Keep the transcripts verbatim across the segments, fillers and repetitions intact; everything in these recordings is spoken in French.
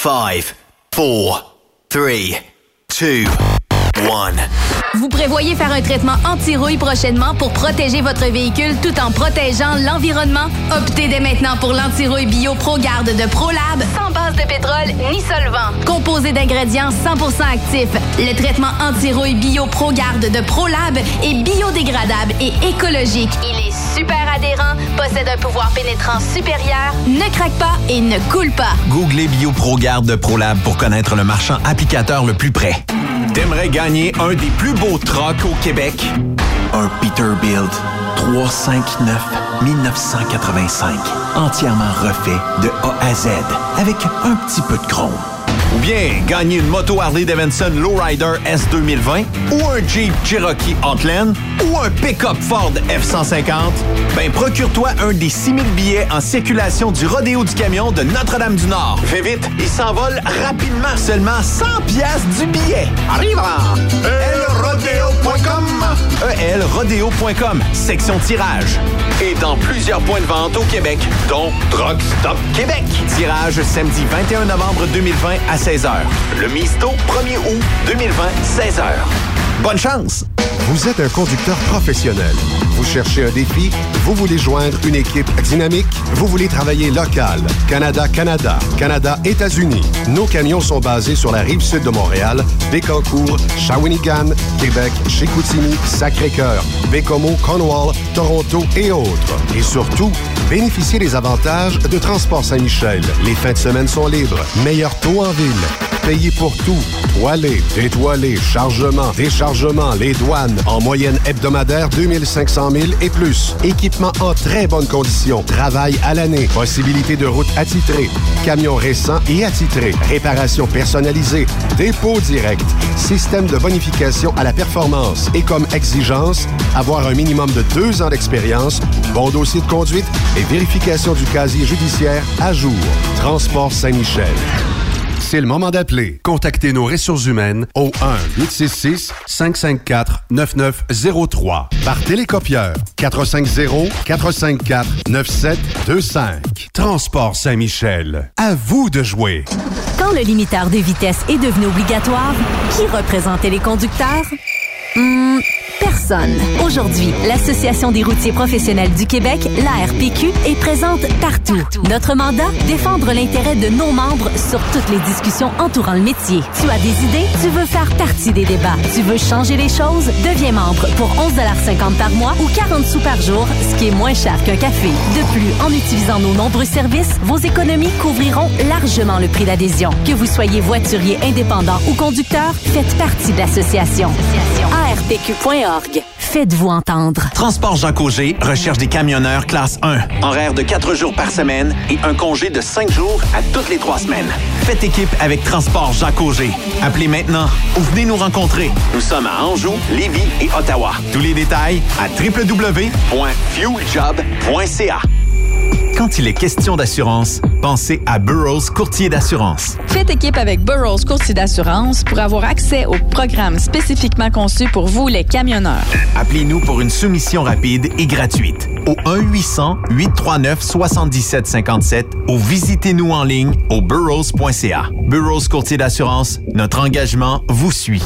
five, four, three, two, one. Vous prévoyez faire un traitement anti-rouille prochainement pour protéger votre véhicule tout en protégeant l'environnement? Optez dès maintenant pour l'anti-rouille bio ProGarde de ProLab, sans base de pétrole ni solvant. Composé d'ingrédients cent pour cent actifs, le traitement anti-rouille bio ProGarde de ProLab est biodégradable et écologique. Il est super adhérent, possède un pouvoir pénétrant supérieur, ne craque pas et ne coule pas. Googlez bio ProGarde de ProLab pour connaître le marchand applicateur le plus près. T'aimerais gagner un des plus beaux trucks au Québec? Un Peterbilt trois cent cinquante-neuf dix-neuf cent quatre-vingt-cinq. Entièrement refait de A à Z, avec un petit peu de chrome. Ou bien gagner une moto Harley-Davidson Lowrider S deux mille vingt ou un Jeep Cherokee Outland ou un pick-up Ford F cent cinquante, ben procure-toi un des six mille billets en circulation du Rodéo du Camion de Notre-Dame-du-Nord. Fais vite, il s'envole rapidement. Seulement cent piastres du billet. Arrive à e l rodeo point com. e l rodeo point com, section tirage. Et dans plusieurs points de vente au Québec, dont Truck Stop Québec. Tirage samedi vingt et un novembre deux mille vingt à seize heures. Le Misto, premier août deux mille vingt, seize heures. Bonne chance! Vous êtes un conducteur professionnel. Vous cherchez un défi? Vous voulez joindre une équipe dynamique? Vous voulez travailler local? Canada-Canada, Canada-États-Unis. Nos camions sont basés sur la rive sud de Montréal, Bécancour, Shawinigan, Québec, Chicoutimi, Sacré-Cœur, Bécomo, Cornwall, Toronto et autres. Et surtout, bénéficiez des avantages de Transport Saint-Michel. Les fins de semaine sont libres. Meilleur taux en ville. Payé pour tout. Toilé, détoilé, chargement, déchargement, les douanes. En moyenne hebdomadaire, deux mille cinq cents milles et plus. Équipement en très bonne condition. Travail à l'année. Possibilité de route attitrée. Camions récents et attitrés. Réparation personnalisée. Dépôt direct. Système de bonification à la performance. Et comme exigence, avoir un minimum de deux ans d'expérience, bon dossier de conduite et vérification du casier judiciaire à jour. Transport Saint-Michel. C'est le moment d'appeler. Contactez nos ressources humaines au un huit six six cinq cinq quatre neuf neuf zéro trois par télécopieur quatre cinq zéro quatre cinq quatre neuf sept deux cinq. Transport Saint-Michel. À vous de jouer. Quand le limiteur de vitesse est devenu obligatoire, qui représentait les conducteurs? Hum, personne. Aujourd'hui, l'Association des routiers professionnels du Québec, l'A R P Q, est présente partout. Notre mandat, défendre l'intérêt de nos membres sur toutes les discussions entourant le métier. Tu as des idées? Tu veux faire partie des débats? Tu veux changer les choses? Deviens membre pour onze cinquante par mois ou quarante sous par jour, ce qui est moins cher qu'un café. De plus, en utilisant nos nombreux services, vos économies couvriront largement le prix d'adhésion. Que vous soyez voiturier indépendant ou conducteur, faites partie de l'association. A R P Q point org. Faites-vous entendre. Transport Jacques Auger recherche des camionneurs classe un. Horaire de quatre jours par semaine et un congé de cinq jours à toutes les trois semaines. Faites équipe avec Transport Jacques Auger. Appelez maintenant ou venez nous rencontrer. Nous sommes à Anjou, Lévis et Ottawa. Tous les détails à w w w point fuel job point c a. Quand il est question d'assurance, pensez à Burroughs Courtier d'assurance. Faites équipe avec Burroughs Courtier d'assurance pour avoir accès aux programmes spécifiquement conçus pour vous, les camionneurs. Appelez-nous pour une soumission rapide et gratuite au un huit cents huit trois neuf sept sept cinq sept ou visitez-nous en ligne au burroughs point c a. Burroughs Courtier d'assurance, notre engagement vous suit.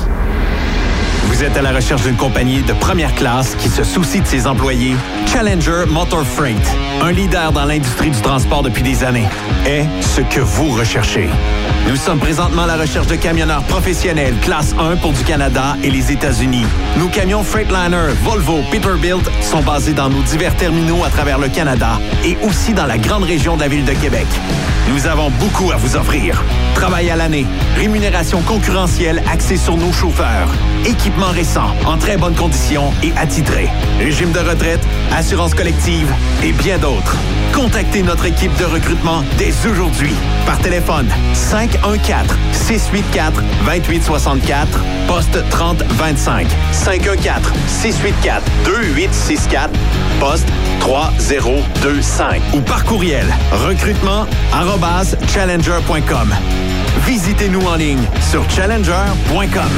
Vous êtes à la recherche d'une compagnie de première classe qui se soucie de ses employés? Challenger Motor Freight, un leader dans l'industrie du transport depuis des années, est ce que vous recherchez. Nous sommes présentement à la recherche de camionneurs professionnels classe un pour du Canada et les États-Unis. Nos camions Freightliner, Volvo, Peterbilt sont basés dans nos divers terminaux à travers le Canada et aussi dans la grande région de la ville de Québec. Nous avons beaucoup à vous offrir. Travail à l'année, rémunération concurrentielle axée sur nos chauffeurs, équipement récent, en très bonnes conditions et attitré, régime de retraite, assurance collective et bien d'autres. Contactez notre équipe de recrutement dès aujourd'hui par téléphone cinq un quatre six huit quatre deux huit six quatre, poste trente vingt-cinq, cinq un quatre six huit quatre deux huit six quatre, poste trois zéro deux cinq ou par courriel recrutement arobase challenger point com. Visitez-nous en ligne sur challenger point com.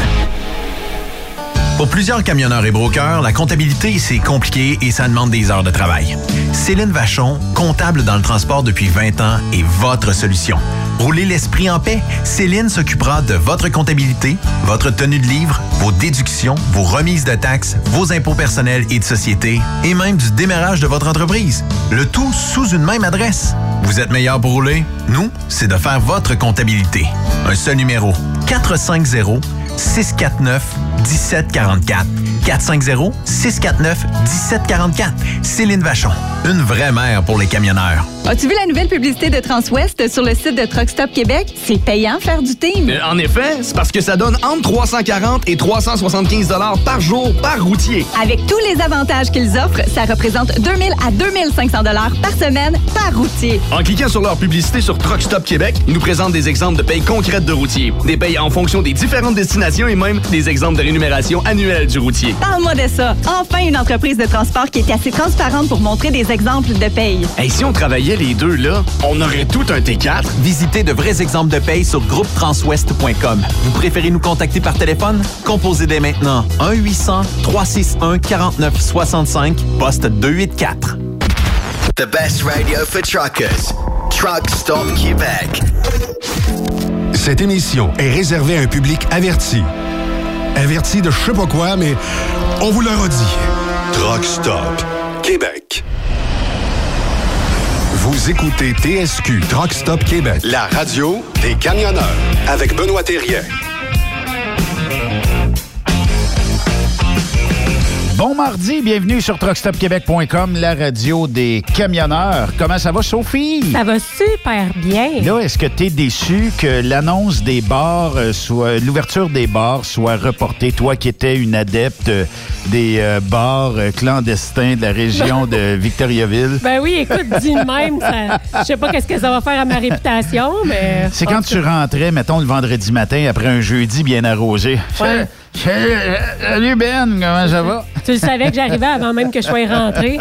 Pour plusieurs camionneurs et brokers, la comptabilité, c'est compliqué et ça demande des heures de travail. Céline Vachon, comptable dans le transport depuis vingt ans, est votre solution. Roulez l'esprit en paix. Céline s'occupera de votre comptabilité, votre tenue de livre, vos déductions, vos remises de taxes, vos impôts personnels et de société, et même du démarrage de votre entreprise. Le tout sous une même adresse. Vous êtes meilleur pour rouler? Nous, c'est de faire votre comptabilité. Un seul numéro. quatre cinq zéro, six quatre neuf, un sept quatre quatre. quatre cinq zéro, six quatre neuf, un sept quatre quatre. Céline Vachon, une vraie mère pour les camionneurs. As-tu vu la nouvelle publicité de Transwest sur le site de Truck Stop Québec? C'est payant faire du team. Euh, en effet, c'est parce que ça donne entre trois cent quarante et trois cent soixante-quinze dollars par jour par routier. Avec tous les avantages qu'ils offrent, ça représente deux mille à deux mille cinq cents dollars par semaine par routier. En cliquant sur leur publicité sur Truck Stop Québec, ils nous présentent des exemples de payes concrètes de routiers, des payes en fonction des différentes destinations et même des exemples de rémunération annuelle du routier. Parle-moi de ça. Enfin, une entreprise de transport qui est assez transparente pour montrer des exemples de paye. Hey, si on travaillait les deux, là, on aurait tout un T quatre. Visitez de vrais exemples de paye sur groupe transwest point com. Vous préférez nous contacter par téléphone? Composez dès maintenant un huit cents, trois six un, quatre neuf six cinq, poste deux cent quatre-vingt-quatre. The best radio for truckers. Truck Stop Québec. Cette émission est réservée à un public averti. Averti de je sais pas quoi, mais on vous le redit. Truck Stop Québec. Vous écoutez T S Q Truck Stop Québec, la radio des camionneurs avec Benoît Thérien. Bon mardi, bienvenue sur truck stop québec point com, la radio des camionneurs. Comment ça va, Sophie? Ça va super bien. Là, est-ce que tu es déçu que l'annonce des bars, euh, soit l'ouverture des bars soit reportée? Toi qui étais une adepte euh, des euh, bars euh, clandestins de la région de Victoriaville. Ben oui, écoute, dis de même, ça, je sais pas qu'est-ce que ça va faire à ma réputation, mais... C'est quand tu rentrais, mettons, le vendredi matin, après un jeudi bien arrosé. Ouais. Salut Ben, comment ça va? Tu le savais que j'arrivais avant même que je sois rentré.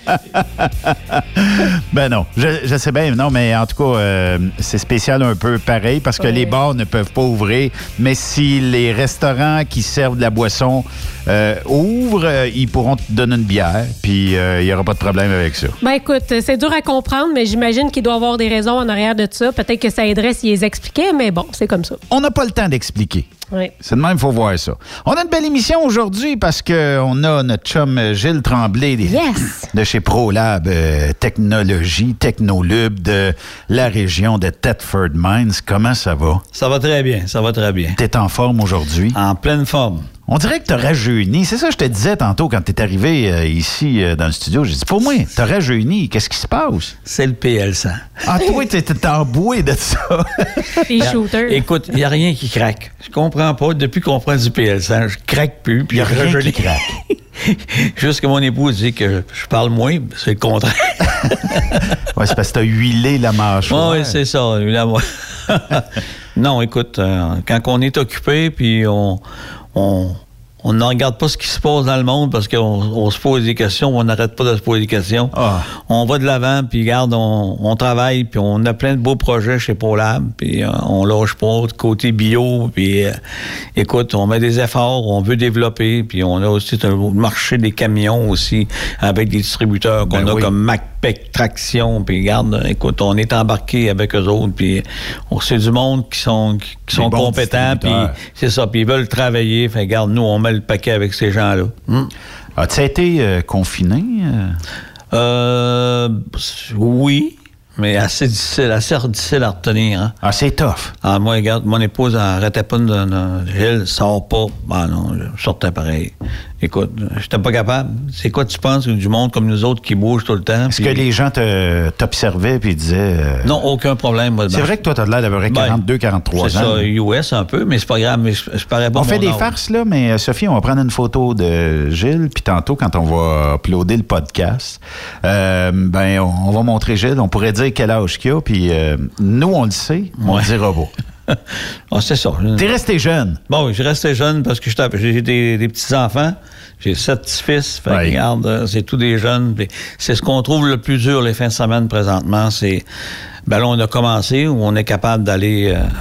Ben non, je, je sais bien, non, mais en tout cas, euh, c'est spécial un peu pareil parce que ouais. Les bars ne peuvent pas ouvrir, mais si les restaurants qui servent de la boisson euh, ouvrent, euh, ils pourront te donner une bière, puis euh, il n'y aura pas de problème avec ça. Ben écoute, c'est dur à comprendre, mais j'imagine qu'il doit y avoir des raisons en arrière de ça. Peut-être que ça aiderait s'ils les expliquaient, mais bon, c'est comme ça. On n'a pas le temps d'expliquer. Oui. C'est de même, il faut voir ça. On a une belle émission aujourd'hui parce qu'on a notre chum Gilles Tremblay des, yes. de chez ProLab euh, Technologie, Technolube de la région de Thetford Mines. Comment ça va? Ça va très bien, ça va très bien. T'es en forme aujourd'hui? En pleine forme. On dirait que t'as rajeuni. C'est ça que je te disais tantôt quand t'es arrivé euh, ici euh, dans le studio. J'ai dit, pour moi, t'as rajeuni. Qu'est-ce qui se passe? C'est le P L cent. Ah, toi, t'es, t'es emboué de ça. Des shooters. Écoute, il n'y a rien qui craque. Je comprends pas. Depuis qu'on prend du P L cent, je craque plus. Il n'y a rien rajeuni. qui craque. Juste que mon épouse dit que je parle moins, c'est le contraire. Ouais, c'est parce que t'as huilé la mâchoire. Oui, c'est ça. La... Non, écoute, euh, quand on est occupé, puis on... on On ne regarde pas ce qui se passe dans le monde parce qu'on on se pose des questions, on n'arrête pas de se poser des questions. Ah. On va de l'avant, puis regarde, on, on travaille, puis on a plein de beaux projets chez ProLab, puis euh, on lâche pas côté bio, puis euh, écoute, on met des efforts, on veut développer, puis on a aussi un marché des camions aussi, avec des distributeurs qu'on ben a oui. comme MacPac Traction, puis regarde, écoute, on est embarqué avec eux autres, puis on c'est du monde qui sont qui, qui sont bons compétents, puis c'est ça, puis ils veulent travailler, fait regarde, nous on met le paquet avec ces gens-là. Hum. As-tu été euh, confiné? Euh? Euh, oui, mais assez difficile, assez difficile à retenir. Hein? Ah, c'est tough. Ah, moi, regarde, mon épouse n'arrêtait pas de... de Gilles, sors pas. Ah non, je sortais pareil. Écoute, j'étais pas capable. C'est quoi, tu penses, du monde comme nous autres qui bouge tout le temps? Est-ce pis... que les gens te, t'observaient et disaient... Euh... Non, aucun problème. Moi, c'est ben, vrai que toi, t'as l'air d'avoir quarante-deux, quarante-trois c'est ans. C'est ça, U S un peu, mais c'est pas grave. Mais je, je parais pas on fait des âge. farces, là, mais Sophie, on va prendre une photo de Gilles, puis tantôt, quand on va uploader le podcast, euh, ben, on, on va montrer Gilles. On pourrait dire quel âge qu'il a, puis euh, nous, on le sait, on ouais. le dira pas. Ah, c'est ça. T'es resté jeune. Bon, je restais jeune parce que j'ai des, des petits-enfants. J'ai sept petits-fils. Fait ouais. que, regarde, c'est tous des jeunes. C'est ce qu'on trouve le plus dur les fins de semaine présentement. C'est, ben là, on a commencé où on est capable d'aller... Euh,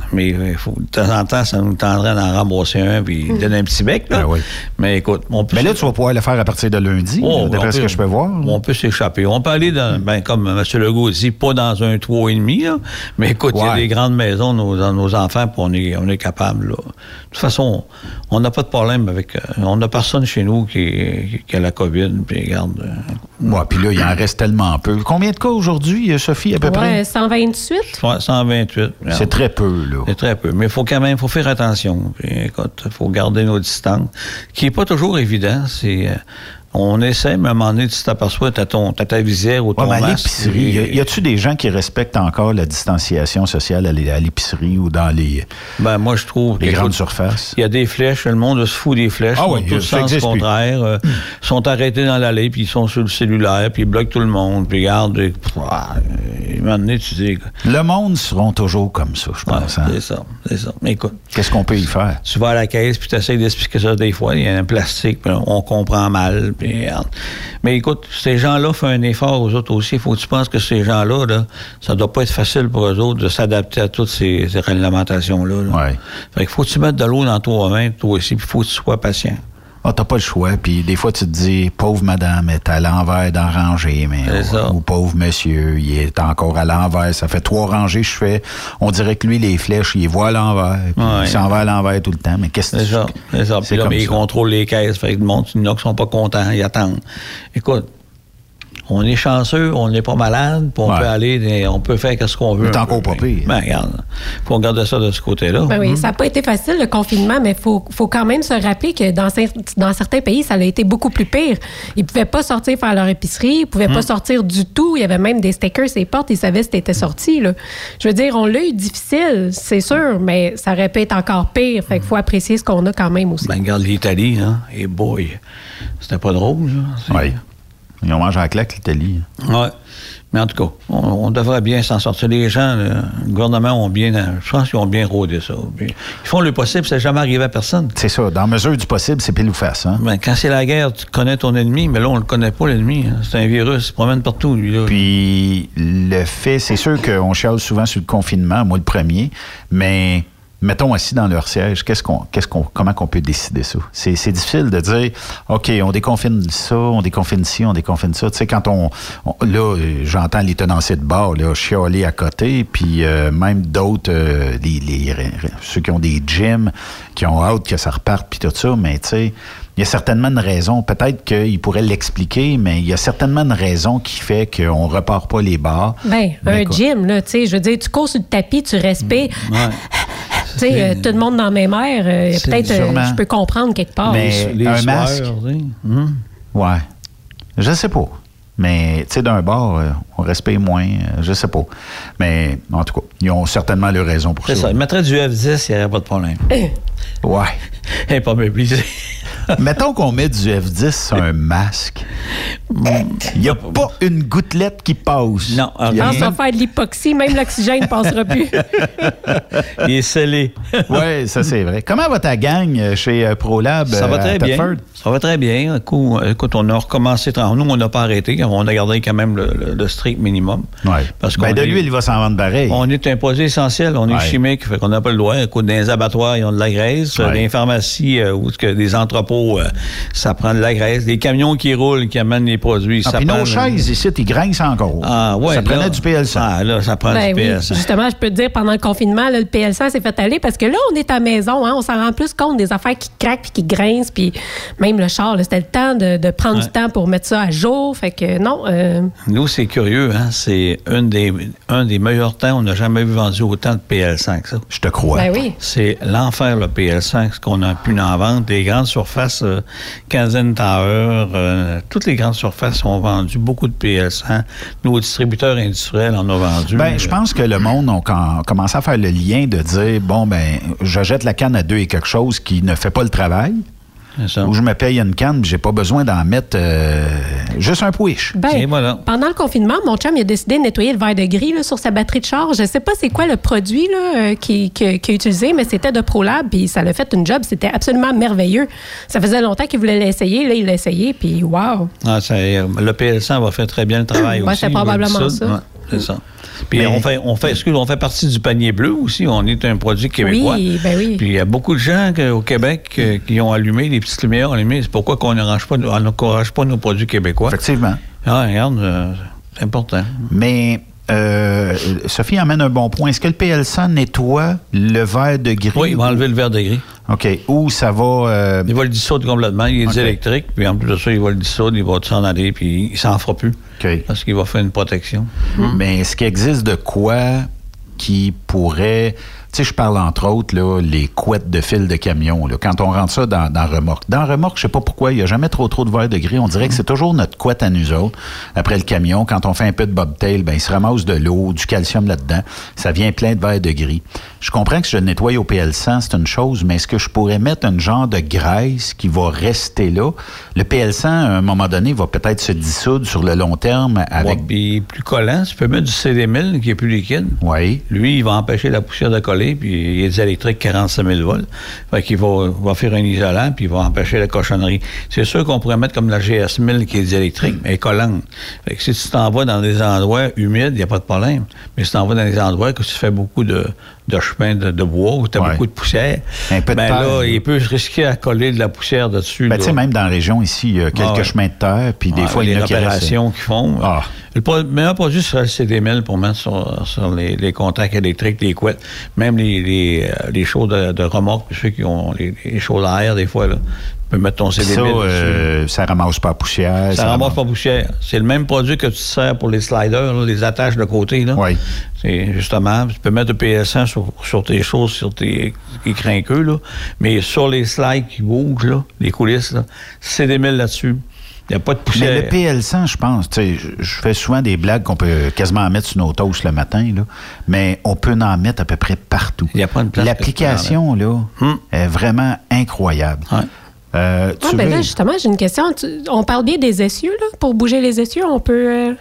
mais il faut, de temps en temps, ça nous tendrait d'en rembourser un puis donner un petit bec. Là. Ben oui. Mais écoute, on peut... Mais là, tu vas pouvoir le faire à partir de lundi, oh, d'après ce peut, que je peux voir. On peut s'échapper. On peut aller, dans, ben, comme M. Legault dit, pas dans un trois et demi, là, mais écoute, il ouais. y a des grandes maisons nos, dans nos enfants, puis on est, on est capable. Là. De toute façon, on n'a pas de problème avec... Euh, on n'a personne chez nous qui, qui a la COVID, puis regarde... Euh, ouais, puis là, il en reste tellement peu. Combien de cas aujourd'hui, Sophie, à peu ouais, près? cent vingt-huit. Ouais, cent vingt-huit. Regarde. C'est très peu, là. C'est très peu. Mais il faut quand même, faut faire attention. Puis, écoute, il faut garder nos distances, qui n'est pas toujours évident. C'est... Euh, on essaie, mais à un moment donné, tu t'aperçois, t'as, ton, t'as ta visière ou ton ouais, masque. À l'épicerie, et... y a-tu des gens qui respectent encore la distanciation sociale à l'épicerie ou dans les, ben, moi, je trouve les grandes surfaces? Il y a des flèches, le monde se fout des flèches. Ah ils oui, tout le sens contraire. Euh, hum. sont arrêtés dans l'allée, puis ils sont sur le cellulaire, puis ils bloquent tout le monde, puis regarde, et, pff, à un moment donné, tu dis... Le monde seront toujours comme ça, je pense. Ouais, hein? c'est ça, c'est ça. Mais écoute... Qu'est-ce qu'on peut y faire? Tu vas à la caisse, puis tu essaies d'expliquer ça des fois. Il y a un plastique, puis on comprend mal, puis regarde... Mais écoute, ces gens-là font un effort aux autres aussi. Il faut que tu penses que ces gens-là, là, ça doit pas être facile pour eux autres de s'adapter à toutes ces, ces réglementations-là. Là. Ouais. Fait qu'il faut que tu mettes de l'eau dans toi main, toi aussi, puis il faut que tu sois patient. Ah, t'as pas le choix. Puis des fois, tu te dis, pauvre madame est à l'envers dans la rangée, mais ou, ou pauvre monsieur, il est encore à l'envers. Ça fait trois rangées que je fais. On dirait que lui, les flèches, il les voit à l'envers. Puis ouais. Il s'en va à l'envers tout le temps. Mais qu'est-ce que c'est ça, c'est ça. Puis là, mais il contrôle les caisses. Fait que le monde, il y en a qui sont pas contents, ils attendent. Écoute, on est chanceux, on n'est pas malade, puis on ouais. peut aller, on peut faire ce qu'on veut. Mais t'es encore pas pire. Ben, regarde, faut regarder ça de ce côté-là. Ben oui, mmh. ça n'a pas été facile, le confinement, mais il faut, faut quand même se rappeler que dans, dans certains pays, ça a été beaucoup plus pire. Ils ne pouvaient pas sortir faire leur épicerie, ils ne pouvaient mmh. pas sortir du tout. Il y avait même des stickers sur les portes, ils savaient si t'étais sorti. Là. Je veux dire, on l'a eu difficile, c'est sûr, mais ça aurait pu être encore pire. Fait qu'il faut apprécier ce qu'on a quand même aussi. Ben, regarde l'Italie, hein, et boy, c'était pas drôle, là. Oui. Ils ont mangé à la claque, l'Italie. Oui. Mais en tout cas, on, on devrait bien s'en sortir. Les gens, le, le gouvernement ont bien... Je pense qu'ils ont bien rôdé ça. Puis, ils font le possible, ça n'est jamais arrivé à personne. C'est ça. Dans mesure du possible, c'est pile ou face. Hein? Ben, quand c'est la guerre, tu connais ton ennemi, mais là, on ne le connaît pas, l'ennemi. Hein. C'est un virus, il se promène partout, lui. Là. Puis, le fait, c'est sûr qu'on chiale souvent sur le confinement, moi le premier, mais... Mettons assis dans leur siège, qu'est-ce qu'on, qu'est-ce qu'on, comment qu'on peut décider ça? C'est, c'est difficile de dire, OK, on déconfine ça, on déconfine ci, on déconfine ça. Tu sais, quand on, on là, j'entends les tenanciers de bar, là, chialer à côté, puis euh, même d'autres, euh, les, les, ceux qui ont des gyms, qui ont hâte que ça reparte, puis tout ça, mais tu sais, il y a certainement une raison. Peut-être qu'ils pourraient l'expliquer, mais il y a certainement une raison qui fait qu'on ne repart pas les bars. Bien, un quoi? Gym, là, tu sais, je veux dire, tu cours sur le tapis, tu respires. Ouais. Tu sais, euh, tout le monde dans la même air, euh, peut-être euh, je peux comprendre quelque part. Mais les un soirs, masque, hum. ouais, je sais pas. Mais, tu sais, d'un bar, euh, on respire moins, euh, je sais pas. Mais, en tout cas, ils ont certainement leur raison pour c'est ça. ça. Ils mettraient du F dix, il n'y aurait pas de problème. Ouais. Elle n'est pas méprisée. Mettons qu'on met du F dix sur un masque. Il n'y a pas une gouttelette qui passe. Non. Je pense qu'on va faire de l'hypoxie, même l'oxygène ne passera plus. Il est scellé. Oui, ça c'est vrai. Comment va ta gang chez ProLab? Ça va très bien. Ça va très bien. Écoute, on a recommencé. Nous, on n'a pas arrêté. On a gardé quand même le, le, le strict minimum. Oui. Parce ben de l'huile, il va s'en vendre pareil. On est un produit essentiel. On est ouais. chimique. Fait qu'on n'a pas le droit. Écoute, dans les abattoirs, ils ont de la graisse. Ouais. Dans les pharmacies euh, ou des entrepôts, euh, ça prend de la graisse. Les camions qui roulent, qui amènent les produits. Ah, ça puis prend... nos chaises ici, ils grincent encore. Ah, ouais, ça là, prenait du P L cent. Ah, là, ça prend ben du P L oui. cent. Justement, je peux te dire, pendant le confinement, là, le P L cent s'est fait aller parce que là, on est à la maison. Hein, on s'en rend plus compte des affaires qui craquent puis qui grincent. Puis même le char, là, c'était le temps de, de prendre ouais. du temps pour mettre ça à jour. Fait que non. Euh... Nous, c'est curieux. Hein? C'est un des, un des meilleurs temps. On n'a jamais vu vendu autant de P L cent que ça. Je te crois. Ben oui. C'est l'enfer, le P L cent, ce qu'on a pu en vendre. Les grandes surfaces, euh, Canadian Tower, euh, toutes les grandes surfaces ont vendu beaucoup de P L cent. Nos distributeurs industriels en ont vendu. Ben, je pense que le monde a commencé à faire le lien de dire, bon, ben, je jette la canne à deux et quelque chose qui ne fait pas le travail. Où je me paye une canne, j'ai pas besoin d'en mettre euh, juste un pouiche. Ben, voilà. Pendant le confinement, mon chum il a décidé de nettoyer le verre de gris là, sur sa batterie de char. Je sais pas c'est quoi le produit là, qu'il, qu'il a utilisé, mais c'était de ProLab, puis ça l'a fait une job. C'était absolument merveilleux. Ça faisait longtemps qu'il voulait l'essayer. Là, il l'a essayé, puis wow! Ah, ça, le P L cent va faire très bien le travail ouais, aussi. C'est probablement ça. Ouais, c'est ça. Puis on fait, on fait, excuse, on fait partie du panier bleu aussi. On est un produit québécois. Oui, ben oui. Puis il y a beaucoup de gens que, au Québec euh, qui ont allumé des petites lumières allumées. C'est pourquoi qu'on n'encourage pas, on n'encourage pas nos produits québécois. Effectivement. Ah, regarde, euh, c'est important. Mais euh, Sophie amène un bon point. Est-ce que le P L cent nettoie le verre de gris? Oui, il va enlever le verre de gris. OK. Ou ça va... Euh... Il va le dissoudre complètement. Il est okay. électrique. Puis en plus de ça, il va le dissoudre. Il va s'en aller. Puis il s'en fera plus. OK. Parce qu'il va faire une protection. Hum. Mais est-ce qu'il existe de quoi qui pourrait... Tu sais, je parle entre autres, là, les couettes de fil de camion. Là, quand on rentre ça dans, dans remorque. Dans remorque, je sais pas pourquoi, il n'y a jamais trop trop de verre de gris. On dirait que c'est toujours notre couette à nous autres. Après le camion, quand on fait un peu de bobtail, ben il se ramasse de l'eau, du calcium là-dedans. Ça vient plein de verre de gris. Je comprends que je le nettoie au P L cent, c'est une chose, mais est-ce que je pourrais mettre un genre de graisse qui va rester là? Le P L cent, à un moment donné, va peut-être se dissoudre sur le long terme avec... Ouais, puis plus collant. Tu peux mettre du C D mille qui est plus liquide. Oui. Lui, il va empêcher la poussière de coller. Puis il y a des électriques quarante-cinq mille volts. Fait qu'il va, va faire un isolant, puis il va empêcher la cochonnerie. C'est sûr qu'on pourrait mettre comme la G S mille qui est diélectrique, mais elle est collante. Fait que si tu t'en vas dans des endroits humides, il n'y a pas de problème. Mais si tu t'en vas dans des endroits que tu fais beaucoup de, de chemin de, de bois, où tu as ouais. beaucoup de poussière, un peu de ben terre, là, il peut risquer à coller de la poussière dessus. Ben, tu sais, même dans la région ici, il y a quelques ah ouais. chemins de terre, puis des ah, fois, il y a des opérations qu'ils font. Ah. Le pro- meilleur produit serait le C D mille pour mettre sur, sur les, les contacts électriques, les couettes, même les, les, les chauds de, de remorque, ceux qui ont les, les chauds à air, des fois, là. Tu peux mettre ton C D mille ça, euh, ça ramasse pas la poussière. Ça, ça ramasse pas la poussière. C'est le même produit que tu sers pour les sliders, là, les attaches de côté. Là. Oui. C'est justement, tu peux mettre le P L cent sur, sur tes choses, sur tes crinqueux, là, mais sur les slides qui bougent, là, les coulisses, là, C D mille là-dessus. Il n'y a pas de poussière. Mais le P L cent, je pense, tu sais, je fais souvent des blagues qu'on peut quasiment mettre sur nos toasts le matin, là, mais on peut en mettre à peu près partout. Il n'y a pas de place. L'application, là, hum. est vraiment incroyable. Ouais. Euh, ah, ben veux... là, justement, j'ai une question. Tu, on parle bien des essieux, là. Pour bouger les essieux, on peut... Euh...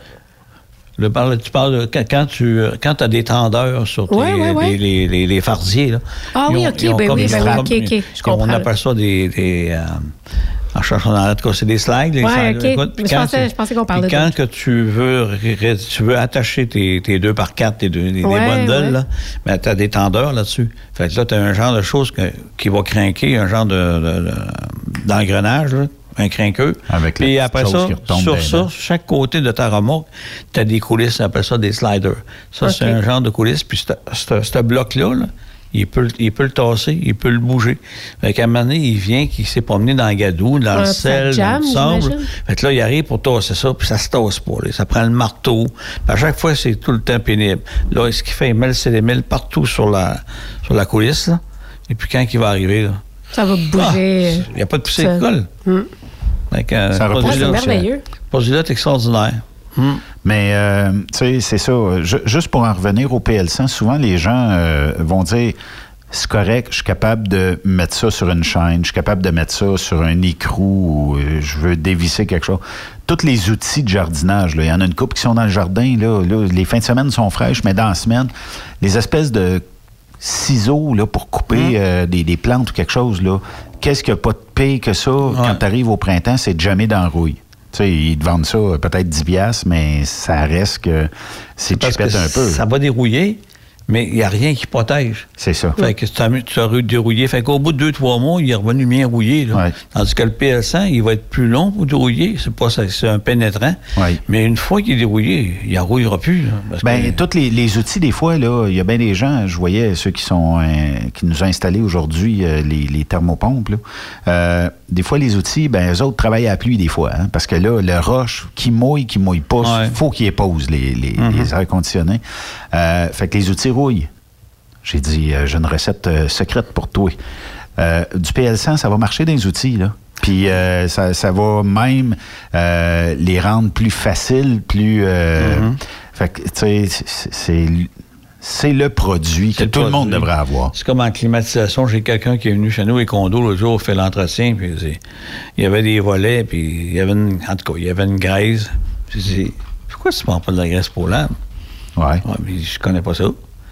Le, tu parles de quand tu quand as des tendeurs sur tes, ouais, ouais, ouais. Les, les, les, les fardiers. Là, ah oui, ont, OK, ben oui, ben oui, OK, OK, je comprends. On appelle ça des... des euh, en cherchant dans l'autre cas, c'est des slides. Les ouais, slides OK. Écoute, je, pensais, je pensais qu'on parlait de ça. Quand que tu veux, tu veux attacher tes, tes deux par quatre, tes deux, ouais, des bundles, ouais. là, ben, tu as des tendeurs là-dessus. Fait que là, tu as un genre de chose que, qui va crinquer, un genre de, de, de, d'engrenage, là. Un crinqueux. Puis après ça, sur ça, sur chaque côté de ta remorque, tu as des coulisses, on appelle ça des sliders. Ça, okay. c'est un genre de coulisses. Puis ce bloc-là, là, il, peut, il peut le tasser, il peut le bouger. Fait qu'à un moment donné, il vient, qu'il s'est promené dans le gadou, dans ouais, le sel, dans le sable. Fait que là, il arrive pour tasser ça, puis ça se tasse pas. Là. Ça prend le marteau. Puis à chaque fois, c'est tout le temps pénible. Là, ce qu'il fait, il met le C D mille partout sur la, sur la coulisse. Là. Et puis quand il va arriver, là, ça va bouger. Il ah, n'y a pas de poussière qui colle. Hum. Donc, euh, ça repose c'est merveilleux. Le produit est extraordinaire. Hum. Mais, euh, tu sais, c'est ça. Je, juste pour en revenir au P L cent, souvent, les gens euh, vont dire, c'est correct, je suis capable de mettre ça sur une chaîne, je suis capable de mettre ça sur un écrou, ou euh, je veux dévisser quelque chose. Tous les outils de jardinage, là, il y en a une couple qui sont dans le jardin, là, là, les fins de semaine sont fraîches, mais dans la semaine, les espèces de ciseaux là, pour couper mmh. euh, des, des plantes ou quelque chose, là, qu'est-ce qu'il n'y a pas de pire que ça ouais. quand tu arrives au printemps, c'est de jamais dans la rouille. Tu sais, ils te vendent ça peut-être dix piastres, mais ça reste que c'est chipette un peu. Ça va dérouiller, mais il n'y a rien qui protège. C'est ça. Fait que tu as, tu as dérouillé. Fait qu'au bout de deux, trois mois, il est revenu bien rouillé. Là. Ouais. Tandis que le P L cent, il va être plus long pour dérouiller. C'est pas ça, c'est un pénétrant. Ouais. Mais une fois qu'il est dérouillé, il ne rouillera plus. Là, parce ben, que... tous les, les outils, des fois, là, il y a bien des gens, je voyais ceux qui sont euh, qui nous ont installés aujourd'hui, euh, les, les thermopompes, là. Euh, des fois, les outils, ben, eux autres travaillent à la pluie des fois. Hein, parce que là, le roche, qui mouille, qui mouille pas, il ouais. faut qu'il pose les, les, mm-hmm. les airs conditionnés. Euh, fait que les outils rouillent. J'ai dit, euh, j'ai une recette euh, secrète pour toi. Euh, du P L cent, ça va marcher dans les outils, là. Puis euh, ça, ça va même euh, les rendre plus faciles, plus... Euh, mm-hmm. Fait que, tu sais, c'est... C'est le produit que tout le monde devrait avoir. C'est comme en climatisation. J'ai quelqu'un qui est venu chez nous, les condos, l'autre jour, fait l'entretien, puis il y avait des volets, puis il y avait une... En tout cas, il y avait une graisse. Puis j'ai dit, pourquoi tu ne prends pas de la graisse pour l'âme? Ouais. Ouais, puis je connais pas ça.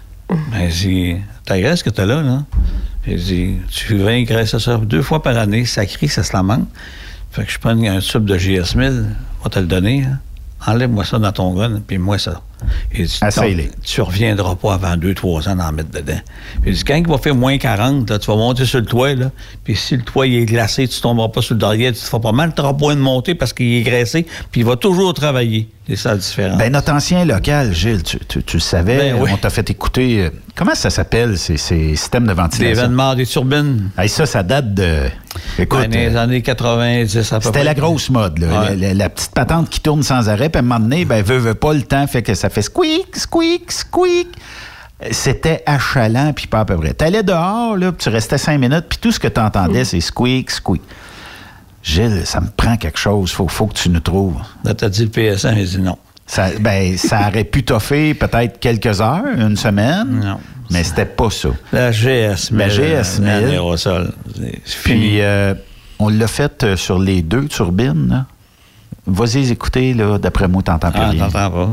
Ben, j'ai dit, ta graisse que t'as là, là. J'ai dit, tu viens graisser ça deux fois par année, ça crie, ça se lamente. Fait que je prends un tube de G S mille, on va te le donner, hein. Enlève-moi ça dans ton gun, puis moi ça. Il dit, Essaye-les. Tu reviendras pas avant deux trois ans d'en mettre dedans. Il dit, quand il va faire moins quarante, là, tu vas monter sur le toit, là, puis si le toit il est glacé, tu tomberas pas sur le derrière, tu te feras pas mal, tu n'auras pas de monter parce qu'il est graissé, puis il va toujours travailler. C'est ça la différence. Ben, notre ancien local, Gilles, tu, tu, tu le savais, Ben oui. on t'a fait écouter. euh, comment ça s'appelle, ces, ces systèmes de ventilation? L'événement des turbines. Hey, ça, ça date de. Écoute. Dans les euh, années quatre-vingt-dix, à peu C'était près. la grosse mode, là. Ouais. La, la- la petite patente qui tourne sans arrêt, puis à un moment donné, ben, veut, veut pas, le temps fait que ça fait squeak, squeak, squeak. C'était achalant, puis pas à peu près. T'allais dehors, là, puis tu restais cinq minutes, puis tout ce que t'entendais, c'est squeak, squeak. Gilles, ça me prend quelque chose, faut, faut que tu nous trouves. Là, t'as dit le P S un, il dit non. Ça, ben, ça aurait pu toffer peut-être quelques heures, une semaine, Non. mais c'était pas ça. La G S mille. La G S mille. L'aérosol. C'est fini. Puis, euh, on l'a fait euh, sur les deux turbines, là. Vas-y écouter, là, d'après moi, t'entends plus Ah, rien. t'entends pas.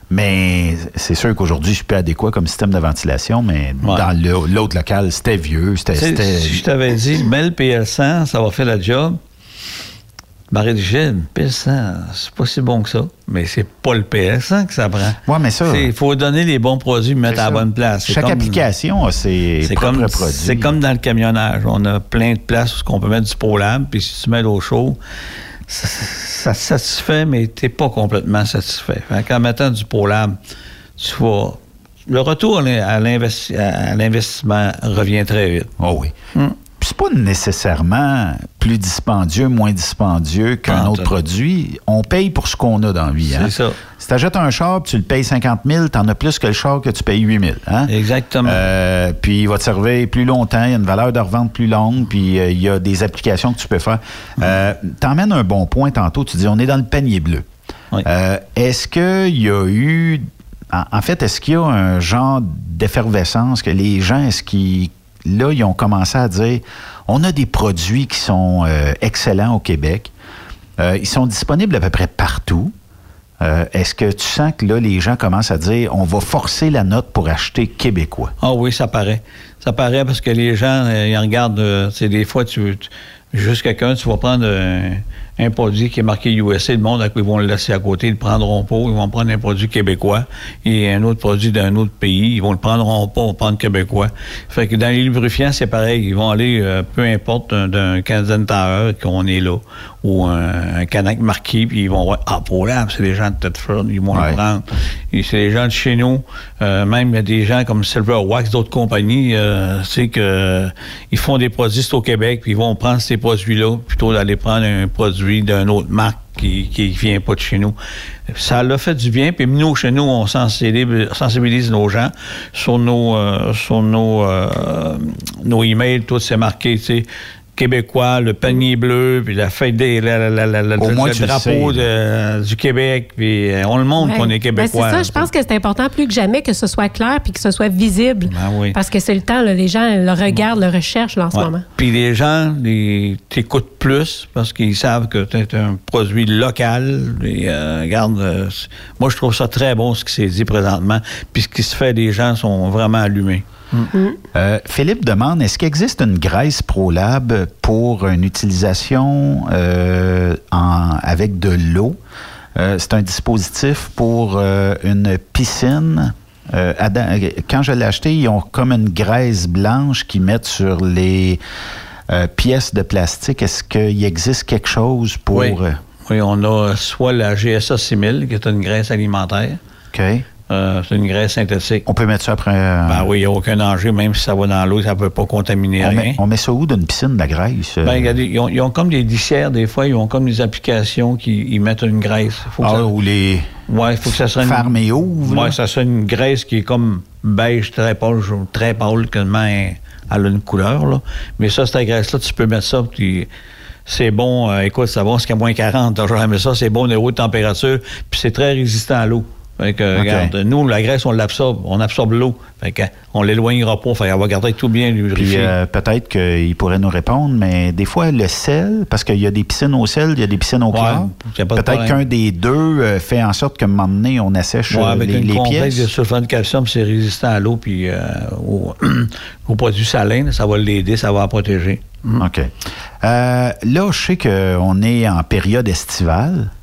Mais c'est sûr qu'aujourd'hui, c'est plus adéquat comme système de ventilation, mais Ouais. dans le- l'autre local, c'était vieux, c'était... Tu sais, c'était- si je t'avais dit, mets le P L cent, ça va faire la job. Marie dit, Gilles, P L cent, c'est pas si bon que ça. Mais c'est pas le P L cent que ça prend. Ouais, mais ça... Il faut donner les bons produits, mettre c'est à la ça. bonne place. C'est Chaque comme- application a ses C'est propres comme, produits. c'est comme dans le camionnage. On a plein de places où on peut mettre du ProLab, puis si tu mets l'eau chaude, ça, ça te satisfait, mais t'es pas complètement satisfait. Fait qu'en mettant du ProLab, tu vas... Le retour à l'investi- à l'investissement revient très vite. Oh oui. Hum. Puis c'est pas nécessairement plus dispendieux, moins dispendieux qu'un Ah, autre t'as- produit. On paye pour ce qu'on a dans la vie. Hein? C'est ça. Si tu achètes un char, puis tu le payes cinquante mille, tu en as plus que le char que tu payes huit mille. Hein? Exactement. Euh, puis il va te servir plus longtemps, il y a une valeur de revente plus longue, puis euh, il y a des applications que tu peux faire. Euh, T'emmènes un bon point tantôt, tu dis on est dans le panier bleu. Oui. Euh, est-ce qu'il y a eu... En, en fait, est-ce qu'il y a un genre d'effervescence que les gens, est-ce qu'ils... Là, ils ont commencé à dire, on a des produits qui sont euh, excellents au Québec. Euh, ils sont disponibles à peu près partout. Euh, est-ce que tu sens que là, les gens commencent à dire, on va forcer la note pour acheter québécois? Ah oui, ça paraît. Ça paraît parce que les gens, euh, ils regardent, euh, tu sais, des fois, tu, tu juste quelqu'un, tu vas prendre un, un produit qui est marqué U S A, le monde, ils vont le laisser à côté, ils le prendront pas, ils vont prendre un produit québécois et un autre produit d'un autre pays, ils vont le prendront pas, ils vont prendre québécois. Fait que dans les lubrifiants, c'est pareil, ils vont aller, euh, peu importe, d'un, d'un Canadian Tire qu'on est là, ou un, un Canac marqué, puis ils vont voir, ah, ProLab, c'est des gens de Thetford, ils vont Ouais. le prendre. Et c'est les gens de chez nous, euh, même il y a des gens comme Silver Wax, d'autres compagnies, euh, tu sais, que euh, ils font des produits, c'est au Québec, puis ils vont prendre ces produits-là, plutôt d'aller prendre un produit d'une autre marque qui qui vient pas de chez nous. Ça l'a fait du bien, puis nous, chez nous, on sensibilise, sensibilise nos gens sur nos euh, sur nos, euh, nos emails, tout c'est marqué, tu sais, québécois, le panier bleu, puis la fête des, la, la, la, la, Au le, moins, le tu le drapeau sais, de- du Québec, puis euh, on le montre Ouais. qu'on est Ben, québécois. c'est ça, je pense que c'est important plus que jamais que ce soit clair puis que ce soit visible. Ben oui. Parce que c'est le temps, là, les gens le regardent, le recherchent là, en ce Ouais. moment. Puis les gens les, t'écoutent plus parce qu'ils savent que tu es un produit local. Et, euh, regarde, euh, c- moi, je trouve ça très bon ce qui s'est dit présentement. Puis ce qui se fait, les gens sont vraiment allumés. Euh, Philippe demande, est-ce qu'il existe une graisse ProLab pour une utilisation euh, en- avec de l'eau? Euh, c'est un dispositif pour euh, une piscine. Euh, Adam, quand je l'ai acheté, ils ont comme une graisse blanche qu'ils mettent sur les euh, pièces de plastique. Est-ce qu'il existe quelque chose pour... Oui. euh, Oui, on a soit la G S A six mille, qui est une graisse alimentaire. OK. Euh, c'est une graisse synthétique. On peut mettre ça après... euh, Ben oui, il n'y a aucun danger, même si ça va dans l'eau, ça ne peut pas contaminer on, rien. met, on met ça où d'une piscine, de la graisse? Ben, il y a des- ils, ont, ils ont comme des litières, des fois, ils ont comme des applications qui ils mettent une graisse. Faut que Ah, ça- ou les Ouais, il faut que ça soit une... fermes et ouvres? Ouais, là? ça soit une graisse qui est comme beige, très pâle, jaune, très pâle, tellement elle a une couleur, là. Mais ça, cette graisse-là, tu peux mettre ça, puis c'est bon, euh, écoute, ça va jusqu'à moins quarante, t'as jamais ça, c'est bon au niveau de température, puis c'est très résistant à l'eau. Fait que, OK. regarde, nous, la graisse, on l'absorbe, on absorbe l'eau. Fait que, on l'éloignera pas, fait qu'on va garder tout bien Puis lubrifié. euh, peut-être qu'il pourrait nous répondre, mais des fois, le sel, parce qu'il y a des piscines au sel, il y a des piscines au Ouais, chlore. y a pas de Peut-être problème. qu'un des deux euh, fait en sorte qu'à un moment donné, on assèche Ouais, euh, avec les, une les complexe de pièces. sulfate de calcium, c'est résistant à l'eau, puis euh, aux, aux produits salins, ça va l'aider, ça va la protéger. OK. Euh, là, je sais qu'on est en période estivale.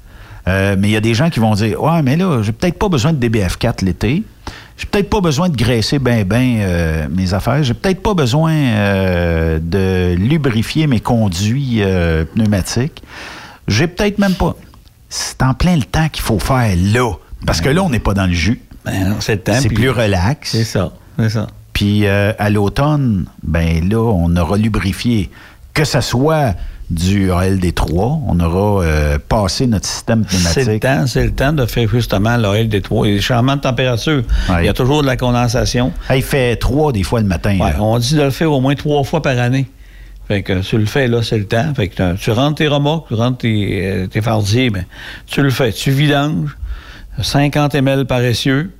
Euh, mais il y a des gens qui vont dire, ouais, mais là, j'ai peut-être pas besoin de D B F quatre l'été. J'ai peut-être pas besoin de graisser ben ben euh, mes affaires. J'ai peut-être pas besoin euh, de lubrifier mes conduits euh, pneumatiques. J'ai peut-être même pas... C'est en plein le temps qu'il faut faire là. Parce que là, on n'est pas dans le jus. Ben non, c'est le temps. C'est puis... plus relax. C'est ça, c'est ça. Puis euh, à l'automne, ben là, on aura lubrifié. Que ce soit du A L D trois, on aura euh, passé notre système pneumatique. C'est le temps, c'est le temps de faire justement l'A L D trois. Il y a des changements de température. Ouais. Il y a toujours de la condensation. Ah, il fait trois des fois le matin. Ouais, on dit de le faire au moins trois fois par année. Fait que tu le fais, là, c'est le temps. Fait que tu rentres tes remorques, tu rentres tes, euh, tes fardiers, ben, tu le fais. Tu vidanges, cinquante millilitres par essieu.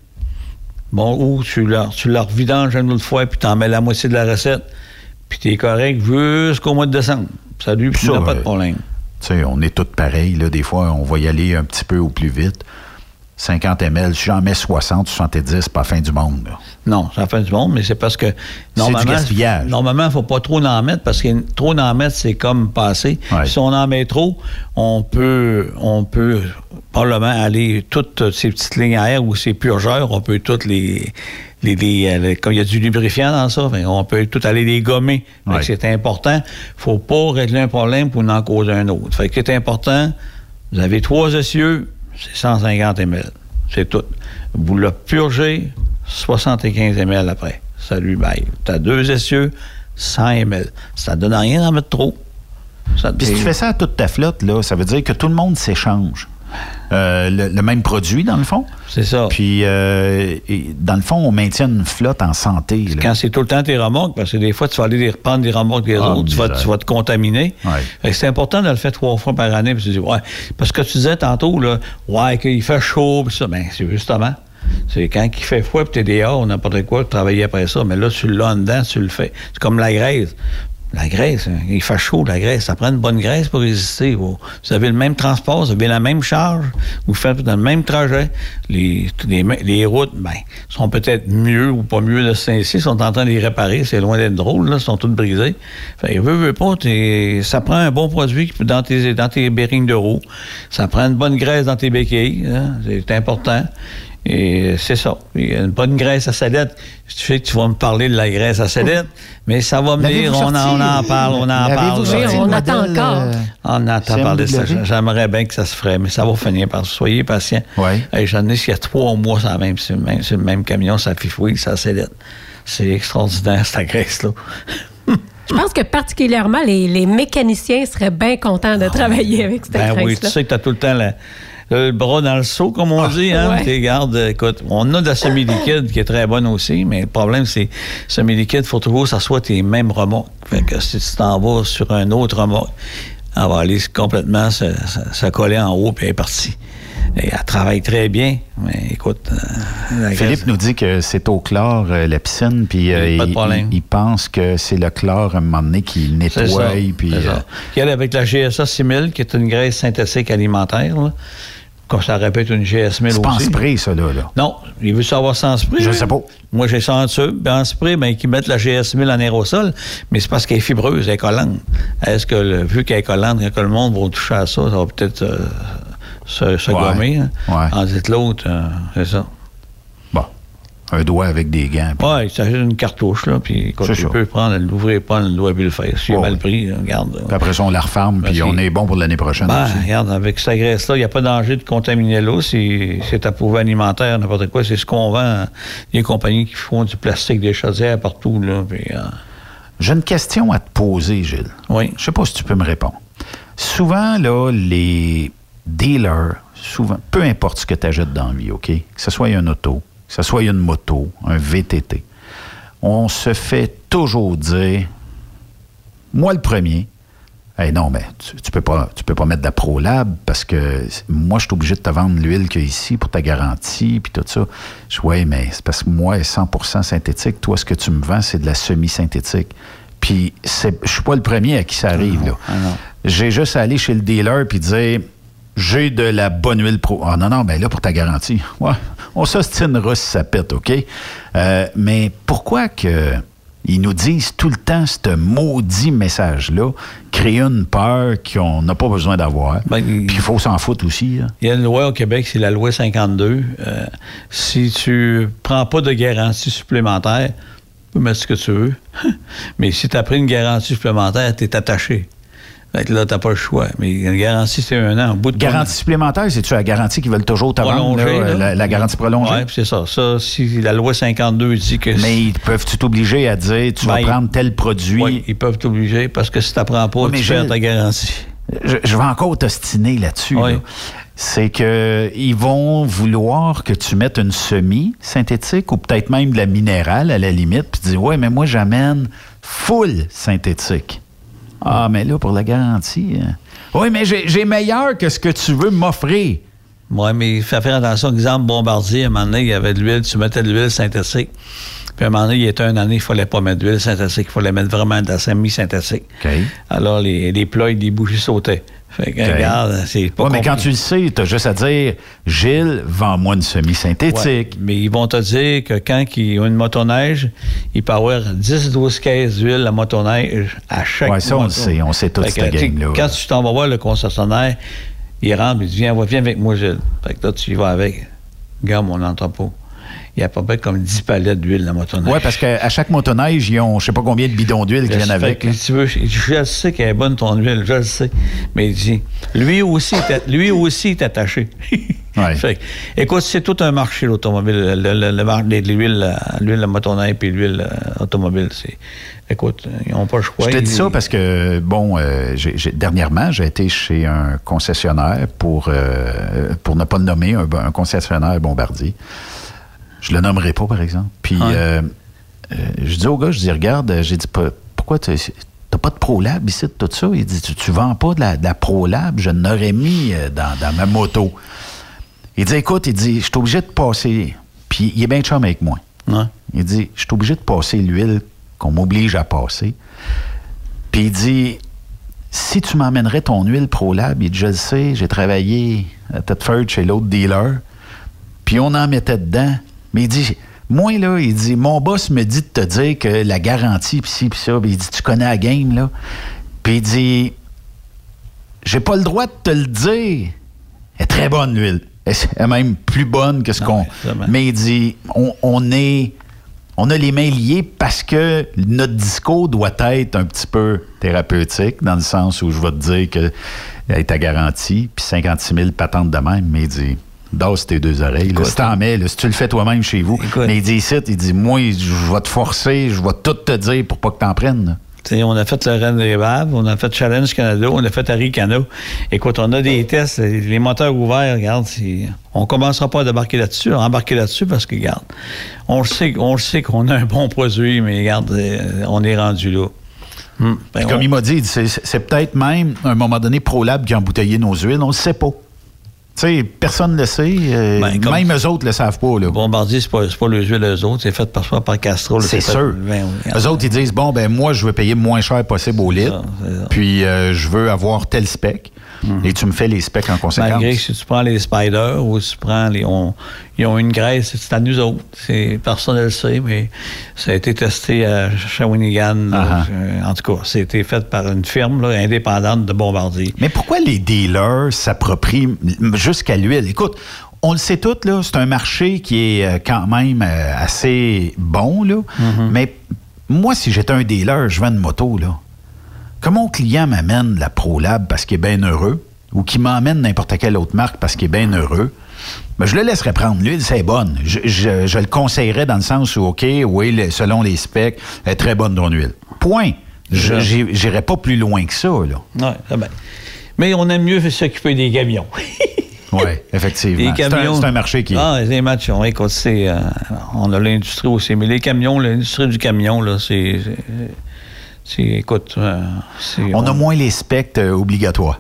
Bon, ou tu leur, tu leur vidanges une autre fois, puis tu en mets la moitié de la recette, puis tu es correct jusqu'au mois de décembre. Salut, puis tu n'as pas de problème. Tu sais, on est tous pareils, là. Des fois, on va y aller un petit peu au plus vite. cinquante millilitres, si j'en mets soixante, soixante-dix, c'est pas la fin du monde, là. Non, c'est la fin du monde, mais c'est parce que normalement, c'est du gaspillage. Normalement, il ne faut pas trop en mettre, parce que trop en mettre, c'est comme passer. Ouais. Si on en met trop, on peut, on peut probablement aller toutes ces petites lignes à air ou ces purgeurs, on peut toutes les... Les, les, les, comme il y a du lubrifiant dans ça, on peut tout aller les gommer. Ouais. C'est important. Il ne faut pas régler un problème pour en causer un autre. Fait que c'est important. Vous avez trois essieux, c'est cent cinquante millilitres. C'est tout. Vous le purgez, soixante-quinze millilitres après. Salut, bye. Tu as deux essieux, cent millilitres. Ça ne donne rien d'en mettre trop. Puis si tu fais ça à toute ta flotte, là, ça veut dire que tout le monde s'échange. Euh, le, le même produit, dans le fond. C'est ça. Puis, euh, et, dans le fond, on maintient une flotte en santé. Là. Quand c'est tout le temps tes remorques, parce que des fois, tu vas aller les reprendre des remorques des ah, autres, tu vas, tu vas te contaminer. Ouais. C'est important de le faire trois fois par année. Puis tu dis, ouais, parce que tu disais tantôt, là, ouais, qu'il fait chaud, puis ça. Bien, c'est justement. C'est quand il fait froid, puis t'es dehors, n'importe quoi, travailler après ça. Mais là, tu l'as en dedans, tu le fais. C'est comme la graisse. La graisse, il fait chaud, la graisse. Ça prend une bonne graisse pour résister. Vous, vous avez le même transport, vous avez la même charge, vous faites dans le même trajet. Les, les, les routes, ben, sont peut-être mieux ou pas mieux de Saint-Cy, sont en train de les réparer. C'est loin d'être drôle, là, sont toutes brisées. Fait que, veux, veux pas, ça prend un bon produit dans tes, dans tes bearings de roue. Ça prend une bonne graisse dans tes béquilles. Hein, c'est important. Et c'est ça. Il y a une bonne graisse à sellette. Je sais que tu vas me parler de la graisse à sellette, mais ça va venir. On en, on en parle, on en parle. Oui, on attend encore. On entend parler de ça. J'aimerais bien que ça se ferait, mais ça va finir par. Soyez patient. Ouais. Hey, j'en ai, il y a trois mois, ça même, sur, le même, sur le même camion, ça fifouille, ça sellette. C'est extraordinaire, cette graisse-là. Je pense que particulièrement, les, les mécaniciens seraient bien contents de travailler avec cette ben graisse-là. Oui, tu sais que tu as tout le temps la... le bras dans le seau, comme on dit. Hein? Ouais. Regarde, écoute, on a de la semi-liquide qui est très bonne aussi, mais le problème, c'est semi-liquide, il faut toujours que ça soit tes mêmes remorques. Fait que si tu t'en vas sur un autre remorque, elle va aller complètement se, se, se coller en haut, puis elle est partie. Et elle travaille très bien, mais écoute... Euh, Philippe graisse, nous dit que c'est au chlore, euh, la piscine, puis euh, pas de problème. il, il pense que c'est le chlore, à un moment donné, qui nettoie. C'est ça, puis, c'est euh, ça. Il y a avec la G S A six mille, qui est une graisse synthétique alimentaire, là. Comme ça répète une G S mille aussi. C'est pas en spray, ça, là, là. Non, il veut savoir sans spray. Je sais pas. Moi, j'ai ça en tube. En spray, ben, qu'ils mettent la G S mille en aérosol, mais c'est parce qu'elle est fibreuse, elle est collante. Est-ce que, le, vu qu'elle est collante, quand le monde va toucher à ça, ça va peut-être euh, se, se ouais. gommer. Hein? Ouais. En dit l'autre, euh, c'est ça. Bon. Un doigt avec des gants. Puis... Oui, c'est une cartouche, là, puis quand tu peux prendre, l'ouvrir, prendre le doigt puis le faire. Si j'ai oh, mal pris, regarde. Puis après ça, on la referme, puis on est bon pour l'année prochaine. Ben, aussi. Regarde, avec cette graisse-là, il n'y a pas danger de contaminer l'eau. C'est, c'est approuvé alimentaire, n'importe quoi. C'est ce qu'on vend. Il y a des compagnies qui font du plastique, des chaudières partout, là. Puis, euh... J'ai une question à te poser, Gilles. Oui. Je sais pas si tu peux me répondre. Souvent, là, les dealers, souvent, peu importe ce que tu achètes dans la vie, OK? Que ce soit une auto, que ce soit une moto, un V T T, on se fait toujours dire, moi le premier, hey, non, mais tu, tu peux pas, tu peux pas mettre de la ProLab parce que moi, je suis obligé de te vendre l'huile qu'il y a ici pour ta garantie, puis tout ça. Je dis, oui, mais c'est parce que moi, elle est cent pour cent synthétique. Toi, ce que tu me vends, c'est de la semi-synthétique. Puis, c'est, je suis pas le premier à qui ça arrive, ah non, là. Ah non. J'ai juste à aller chez le dealer puis dire, j'ai de la bonne huile pro. Ah non, non, ben là, pour ta garantie. Ouais, on s'ostinera si ça pète, OK? Euh, mais pourquoi que Ils nous disent tout le temps ce maudit message-là, créer une peur qu'on n'a pas besoin d'avoir. Ben, puis il faut s'en foutre aussi. Hein. Il y a une loi au Québec, c'est la loi cinquante-deux. Euh, si tu prends pas de garantie supplémentaire, tu peux mettre ce que tu veux. Mais si tu as pris une garantie supplémentaire, tu es attaché. Fait que là, t'as pas le choix. Mais une garantie, c'est un an. En bout de garantie ton... supplémentaire, c'est-tu la garantie qu'ils veulent toujours te vendre, là, la, la garantie prolongée? Oui, c'est ça. Ça, si la loi cinquante-deux dit que... Mais ils peuvent-tu t'obliger à dire, tu ben, vas prendre tel produit? Oui, ils peuvent t'obliger parce que si tu n'apprends pas, oui, tu perds ta garantie. Je, je vais encore t'ostiner là-dessus. Oui. Là. C'est qu'ils vont vouloir que tu mettes une semi-synthétique ou peut-être même de la minérale à la limite, puis tu dis, ouais, mais moi, j'amène full synthétique. Ah, mais là, pour la garantie... Hein. Oui, mais j'ai, j'ai meilleur que ce que tu veux m'offrir. Oui, mais il faut faire attention. Exemple, Bombardier, à un moment donné, il y avait de l'huile, tu mettais de l'huile synthétique. Puis à un moment donné, il y a une année, il ne fallait pas mettre d'huile synthétique, il fallait mettre vraiment de la semi-synthétique. Okay. Alors, les, les plats et les bougies sautaient. Fait que, okay. Regarde, c'est pas ouais, mais quand tu le sais, tu as juste à dire, Gilles, vends-moi une semi-synthétique. Ouais, mais ils vont te dire que quand il y a une motoneige, il peut avoir dix, douze caisses d'huile à motoneige à chaque Oui, ça, moto. on le sait. On sait toute cette game-là. Quand tu t'en vas voir le concessionnaire, il rentre, il dit, viens, viens avec moi, Gilles. Fait que là, tu y vas avec. Regarde mon entrepôt. Il y a à peu près comme dix palettes d'huile dans la motoneige. Oui, parce qu'à chaque motoneige, ils ont je ne sais pas combien de bidons d'huile qui viennent avec. Que, tu veux, je le sais qu'elle est bonne ton huile, je le sais. Mais il dit, lui aussi, lui aussi est attaché. Ouais. Fait, écoute, c'est tout un marché, l'automobile. Le, le, le, le, l'huile, l'huile de motoneige et l'huile euh, automobile. C'est, écoute, ils n'ont pas le choix. Je te dis ils, ça parce que, bon, euh, j'ai, j'ai, dernièrement, j'ai été chez un concessionnaire pour, euh, pour ne pas le nommer, un, un concessionnaire Bombardier. Je le nommerai pas, par exemple. Puis, ouais. euh, euh, je dis au gars, je dis, regarde, j'ai dit, pourquoi tu n'as pas de ProLab ici, tout ça? Il dit, tu, tu vends pas de la, de la ProLab? Je n'aurais mis dans, dans ma moto. Il dit, écoute, il dit, je suis obligé de passer. Puis, il est bien chum avec moi. Ouais. Il dit, je suis obligé de passer l'huile qu'on m'oblige à passer. Puis, il dit, si tu m'emmènerais ton huile ProLab, il dit, je le sais, j'ai travaillé à Thetford chez l'autre dealer, puis on en mettait dedans. Mais il dit, moi, là, il dit, mon boss me dit de te dire que la garantie, pis ci, pis ça, pis il dit, tu connais la game, là. Puis il dit, j'ai pas le droit de te le dire. Elle est très bonne, l'huile. Elle est même plus bonne que ce qu'on... Ouais, mais il dit, on, on est... On a les mains liées parce que notre discours doit être un petit peu thérapeutique, dans le sens où je vais te dire que elle est à garantie, puis cinquante-six mille patentes de même, mais il dit... Dasse tes deux oreilles. Là, si t'en mets, là, si tu le fais toi-même chez vous. Écoute, mais il dit ici, il dit, moi, je vais te forcer, je vais tout te dire pour pas que t'en prennes. T'sais, on a fait le Rennes des Vaves, on a fait Challenge Canada, on a fait Aricana. Écoute, on a des tests, les moteurs ouverts, regarde, c'est, on commencera pas à débarquer là-dessus, à embarquer là-dessus parce que, regarde, on le sait, on le sait qu'on a un bon produit, mais regarde, on est rendu là. Hum, ben comme on... il m'a dit, c'est, c'est peut-être même, à un moment donné, ProLab qui a embouteillé nos huiles, on le sait pas. Tu sais, personne ne le sait. Euh, ben, même eux autres ne le savent pas. Là. Bombardier, c'est pas, c'est pas le jeu d'eux autres. C'est fait parfois par Castrol. C'est, c'est sûr. Ben, oui, eux autres, ils disent, bon, ben moi, je veux payer le moins cher possible au litre. C'est ça. Puis, euh, je veux avoir tel spec. Mm-hmm. Et tu me fais les specs en conséquence. Malgré que si tu prends les Spider ou tu prends les... On, ils ont une graisse, c'est à nous autres. C'est, personne ne le sait, mais ça a été testé à Shawinigan. Là, uh-huh. En tout cas, c'était fait par une firme là, indépendante de Bombardier. Mais pourquoi les dealers s'approprient jusqu'à l'huile? Écoute, on le sait tous, là, c'est un marché qui est quand même assez bon, là. Mm-hmm. Mais moi, si j'étais un dealer, je vends une moto, là. Que mon client m'amène la ProLab parce qu'il est bien heureux, ou qu'il m'emmène n'importe quelle autre marque parce qu'il est bien heureux, ben je le laisserais prendre. L'huile, c'est bonne. Je, je, je le conseillerais dans le sens où, OK, oui, le, selon les specs, elle est très bonne ton huile. Point. Je, j'irais pas plus loin que ça, là. Oui, c'est bien. Mais on aime mieux s'occuper des camions. Oui, effectivement. Les camions, c'est, un, c'est un marché qui... Ah, les matchs, on, écoute, c'est, euh, on a l'industrie aussi, mais les camions, l'industrie du camion, là, c'est... c'est C'est, écoute, euh, c'est, on, on a moins les specs euh, obligatoires.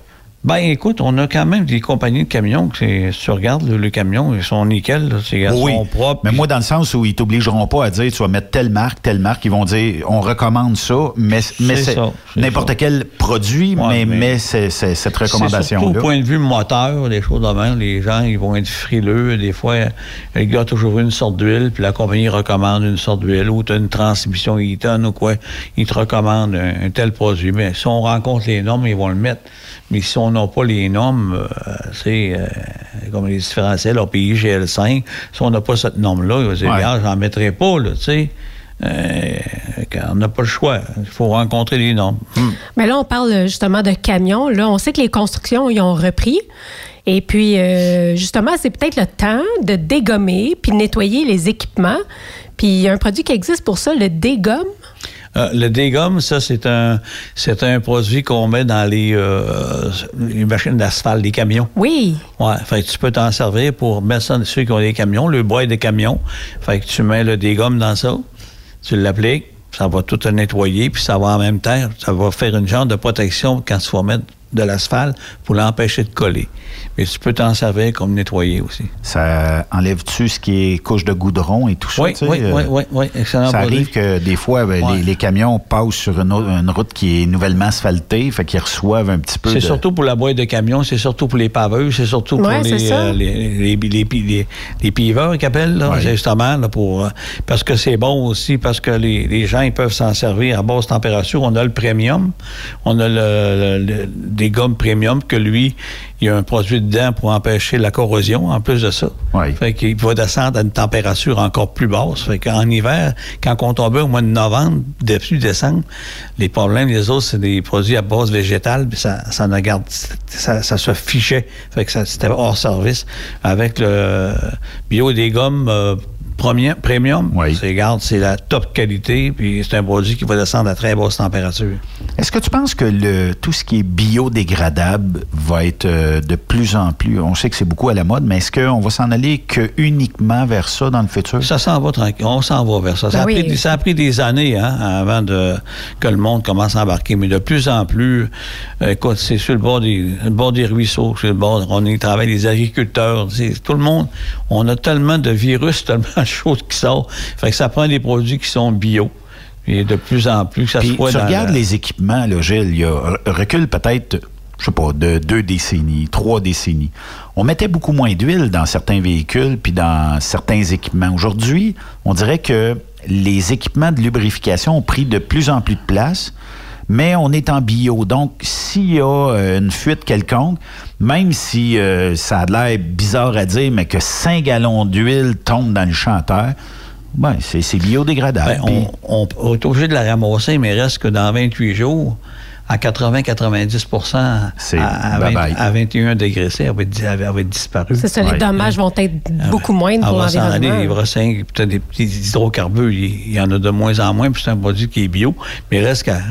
Ben, écoute, on a quand même des compagnies de camions que, si tu regardes, le, le camion, ils sont nickel, là, ils oui, sont propres. Mais moi, dans le sens où ils t'obligeront pas à dire, tu vas mettre telle marque, telle marque, ils vont dire, on recommande ça, mais, mais c'est, c'est ça, c'est n'importe ça. Quel produit, ouais, mais, mais, mais c'est, c'est cette recommandation-là. C'est surtout au point de vue moteur, des choses de même, les gens, ils vont être frileux. Des fois, le gars a toujours une sorte d'huile, puis la compagnie recommande une sorte d'huile, ou tu as une transmission Eaton ou quoi, ils te recommandent un, un tel produit. Mais si on rencontre les normes, ils vont le mettre. Mais si on n'a pas les normes, euh, c'est euh, comme les différentiels, A P I G L cinq, si on n'a pas cette norme-là, il va dire, ouais. J'en mettrai pas, là, tu sais. Euh, on n'a pas le choix. Il faut rencontrer les normes. Hum. Mais là, on parle justement de camions. Là, on sait que les constructions, ils ont repris. Et puis, euh, justement, c'est peut-être le temps de dégommer puis de nettoyer les équipements. Puis, il y a un produit qui existe pour ça, le dégomme. Euh, le dégomme, ça, c'est un c'est un produit qu'on met dans les, euh, les machines d'asphalte, les camions. Oui. Ouais, fait que tu peux t'en servir pour mettre ça, ceux qui ont des camions, le bois des camions. Fait que tu mets le dégomme dans ça, tu l'appliques, ça va tout te nettoyer, puis ça va en même temps, ça va faire une genre de protection quand tu vas mettre de l'asphalte pour l'empêcher de coller. Mais tu peux t'en servir comme nettoyer aussi. Ça enlève-tu ce qui est couche de goudron et tout ça? Oui, oui, oui, oui, oui, excellent. Ça produit. arrive que des fois, ben, ouais. les, les camions passent sur une, autre, une route qui est nouvellement asphaltée, fait qu'ils reçoivent un petit peu C'est de... surtout pour la boîte de camion, c'est surtout pour les paveurs, c'est surtout pour ouais, les, euh, les, les, les, les, les piveurs qu'ils appellent, là, ouais. justement, là, pour, euh, parce que c'est bon aussi, parce que les, les gens ils peuvent s'en servir à basse température. On a le premium, on a le, le, le des gommes premium que lui, il y a un produit dedans pour empêcher la corrosion, en plus de ça. Oui. Fait qu'il va descendre à une température encore plus basse. Fait qu'en hiver, quand on tombait au mois de novembre, depuis décembre, les problèmes, les autres, c'est des produits à base végétale, puis ça, ça ne garde, ça, ça se fichait. Fait que ça, c'était hors service. Avec le bio des gommes, euh, premium, oui. c'est, regarde, c'est la top qualité, puis c'est un produit qui va descendre à très basse température. Est-ce que tu penses que le, tout ce qui est biodégradable va être euh, de plus en plus, on sait que c'est beaucoup à la mode, mais est-ce qu'on va s'en aller que uniquement vers ça dans le futur? Ça s'en va tranquille, on s'en va vers ça. Ça, ben a, oui. pris, ça a pris des années hein, avant de, que le monde commence à embarquer, mais de plus en plus, euh, écoute, c'est sur le bord des, le bord des ruisseaux, sur le bord, on y travaille, les agriculteurs, tout le monde, on a tellement de virus, tellement de choses qui sortent. Fait que ça prend des produits qui sont bio. Et de plus en plus, ça Puis, se voit tu dans regardes la... les équipements, là, Gilles, il y a recul peut-être, je sais pas, de deux décennies, trois décennies. On mettait beaucoup moins d'huile dans certains véhicules puis dans certains équipements. Aujourd'hui, on dirait que les équipements de lubrification ont pris de plus en plus de place, mais on est en bio. Donc, s'il y a euh, une fuite quelconque, même si euh, ça a l'air bizarre à dire, mais que cinq gallons d'huile tombent dans le champ à terre, ben, c'est, c'est biodégradable. Ben, on, on, on est obligé de la ramasser, mais reste que dans vingt-huit jours, à quatre-vingts à quatre-vingt-dix pour cent à, à, vingt, à vingt et un degrés C, elle va être, elle va être disparue. C'est ça, les ouais. dommages vont être beaucoup moindres pour l'environnement. On va s'en aller, les brassins, peut-être des petits hydrocarbures, il, il y en a de moins en moins, puis c'est un produit qui est bio, mais reste qu'à...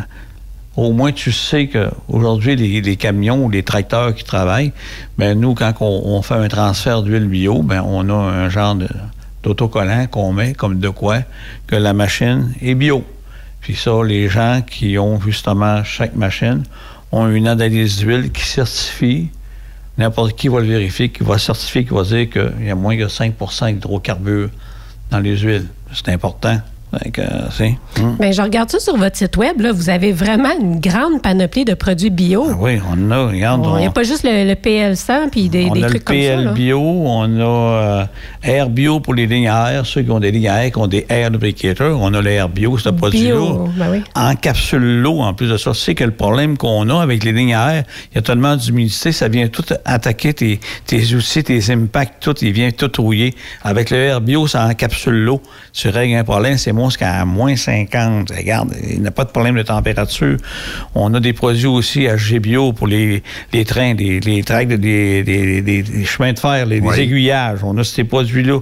Au moins, tu sais qu'aujourd'hui, les, les camions ou les tracteurs qui travaillent, ben nous, quand on, on fait un transfert d'huile bio, ben on a un genre de, d'autocollant qu'on met comme de quoi que la machine est bio. Puis ça, les gens qui ont justement chaque machine ont une analyse d'huile qui certifie, n'importe qui va le vérifier, qui va certifier, qui va dire qu'il y a moins que cinq pour cent d'hydrocarbures dans les huiles. C'est important. Donc, euh, c'est, hum. Bien, je regarde ça sur votre site web. Là, vous avez vraiment une grande panoplie de produits bio. Ah oui, on a, regarde. Il n'y a pas juste le, le P L cent puis des, des trucs comme ça. On a le P L bio, on a euh, Air Bio pour les lignes à air, ceux qui ont des lignes à air, qui ont des Air Lubricators. On a l'Air Bio, ce produit-là. Ben oui. Encapsule l'eau, en plus de ça. C'est que le problème qu'on a avec les lignes à air, il y a tellement d'humidité, ça vient tout attaquer tes, tes outils, tes impacts, tout, il vient tout rouiller. Avec le Air Bio, ça encapsule l'eau. Tu règles un problème, c'est jusqu'à moins cinquante. Regarde, il n'y a pas de problème de température. On a des produits aussi à G Bio pour les, les trains, les, les tracts, des, des, des, des chemins de fer, les, oui. les aiguillages. On a ces produits-là.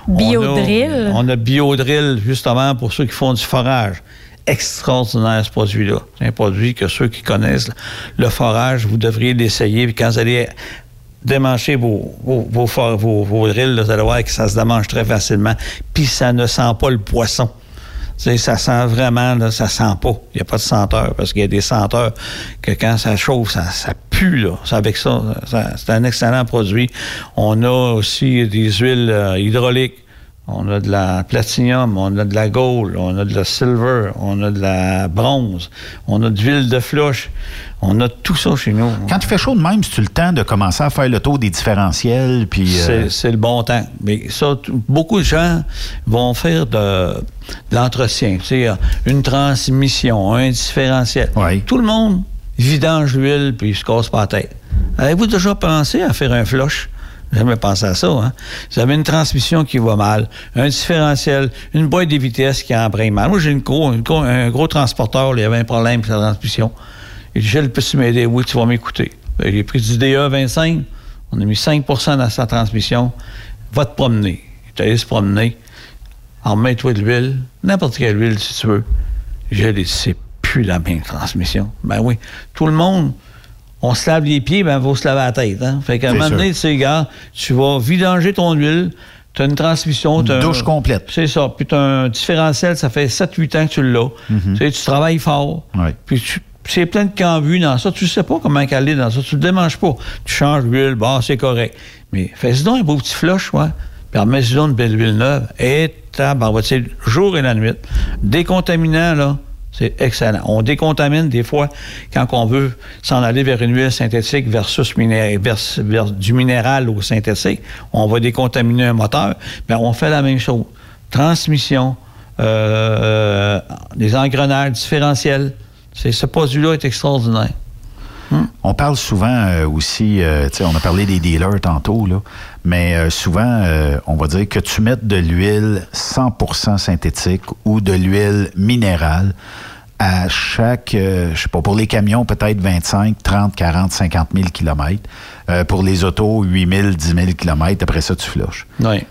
Biodrill. On a, on a Biodrill, justement, pour ceux qui font du forage. Extraordinaire, ce produit-là. C'est un produit que ceux qui connaissent le forage, vous devriez l'essayer. Puis quand vous allez démancher vos, vos, vos, vos, vos drills, là, vous allez voir que ça se démange très facilement. Puis ça ne sent pas le poisson. sais, ça sent vraiment, là, ça sent pas. Il n'y a pas de senteur, parce qu'il y a des senteurs que quand ça chauffe, ça, ça pue, là. C'est avec ça, ça, c'est un excellent produit. On a aussi des huiles euh, hydrauliques. On a de la platinium, on a de la gold, on a de la silver, on a de la bronze, on a de l'huile de flush. On a tout ça chez nous. Quand tu fais chaud de même, c'est-tu le temps de commencer à faire le tour des différentiels? Puis c'est, euh... c'est le bon temps. Mais ça, t- beaucoup de gens vont faire de, de l'entretien. Tu sais, une transmission, un différentiel. Oui. Tout le monde vidange l'huile puis il se casse pas la tête. Avez-vous déjà pensé à faire un flush? Jamais pensé à ça, hein? Vous avez une transmission qui va mal, un différentiel, une boîte de vitesse qui emprunte mal. Moi, j'ai une gros, une gros, un gros transporteur, là, il y avait un problème avec sa transmission. Il dit, Gilles, peux-tu m'aider? Oui, tu vas m'écouter. J'ai pris du D A vingt-cinq, on a mis cinq pour cent dans sa transmission. Va te promener. Il est allé se promener. Alors, mets-toi de l'huile, n'importe quelle huile, si tu veux. J'ai dit, c'est plus la même transmission. Ben oui, tout le monde... On se lave les pieds, ben, il faut se laver la tête. Hein? Fait qu'à un moment donné, tu sais, gars, tu vas vidanger ton huile, tu as une transmission. Une douche un, complète. C'est ça. Puis tu as un différentiel, ça fait sept huit ans que tu l'as. Mm-hmm. Tu sais, tu travailles fort. Ouais. Puis tu, c'est plein de cambus dans ça. Tu sais pas comment caler dans ça. Tu ne le démanges pas. Tu changes l'huile, bah, c'est correct. Mais fais-y donc un beau petit flush, ouais. Puis remets-y donc une belle huile neuve. Et tabarouette, c'est le jour et la nuit. Décontaminant, là. C'est excellent. On décontamine des fois quand on veut s'en aller vers une huile synthétique versus miné- vers, vers du minéral au synthétique. On va décontaminer un moteur. Bien, on fait la même chose. Transmission, euh, des engrenages différentiels. C'est, ce produit-là est extraordinaire. Hmm. On parle souvent euh, aussi, euh, tu sais, on a parlé des dealers tantôt, là, mais euh, souvent, euh, on va dire que tu mettes de l'huile cent pour cent synthétique ou de l'huile minérale à chaque, euh, je sais pas, pour les camions, peut-être vingt-cinq, trente, quarante, cinquante mille kilomètres. Euh, pour les autos, huit mille, dix mille kilomètres. Après ça, tu flushes. Oui.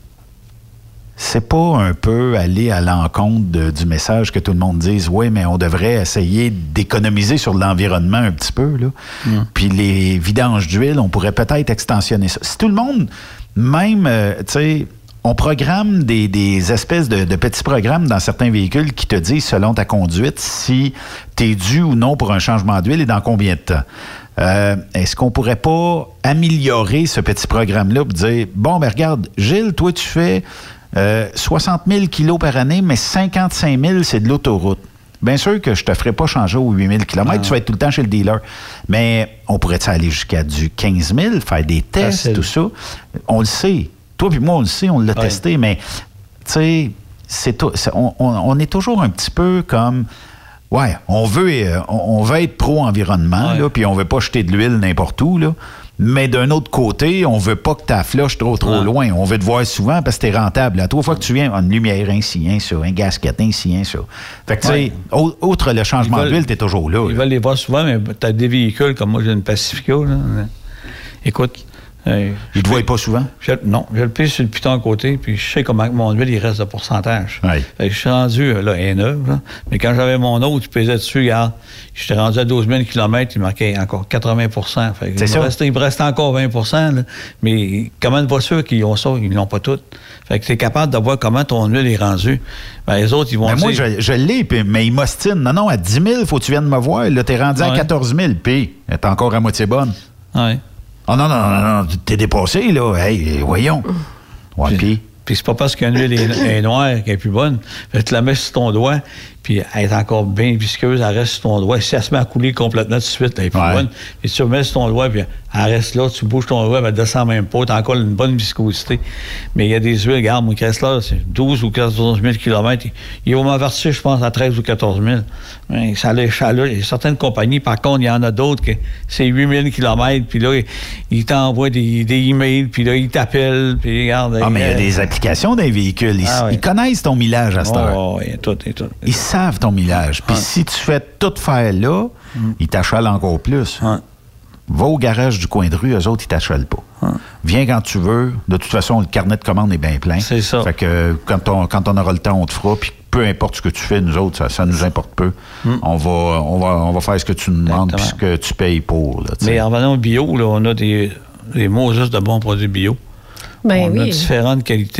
C'est pas un peu aller à l'encontre de, du message que tout le monde dise, oui, mais on devrait essayer d'économiser sur l'environnement un petit peu, là. Mm. Puis les vidanges d'huile, on pourrait peut-être extensionner ça. Si tout le monde, même, euh, tu sais, on programme des, des espèces de, de petits programmes dans certains véhicules qui te disent, selon ta conduite, si tu es dû ou non pour un changement d'huile et dans combien de temps. Euh, est-ce qu'on pourrait pas améliorer ce petit programme-là pour dire, bon, ben regarde, Gilles, toi, tu fais euh, soixante mille kilos par année, mais cinquante-cinq mille, c'est de l'autoroute. Bien sûr que je te ferai pas changer aux huit mille kilomètres, ah. Tu vas être tout le temps chez le dealer. Mais on pourrait aller jusqu'à du quinze mille, faire des tests, Facile. Tout ça. On le sait. Toi puis moi, on le sait, on l'a ouais. testé, mais tu sais, c'est, c'est, on, on, on est toujours un petit peu comme... Ouais, on veut, on, on veut être pro-environnement, ouais. là, puis on veut pas jeter de l'huile n'importe où, là. Mais d'un autre côté, on veut pas que ta flush trop, trop ouais. loin. On veut te voir souvent parce que t'es rentable. À trois fois que tu viens, une lumière ainsi, un ça, un gasket ainsi, un ça. Fait que, ouais. tu sais, outre le changement veulent, d'huile, t'es toujours là. Ils là. veulent les voir souvent, mais t'as des véhicules, comme moi, j'ai une Pacifica, là. Écoute... Euh, ils te voient pas souvent? Je, non, je le pisse sur le piton à côté, puis je sais comment mon huile, il reste de pourcentage. Oui. Fait que je suis rendu, là, elle est neuve, là, mais quand j'avais mon autre, je pesais dessus, regarde, j'étais rendu à douze mille kilomètres, il manquait encore quatre-vingts pour cent. Fait que C'est il, ça. Me restait, il me restait encore vingt pour cent, là, mais comment une voiture qui ont ça, ils l'ont pas toutes. Fait que tu es capable de voir comment ton huile est rendue. Ben, les autres, ils vont ben dire... Moi, je, je l'ai, pis, mais ils m'ostinent. Non, non, à dix mille, faut que tu viennes me voir. Là, t'es rendu ouais. à quatorze mille, puis elle est encore à moitié bonne. Oui. Oh non, non, non, non, t'es dépassé, là. Hey, voyons. Ouais, puis... Puis, puis c'est pas parce qu'une huile est, est noire qu'elle est plus bonne. Fait que tu la mets sur ton doigt, puis elle est encore bien visqueuse, elle reste sur ton doigt. Si elle se met à couler complètement tout de suite, elle est plus ouais. bonne. Et tu remets sur ton doigt, puis elle reste là, tu bouges ton doigt, elle descend même pas, t'as encore une bonne viscosité. Mais il y a des huiles, regarde, mon Chrysler, c'est douze ou quatorze mille kilomètres. Il va m'avertir, je pense, à treize ou quatorze mille. Mais ça allait là. Il y a certaines compagnies, par contre, il y en a d'autres que c'est huit mille kilomètres, puis là, ils t'envoient des, des emails, puis là, ils t'appellent, puis regarde. Ah, mais il y a des applications d'un véhicule. Ils, ah, oui. ils connaissent ton millage à cette heure. Oh, oui, tout, et tout. Ils savent ton millage. Puis ah. si tu fais tout faire là, mm. ils t'achalent encore plus. Ah. Va au garage du coin de rue, eux autres, ils t'achalent pas. Ah. Viens quand tu veux. De toute façon, le carnet de commande est bien plein. C'est ça. Fait que quand on, quand on aura le temps, on te fera. Puis peu importe ce que tu fais, nous autres, ça, ça nous importe peu. Mm. On, va, on, va, on va faire ce que tu nous demandes puis ce que tu payes pour. Là, mais en venant au bio, là, on a des, des Moses de bons produits bio. Ben on oui. a différentes qualités.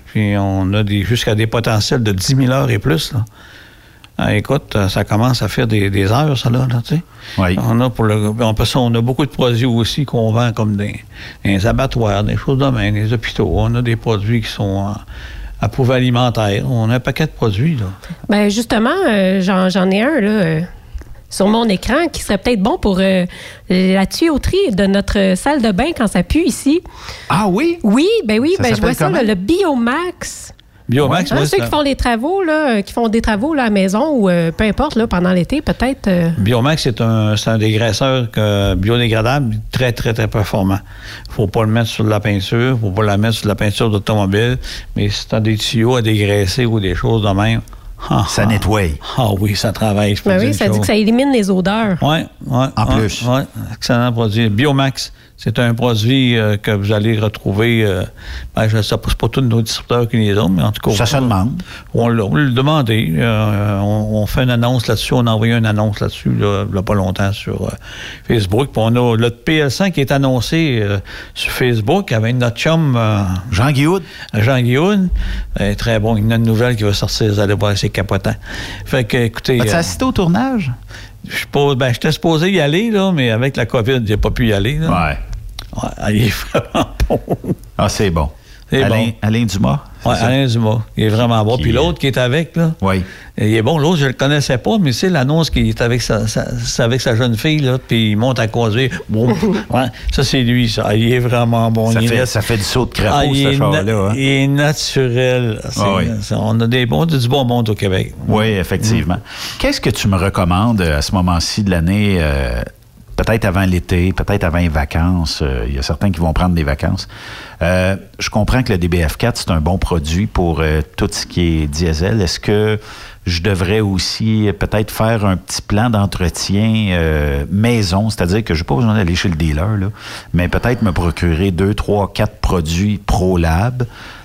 Puis on a des, jusqu'à des potentiels de dix mille heures et plus, là. Ah, écoute, ça commence à faire des, des heures, ça, là, là tu sais. Oui. On a pour le, on, on a beaucoup de produits aussi qu'on vend comme des, des abattoirs, des choses de même, des hôpitaux. On a des produits qui sont à, à prouver alimentaire. On a un paquet de produits, là. Bien, justement, euh, j'en, j'en ai un, là, euh, sur mon écran, qui serait peut-être bon pour euh, la tuyauterie de notre salle de bain quand ça pue ici. Ah oui? Oui, ben oui, Ça ben je vois ça, s'appelle là, le Biomax. Biomax, Hein, ouais, ceux ça- qui font des travaux, là, qui font des travaux là, à la maison ou euh, peu importe, là, pendant l'été, peut-être. euh, Biomax, c'est un, c'est un dégraisseur que, biodégradable, très, très, très performant. Faut pas le mettre sur de la peinture, faut pas la mettre sur de la peinture d'automobile, mais si t'as des tuyaux à dégraisser ou des choses de même, ah, Ça ah, nettoie. Ah oui, ça travaille. je peux ben dire oui, une ça dit chose. que ça élimine les odeurs. Oui, oui. En ouais, plus. Oui, excellent produit. Biomax, c'est un produit euh, que vous allez retrouver. Euh, ben, je ne sais pas, c'est pas tous nos distributeurs qui les ont, mais en tout cas. Ça se demande. On l'a on l'a demandé. Euh, on, on fait une annonce là-dessus. On a envoyé une annonce là-dessus, là, il n'y a pas longtemps, sur euh, Facebook. Puis on a le P L cinq qui est annoncé euh, sur Facebook avec notre chum. Euh, Jean Guillaume. Jean Guillaume. Euh, très bon. Il y a une nouvelle qui va sortir. Vous allez voir, c'est capotant. Fait que, écoutez. As-tu euh, assisté au tournage? je suis pas- ben, j'étais supposé y aller, là, mais avec la COVID, j'ai pas pu y aller. Là. Ouais. Ouais, il est vraiment bon. Ah, c'est bon. C'est Alain, bon. Alain Dumas? c'est Ouais, ça? Alain Dumas, il est vraiment bon. Qui Puis est- l'autre qui est avec, là, Oui. il est bon. L'autre, je le connaissais pas, mais c'est l'annonce qu'il est avec sa, sa- c'est avec sa jeune fille, là, puis il monte à causer. Bon, ouais, ça, c'est lui, ça. Il est vraiment bon. Ça Il est fait, nat- ça fait du saut de crapaud, Ah, il, ce est char-là. na- hein? il est naturel. C'est- Ah oui. c'est- on a des bons, du bon monde au Québec. Oui, effectivement. Qu'est-ce que tu me recommandes euh, à ce moment-ci de l'année, euh, peut-être avant l'été, peut-être avant les vacances? euh, Il y a certains qui vont prendre des vacances. Euh, je comprends que le D B F quatre, c'est un bon produit pour euh, tout ce qui est diesel. Est-ce que je devrais aussi euh, peut-être faire un petit plan d'entretien euh, maison, c'est-à-dire que je n'ai pas besoin d'aller chez le dealer, là, mais peut-être me procurer deux, trois, quatre produits ProLab.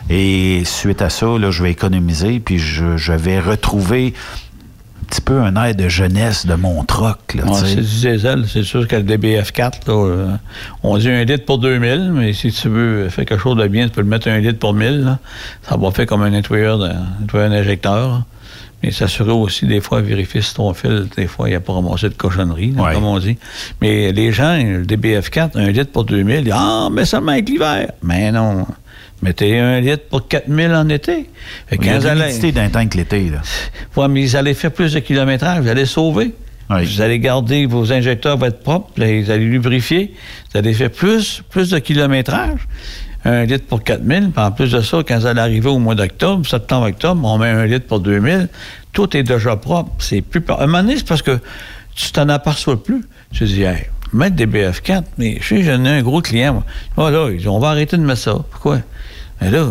Et suite à ça, là, je vais économiser, puis je, je vais retrouver un petit peu un air de jeunesse de mon troc. Là, Ouais, tu sais. c'est du diesel. C'est sûr que le D B F quatre, là, euh, on dit un litre pour deux mille, mais si tu veux faire quelque chose de bien, tu peux le mettre un litre pour mille. Là. Ça va faire comme un nettoyeur, de, nettoyeur d'injecteur. Là. Mais s'assurer aussi, des fois, vérifier si ton fil, des fois, il n'y a pas ramassé de cochonnerie, là, Ouais. comme on dit. Mais les gens, le D B F quatre, un litre pour deux mille, ils disent « Ah, mais seulement avec l'hiver! » Mais non. Mettez un litre pour quatre mille en été. Fait que Il y a quand de vous allez- l'humidité d'un temps que l'été. Là. Ouais, mais vous allez faire plus de kilométrage, vous allez sauver. Oui. Vous allez garder, vos injecteurs vont être propres, là, vous allez lubrifier. Vous allez faire plus, plus de kilométrage. Un litre pour quatre mille. Puis en plus de ça, quand vous allez arriver au mois d'octobre, septembre-octobre, on met un litre pour deux mille. Tout est déjà propre. C'est plus... À un moment donné, c'est parce que tu t'en aperçois plus. Tu te dis, hey, mettre des B F quatre, mais je sais, j'en ai un gros client, moi. Ah là, ils disent, on va arrêter de mettre ça. Pourquoi? Mais là...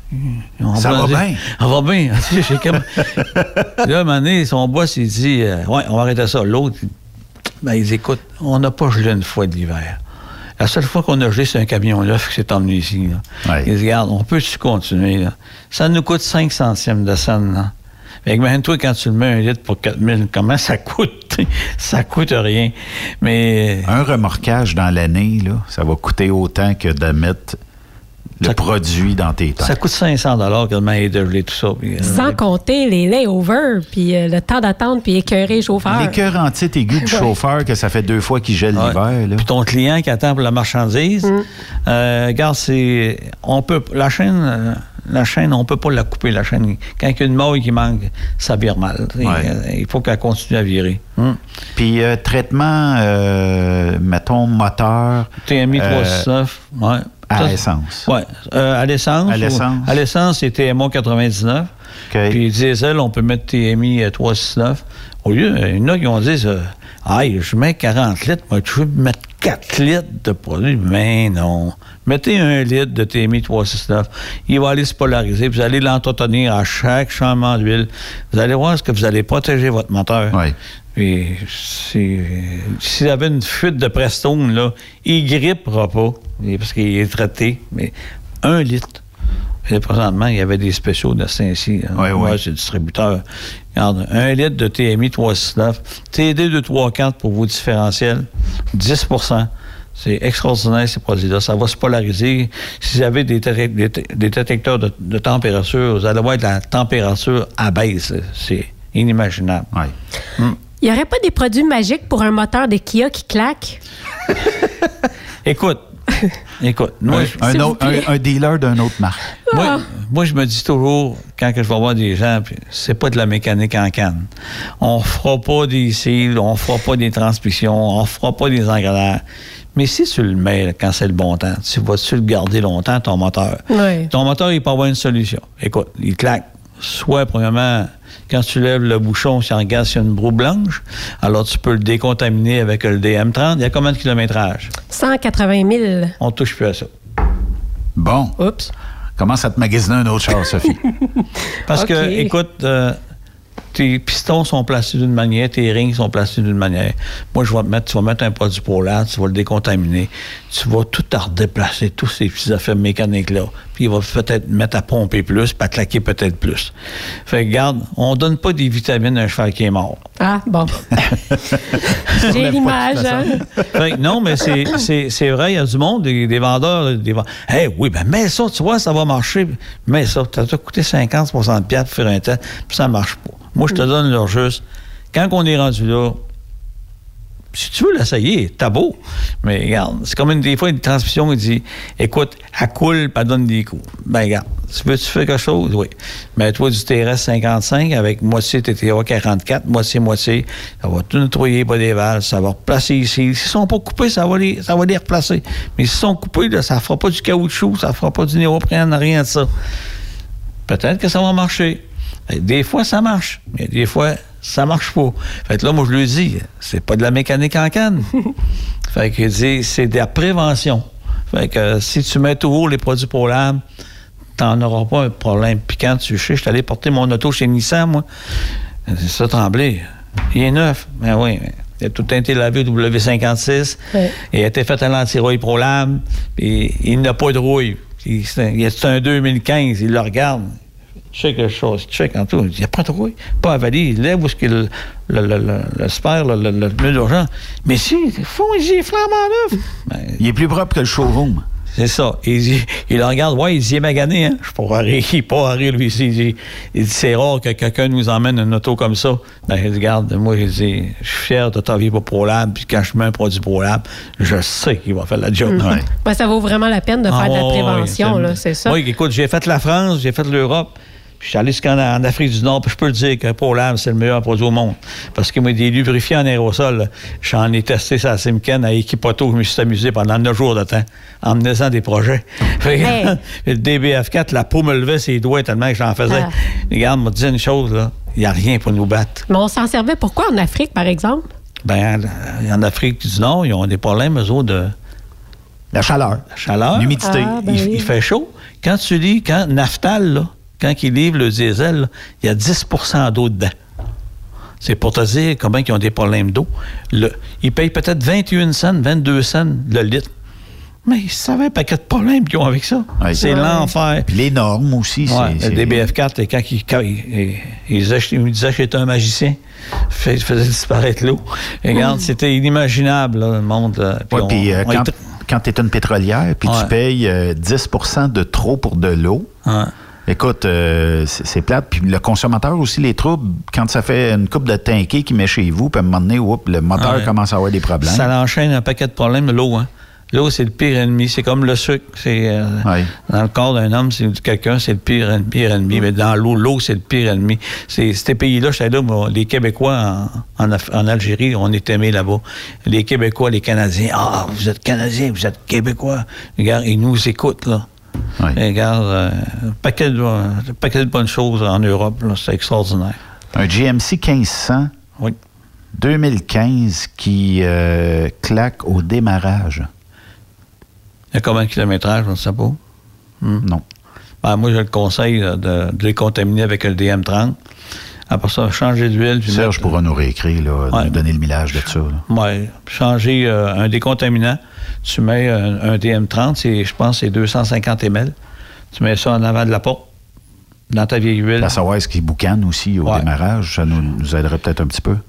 on Ça va dire, bien. Ça va bien. Tu sais, j'ai comme... Là, à un moment donné, son boss, il dit, euh, ouais, on va arrêter ça. L'autre, il- ben, il dit, écoute, on n'a pas gelé une fois de l'hiver. La seule fois qu'on a gelé, c'est un camion neuf qui s'est emmené ici. Là. Ouais. Il dit, regarde, on peut-tu continuer? Là? Ça nous coûte cinq centièmes de scène. Là. Fait que imagine-toi, quand tu le mets un litre pour quatre mille, comment ça coûte? Ça coûte rien. Mais... Un remorquage dans l'année, là, ça va coûter autant que de mettre le Ça- produit dans tes temps. Ça coûte cinq cents dollars quasiment et de geler tout ça. Puis, euh, Sans compter les layovers, puis euh, le temps d'attente, puis écœurer le chauffeur. Les cœurs en titre aigu du Ouais. chauffeur, que ça fait deux fois qu'il gèle Ouais. l'hiver. Là. Puis ton client qui attend pour la marchandise, Mm. euh, regarde, c'est. On peut. La chaîne, euh, la chaîne, on peut pas la couper, la chaîne. Quand il y a une maille qui manque, ça vire mal. Ouais. Euh, Il faut qu'elle continue à virer. Hum. Puis euh, traitement, euh, mettons, moteur T M I Euh, trois cent soixante-neuf, ouais. à Ça, essence. Ouais. Euh, à l'essence. À l'essence. ou- À l'essence, c'est T M A quatre-vingt-dix-neuf. OK. Puis diesel, on peut mettre T M I trois cent soixante-neuf. Au lieu, il y en a qui ont dit, euh, aïe, je mets quarante litres, moi, tu veux mettre quatre litres de produit? Mais non. Mettez un litre de T M I trois cent soixante-neuf. Il va aller se polariser. Vous allez l'entretenir à chaque changement d'huile. Vous allez voir ce que vous allez protéger votre moteur. Oui. Puis, c'est- s'il y avait une fuite de Prestone, là, il grippera pas, parce qu'il est traité, mais un litre. Et présentement, il y avait des spéciaux de Saint-Cy. Hein. Oui, oui. Ouais, c'est le distributeur. Regarde, un litre de T M I trois cent soixante-neuf, T D deux cent trente-quatre pour vos différentiels, dix pour cent. C'est extraordinaire, ces produits-là. Ça va se polariser. Si vous avez des, des, des détecteurs de, de température, vous allez voir de la température à baisse. C'est inimaginable. Oui. Hum. Il n'y aurait pas des produits magiques pour un moteur de Kia qui claque? Écoute, écoute. Moi, un, un, autre, un, un dealer d'une autre marque. Moi, Ah. moi, je me dis toujours, quand que je vais voir des gens, puis c'est pas de la mécanique en canne. On fera pas des cils, on fera pas des transmissions, on fera pas des engrenages. Mais si tu le mets là, quand c'est le bon temps, tu vas-tu le garder longtemps, ton moteur? Oui. Ton moteur, il peut avoir une solution. Écoute, il claque. Soit, premièrement, quand tu lèves le bouchon, si en gaz, il y a une broue blanche, alors tu peux le décontaminer avec le D M trente. Il y a combien de kilométrage? cent quatre-vingt mille. On touche plus à ça. Bon. Oups. Commence à te magasiner un autre char, Sophie. Parce OK. que, écoute, euh, tes pistons sont placés d'une manière, tes rings sont placés d'une manière. Moi, je vais te mettre, tu vas mettre un produit pour là, tu vas le décontaminer. Tu vas tout à redéplacer, tous ces petits affaires mécaniques-là. Puis il va peut-être mettre à pomper plus, puis à claquer peut-être plus. Fait que, regarde, on donne pas des vitamines à un cheval qui est mort. Ah, bon. J'ai l'image, hein? Fait que non, mais c'est, c'est, c'est vrai, il y a du monde, des, des vendeurs, des vendeurs. Hey, oui, ben mets ça, tu vois, ça va marcher. Mets ça. Ça t'a coûté cinquante, soixante piastres pour faire un test, puis ça marche pas. Moi, je te donne leur juste. Quand on est rendu là, si tu veux l'essayer, t'as beau. Mais regarde, c'est comme une des fois une transmission, il dit, écoute, elle coule, puis elle donne des coups. Ben regarde, tu veux-tu faire quelque chose? Oui. Mais toi, du T R S cinquante-cinq avec moitié T T A quarante-quatre, moitié-moitié, ça va tout nettoyer, pas des valves, ça va replacer ici. S'ils sont pas coupés, ça va les, ça va les replacer. Mais s'ils sont coupés, là, ça fera pas du caoutchouc, ça fera pas du néoprène, rien de ça. Peut-être que ça va marcher. Des fois, ça marche. Mais des fois, ça marche pas. Fait que là, moi, je lui dis, c'est pas de la mécanique en canne. Fait que dit, c'est de la prévention. Fait que euh, si tu mets toujours les produits pour l'âme, t'en auras pas un problème. Puis quand tu sais, je suis allé porter mon auto chez Nissan, moi, c'est ça, Tremblay. Il est neuf. Ben oui, il a tout été lavé W cinquante-six. Ouais. Il a été fait à l'anti-rouille pour l'âme. Puis il n'a pas de rouille. Il, c'est, il est un deux mille quinze. Il le regarde. Check quelque chose, check en tout. Il n'y a pas de rouille, pas avalé. Il lève où est-ce que le, le, le, le, le spare, le, le, le mur d'urgence. Mais si, il faut, il est flambant neuf. Ben, il est plus propre que le showroom. C'est ça. Il, il, il le regarde, ouais, il dit, il est magané, hein. Je suis pas arrêt, il n'est pas arrêt, lui ici. Il dit, il dit, c'est rare que quelqu'un nous emmène une auto comme ça. Ben, il dit, regarde, moi, je dis, je suis fier de travailler pour ProLab, puis quand je mets un produit ProLab, je sais qu'il va faire la job. Mm-hmm. Ouais. Ben, ça vaut vraiment la peine de faire Ah, de la ouais, prévention, ouais, là, c'est ça. Oui, écoute, j'ai fait la France, j'ai fait l'Europe. Puis je suis allé jusqu'en en Afrique du Nord, puis je peux le dire que ProLab, c'est le meilleur produit au monde. Parce que moi, des lubrifiants en aérosol, là, j'en ai testé ça à Simken, à Equipoto, je me suis amusé pendant neuf jours de temps, en me faisant des projets. Fait, Hey. le D B F quatre, la peau me levait ses doigts tellement que j'en faisais. Ah. Regarde, me dit une chose, là, il n'y a rien pour nous battre. Mais on s'en servait pourquoi en Afrique, par exemple? Ben, en Afrique du Nord, ils ont des problèmes, eux autres, de La chaleur. la chaleur. L'humidité. Ah, ben il, oui. il fait chaud. Quand tu lis, quand Naftal, là, quand il livre le diesel, là, il y a dix pour cent d'eau dedans. C'est pour te dire combien ils ont des problèmes d'eau. Le, ils payent peut-être vingt et un cents, vingt-deux cents le litre. Mais ils savaient un paquet de problèmes qu'ils ont avec ça. Ouais. C'est Ouais. l'enfer. Puis les normes aussi. Ouais, c'est, le D B F quatre, quand il, quand il, il, il, ach- il me disait que j'étais un magicien, fait, il faisait disparaître l'eau. Et regarde, c'était inimaginable, là, le monde. Là. Puis Ouais, on- puis euh, on quand, est- quand tu es une pétrolière, puis Ouais. tu payes euh, dix pour cent de trop pour de l'eau, Ouais. écoute, euh, c'est, c'est plate. Puis le consommateur aussi, les troubles, quand ça fait une coupe de tanké qui met chez vous, puis à un moment donné, oups, le moteur Ouais. commence à avoir des problèmes. Ça l'enchaîne un paquet de problèmes, l'eau. Hein. L'eau, c'est le pire ennemi. C'est comme le sucre. C'est, euh, Ouais. Dans le corps d'un homme, c'est de quelqu'un, c'est le pire, en- pire ennemi. Mais dans l'eau, l'eau, c'est le pire ennemi. C'est, ces pays-là, j'étais là, moi, les Québécois en, en, Af- en Algérie, on est aimés là-bas. Les Québécois, les Canadiens, ah, vous êtes Canadiens, vous êtes Québécois. Regarde, ils nous écoutent, là. Ouais. Et regarde, euh, un paquet de, un paquet de bonnes choses en Europe, là, c'est extraordinaire. Un G M C quinze cents Oui. deux mille quinze qui euh, claque au démarrage. Il y a combien de kilométrage, je ne sais pas. Hmm. Non. Ben, moi, je le conseille là, de, de les contaminer avec le D M trente. Après ça, changer d'huile. puis Serge mettre- pourra nous réécrire, là, Ouais. nous donner le millage de ça. là. Oui, changer euh, un décontaminant. Tu mets un, un D M trente, c'est, je pense que c'est deux cent cinquante millilitres. Tu mets ça en avant de la porte, dans ta vieille huile. À savoir ce qui boucane aussi au Ouais. démarrage, ça nous, nous aiderait peut-être un petit peu.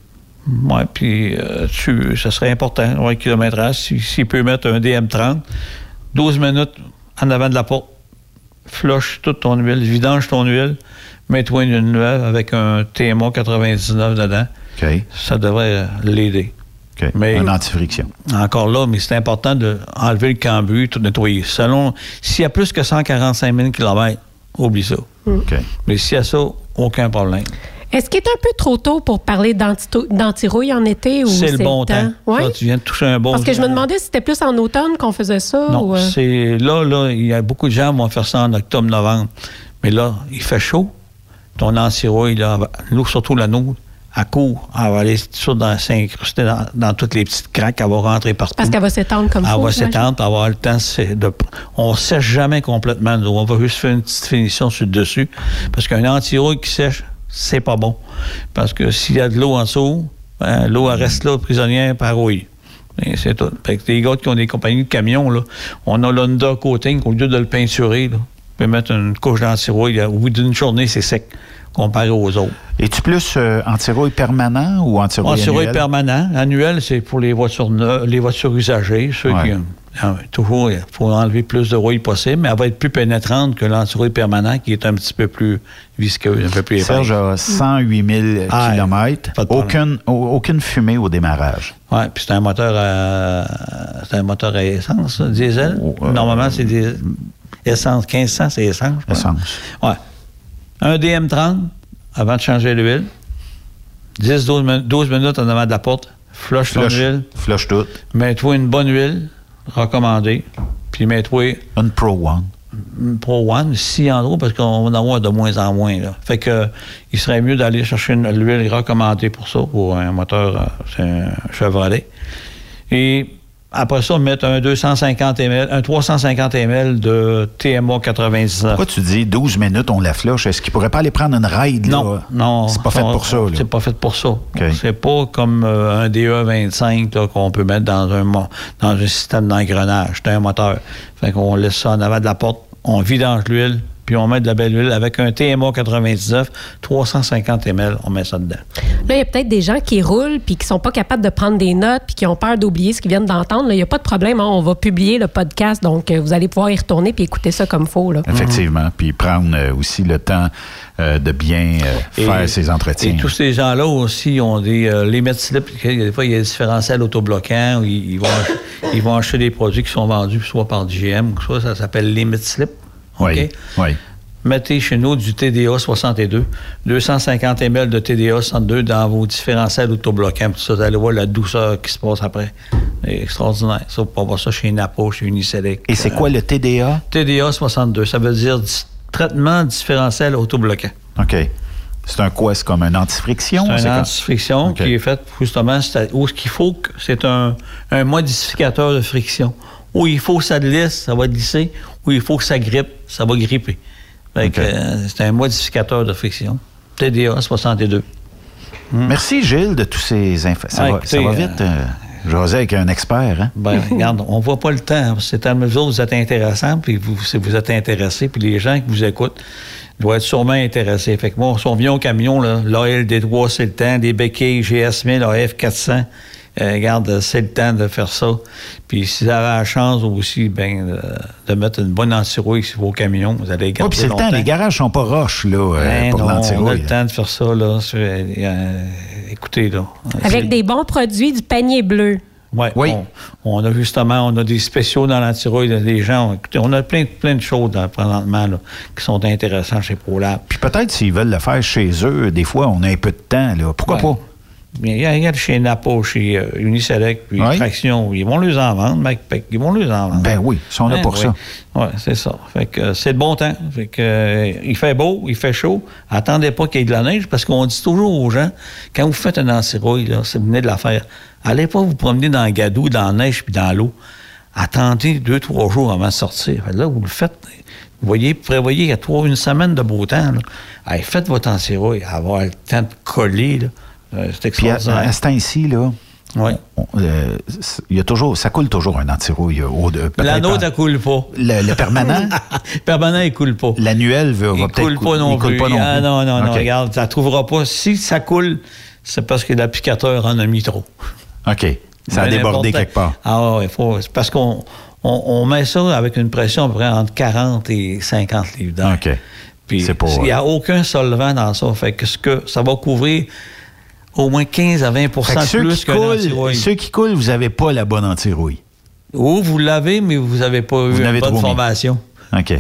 Oui, puis euh, tu, ça serait important, ouais, kilométrage, s'il si, si peut mettre un D M trente, douze minutes en avant de la porte, flush toute ton huile, vidange ton huile, mets-toi une neuve avec un T M A quatre-vingt-dix-neuf dedans. Okay. Ça devrait l'aider. Okay. Mais, un anti-friction. Encore là, mais c'est important d'enlever le cambus, tout nettoyer. Selon, s'il y a plus que cent quarante-cinq mille kilomètres, oublie ça. Okay. Mais s'il y a ça, aucun problème. Est-ce qu'il est un peu trop tôt pour parler d'antirouille en été? Ou c'est, c'est le bon temps. temps. Ouais? Ça, tu viens de toucher un bon... Parce que je me demandais si c'était plus en automne qu'on faisait ça. Non, ou... c'est... Là, là, il y a beaucoup de gens qui vont faire ça en octobre-novembre. Mais là, il fait chaud. Ton antirouille, là, nous, surtout la nôtre, elle court, elle va aller dans, s'incruster dans, dans toutes les petites craques, elle va rentrer partout. Parce qu'elle va s'étendre comme ça. Elle va s'étendre, elle va avoir le temps de... On ne sèche jamais complètement, nous. On va juste faire une petite finition sur le dessus. Parce qu'un anti-rouille qui sèche, c'est pas bon. Parce que s'il y a de l'eau en dessous, ben, l'eau elle reste là, prisonnière, par rouille. Et c'est tout. Fait que les gars qui ont des compagnies de camions, là, on a l'Honda Coating, au lieu de le peinturer, là, on peut mettre une couche d'anti-rouille. Au bout d'une journée, c'est sec. Comparé aux autres. Es-tu plus euh, anti-rouille permanent ou anti-rouille annuel? Anti-rouille permanent. Annuel, c'est pour les voitures neuves, les voitures usagées. Ceux ouais. qui, euh, toujours, il faut enlever plus de rouille possible, mais elle va être plus pénétrante que l'anti-rouille permanent, qui est un petit peu plus visqueuse, un peu plus épaisse. Serge a cent huit mille ah, kilomètres. Aucune, aucune fumée au démarrage. Oui, puis c'est un moteur à, c'est un moteur à essence, diesel. Oh, euh, Normalement, c'est des essence. quinze cents, c'est essence. Essence. Oui. Un D M trente, avant de changer l'huile. dix à douze minutes en avant de la porte. Flush ton huile. Flush tout. Mets-toi une bonne huile, recommandée. Puis mets-toi... Une Pro One. Une Pro One, si en gros, parce qu'on va en avoir de moins en moins. Là. Fait que il serait mieux d'aller chercher une, l'huile recommandée pour ça, pour un moteur, c'est un Chevrolet. Et... Après ça, mettre un deux cent cinquante millilitres, un trois cent cinquante millilitres de T M A quatre-vingt-dix-neuf. Pourquoi tu dis douze minutes, on la flush? Est-ce qu'il pourrait pas aller prendre une ride? Non, là? non. C'est pas fait on, pour ça. Là. C'est pas fait pour ça. Okay. C'est pas comme euh, un D E vingt-cinq là, qu'on peut mettre dans un, dans un système d'engrenage. C'est un moteur. Fait qu'on laisse ça en avant de la porte, on vidange l'huile, puis on met de la belle huile avec un T M A quatre-vingt-dix-neuf, trois cent cinquante millilitres, on met ça dedans. Là, il y a peut-être des gens qui roulent puis qui sont pas capables de prendre des notes puis qui ont peur d'oublier ce qu'ils viennent d'entendre. Là, il n'y a pas de problème. Hein? On va publier le podcast, donc euh, vous allez pouvoir y retourner puis écouter ça comme il faut. Là. Effectivement. Mm-hmm. Puis prendre euh, aussi le temps euh, de bien euh, faire et, ces entretiens. Et tous ces gens-là aussi ont des euh, limit slips. Des fois, il y a des différentiels autobloquants où ils, ils, vont, ils vont acheter des produits qui sont vendus soit par G M ou soit ça s'appelle limit slip. Oui, okay? oui. Mettez chez nous du T D A soixante-deux, deux cent cinquante millilitres de T D A soixante-deux dans vos différentiels autobloquants. Tout ça, vous allez voir la douceur qui se passe après. C'est extraordinaire. Ça, on peut voir ça chez Napo, chez Uniselect. Et c'est quoi le T D A? T D A soixante-deux, ça veut dire di- traitement différentiel autobloquant. OK. C'est un quoi? C'est comme un anti-friction? C'est un c'est anti-friction comme... okay. qui est fait justement où ce qu'il faut, que c'est un, un modificateur de friction. Où il faut que ça glisse, ça va glisser. Où il faut que ça grippe, ça va gripper. Fait okay. que, euh, c'est un modificateur de friction. T D A soixante-deux. Mm. Merci, Gilles, de tous ces infos. Ça, ah, va, ça va vite. Euh, J'osais avec un expert. Hein? Ben, regarde, on voit pas le temps. C'est à mesure que vous êtes intéressant, puis vous, vous êtes intéressé, puis les gens qui vous écoutent doivent être sûrement intéressés. Fait que moi, si on vient au camion, là, l'A L D trois, c'est le temps. Des béquilles G S mille, A F quatre cents. Euh, regarde, c'est le temps de faire ça. Puis si vous avez la chance aussi, ben, de, de mettre une bonne anti-rouille sur vos camions, vous allez garder. Oui, puis c'est longtemps. Le temps. Les garages sont pas roches, là, ben pour non, l'anti-rouille. On a le temps de faire ça, là. Euh, écoutez, là. Avec des bons produits du panier bleu. Ouais, oui. On, on a justement, on a des spéciaux dans l'anti-rouille. Des gens, écoutez, on a plein, plein de choses là, présentement là, qui sont intéressantes chez ProLab. Puis peut-être s'ils veulent le faire chez eux, des fois, on a un peu de temps, là. Pourquoi ouais. pas? Il y a chez Napo, chez euh, Uniselect, puis oui. Traction, ils vont les en vendre, MacPac, ils vont les en vendre. Ben oui, ils sont là ben, pour oui. ça. Oui, c'est ça. Fait que euh, c'est le bon temps. Fait que euh, il fait beau, il fait chaud. Attendez pas qu'il y ait de la neige, parce qu'on dit toujours aux gens, quand vous faites un anti-rouille, là, c'est venez de la faire. Allez pas vous promener dans le gadou, dans la neige, puis dans l'eau. Attendez deux, trois jours avant de sortir. Fait que là, vous le faites. Vous voyez, prévoyez qu'il y a trois, une semaine de beau temps. Là. Allez, faites votre anti-rouille, avoir le temps de coller, là. Euh, c'est extraordinaire. Puis à, à ce temps-ci, là, oui. euh, il y a toujours, ça coule toujours un anti-rouille. Au, de, la nôtre, elle coule pas. Le, le permanent? Le permanent, il coule pas. L'annuel va, va il peut-être coule pas non il coule plus. Pas non ah plus. non, non, okay. non, regarde, ça ne trouvera pas. Si ça coule, c'est parce que l'applicateur en a mis trop. OK. Ça a Mais débordé quelque part. Ah oui, faut, c'est parce qu'on on, on met ça avec une pression à peu près entre quarante et cinquante livres d'air. OK. Puis c'est pas... il n'y a aucun solvant dans ça. Fait que, ce que ça va couvrir au moins quinze à vingt pour cent de plus qu'un anti-rouille. Ceux qui coulent, vous n'avez pas la bonne anti-rouille. Ou vous l'avez, mais vous n'avez pas vous eu une bonne formation. OK.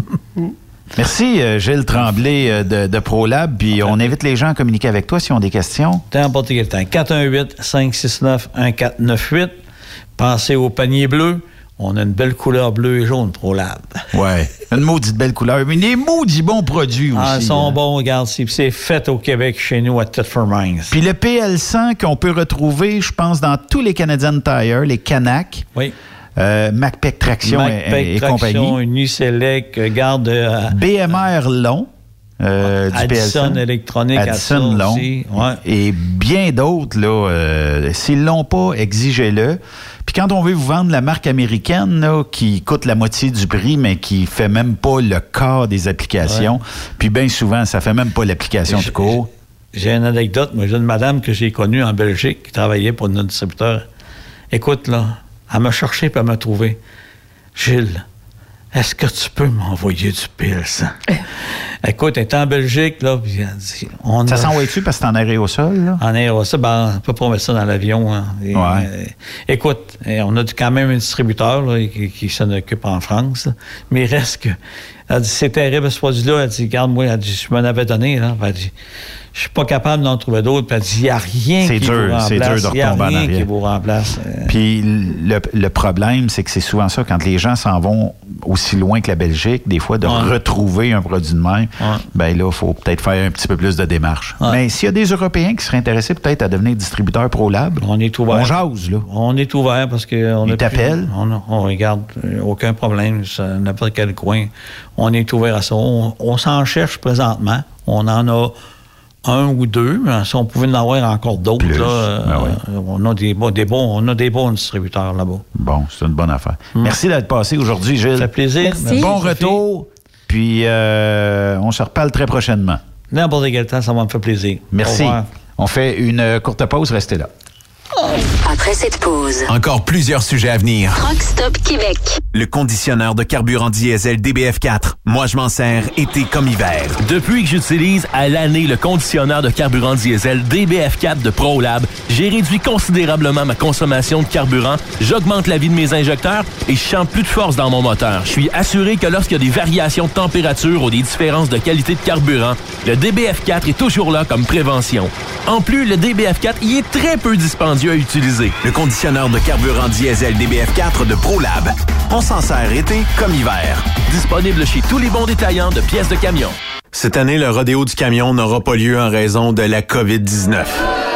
Merci, euh, Gilles Tremblay euh, de, de ProLab. Puis on invite les gens à communiquer avec toi s'ils ont des questions. N'importe quel temps. quatre un huit, cinq six neuf, un quatre neuf huit. Pensez au panier bleu. On a une belle couleur bleu et jaune, ProLab. Ouais, une maudite belle couleur. Mais des maudits bons produits aussi. Ah, ils sont hein. bons, regarde. C'est, c'est fait au Québec, chez nous, à Thetford Mines. Puis le P L cent qu'on peut retrouver, je pense, dans tous les Canadian Tire, les Canac. Oui. Euh, MacPac Traction MacPac et, et Traction, compagnie. Uniselect, garde... Euh, B M R Long. Euh, du Addison Electronic, Addison Long. Aussi, ouais. Et bien d'autres, là, euh, s'ils l'ont pas, exigez-le. Puis quand on veut vous vendre la marque américaine, là, qui coûte la moitié du prix, mais qui fait même pas le quart des applications, ouais. Puis bien souvent, ça fait même pas l'application du cours. J'ai une anecdote. Moi, j'ai une madame que j'ai connue en Belgique qui travaillait pour notre distributeur. Écoute, là, elle m'a cherché puis elle m'a trouvé. Gilles, est-ce que tu peux m'envoyer du P L cent? Écoute, elle est en Belgique, là, puis elle dit... On ça a... s'envoie-tu parce que c'est en aérosol, là? En aérosol, ben, on peut pas mettre ça dans l'avion. Hein. Et, ouais. euh, écoute, on a quand même un distributeur là, qui, qui s'en occupe en France, là. Mais il reste que... Elle dit, c'est terrible, ce produit-là. Elle dit, regarde-moi, elle dit, je m'en avais donné, là. Elle dit, je suis pas capable d'en trouver d'autres. Puis elle dit, il n'y a rien c'est qui dur, vous remplace. C'est dur de retomber Il n'y a rien en qui vous remplace. Puis le, le problème, c'est que c'est souvent ça, quand les gens s'en vont aussi loin que la Belgique, des fois, de ouais. retrouver un produit de même, ouais. ben là, il faut peut-être faire un petit peu plus de démarches. Ouais. Mais s'il y a des Européens qui seraient intéressés peut-être à devenir distributeur ProLab, on est ouvert. On jase, là. On est ouvert parce que... On Ils t'appellent? On, on regarde, aucun problème, ça, n'importe quel coin. On est ouvert à ça. On, on s'en cherche présentement. On en a un ou deux, mais si on pouvait en avoir encore d'autres, là, ben euh, oui. on, a des, des bons, on a des bons distributeurs là-bas. Bon, c'est une bonne affaire. Hum. Merci d'être passé aujourd'hui, Gilles. Ça fait plaisir. Merci. Bon retour, puis euh, on se reparle très prochainement. N'importe quel temps, ça va me faire plaisir. Merci. On fait une courte pause, restez là. Après cette pause, encore plusieurs sujets à venir. Truck Stop Québec. Le conditionneur de carburant diesel D B F quatre. Moi, je m'en sers été comme hiver. Depuis que j'utilise à l'année le conditionneur de carburant diesel D B F quatre de ProLab, j'ai réduit considérablement ma consommation de carburant, j'augmente la vie de mes injecteurs et je sens plus de force dans mon moteur. Je suis assuré que lorsqu'il y a des variations de température ou des différences de qualité de carburant, le D B F quatre est toujours là comme prévention. En plus, le D B F quatre y est très peu dispendieux à utiliser. Le conditionneur de carburant diesel D B F quatre de ProLab. On s'en sert été comme hiver. Disponible chez tous les bons détaillants de pièces de camion. Cette année, le rodéo du camion n'aura pas lieu en raison de la covid dix-neuf.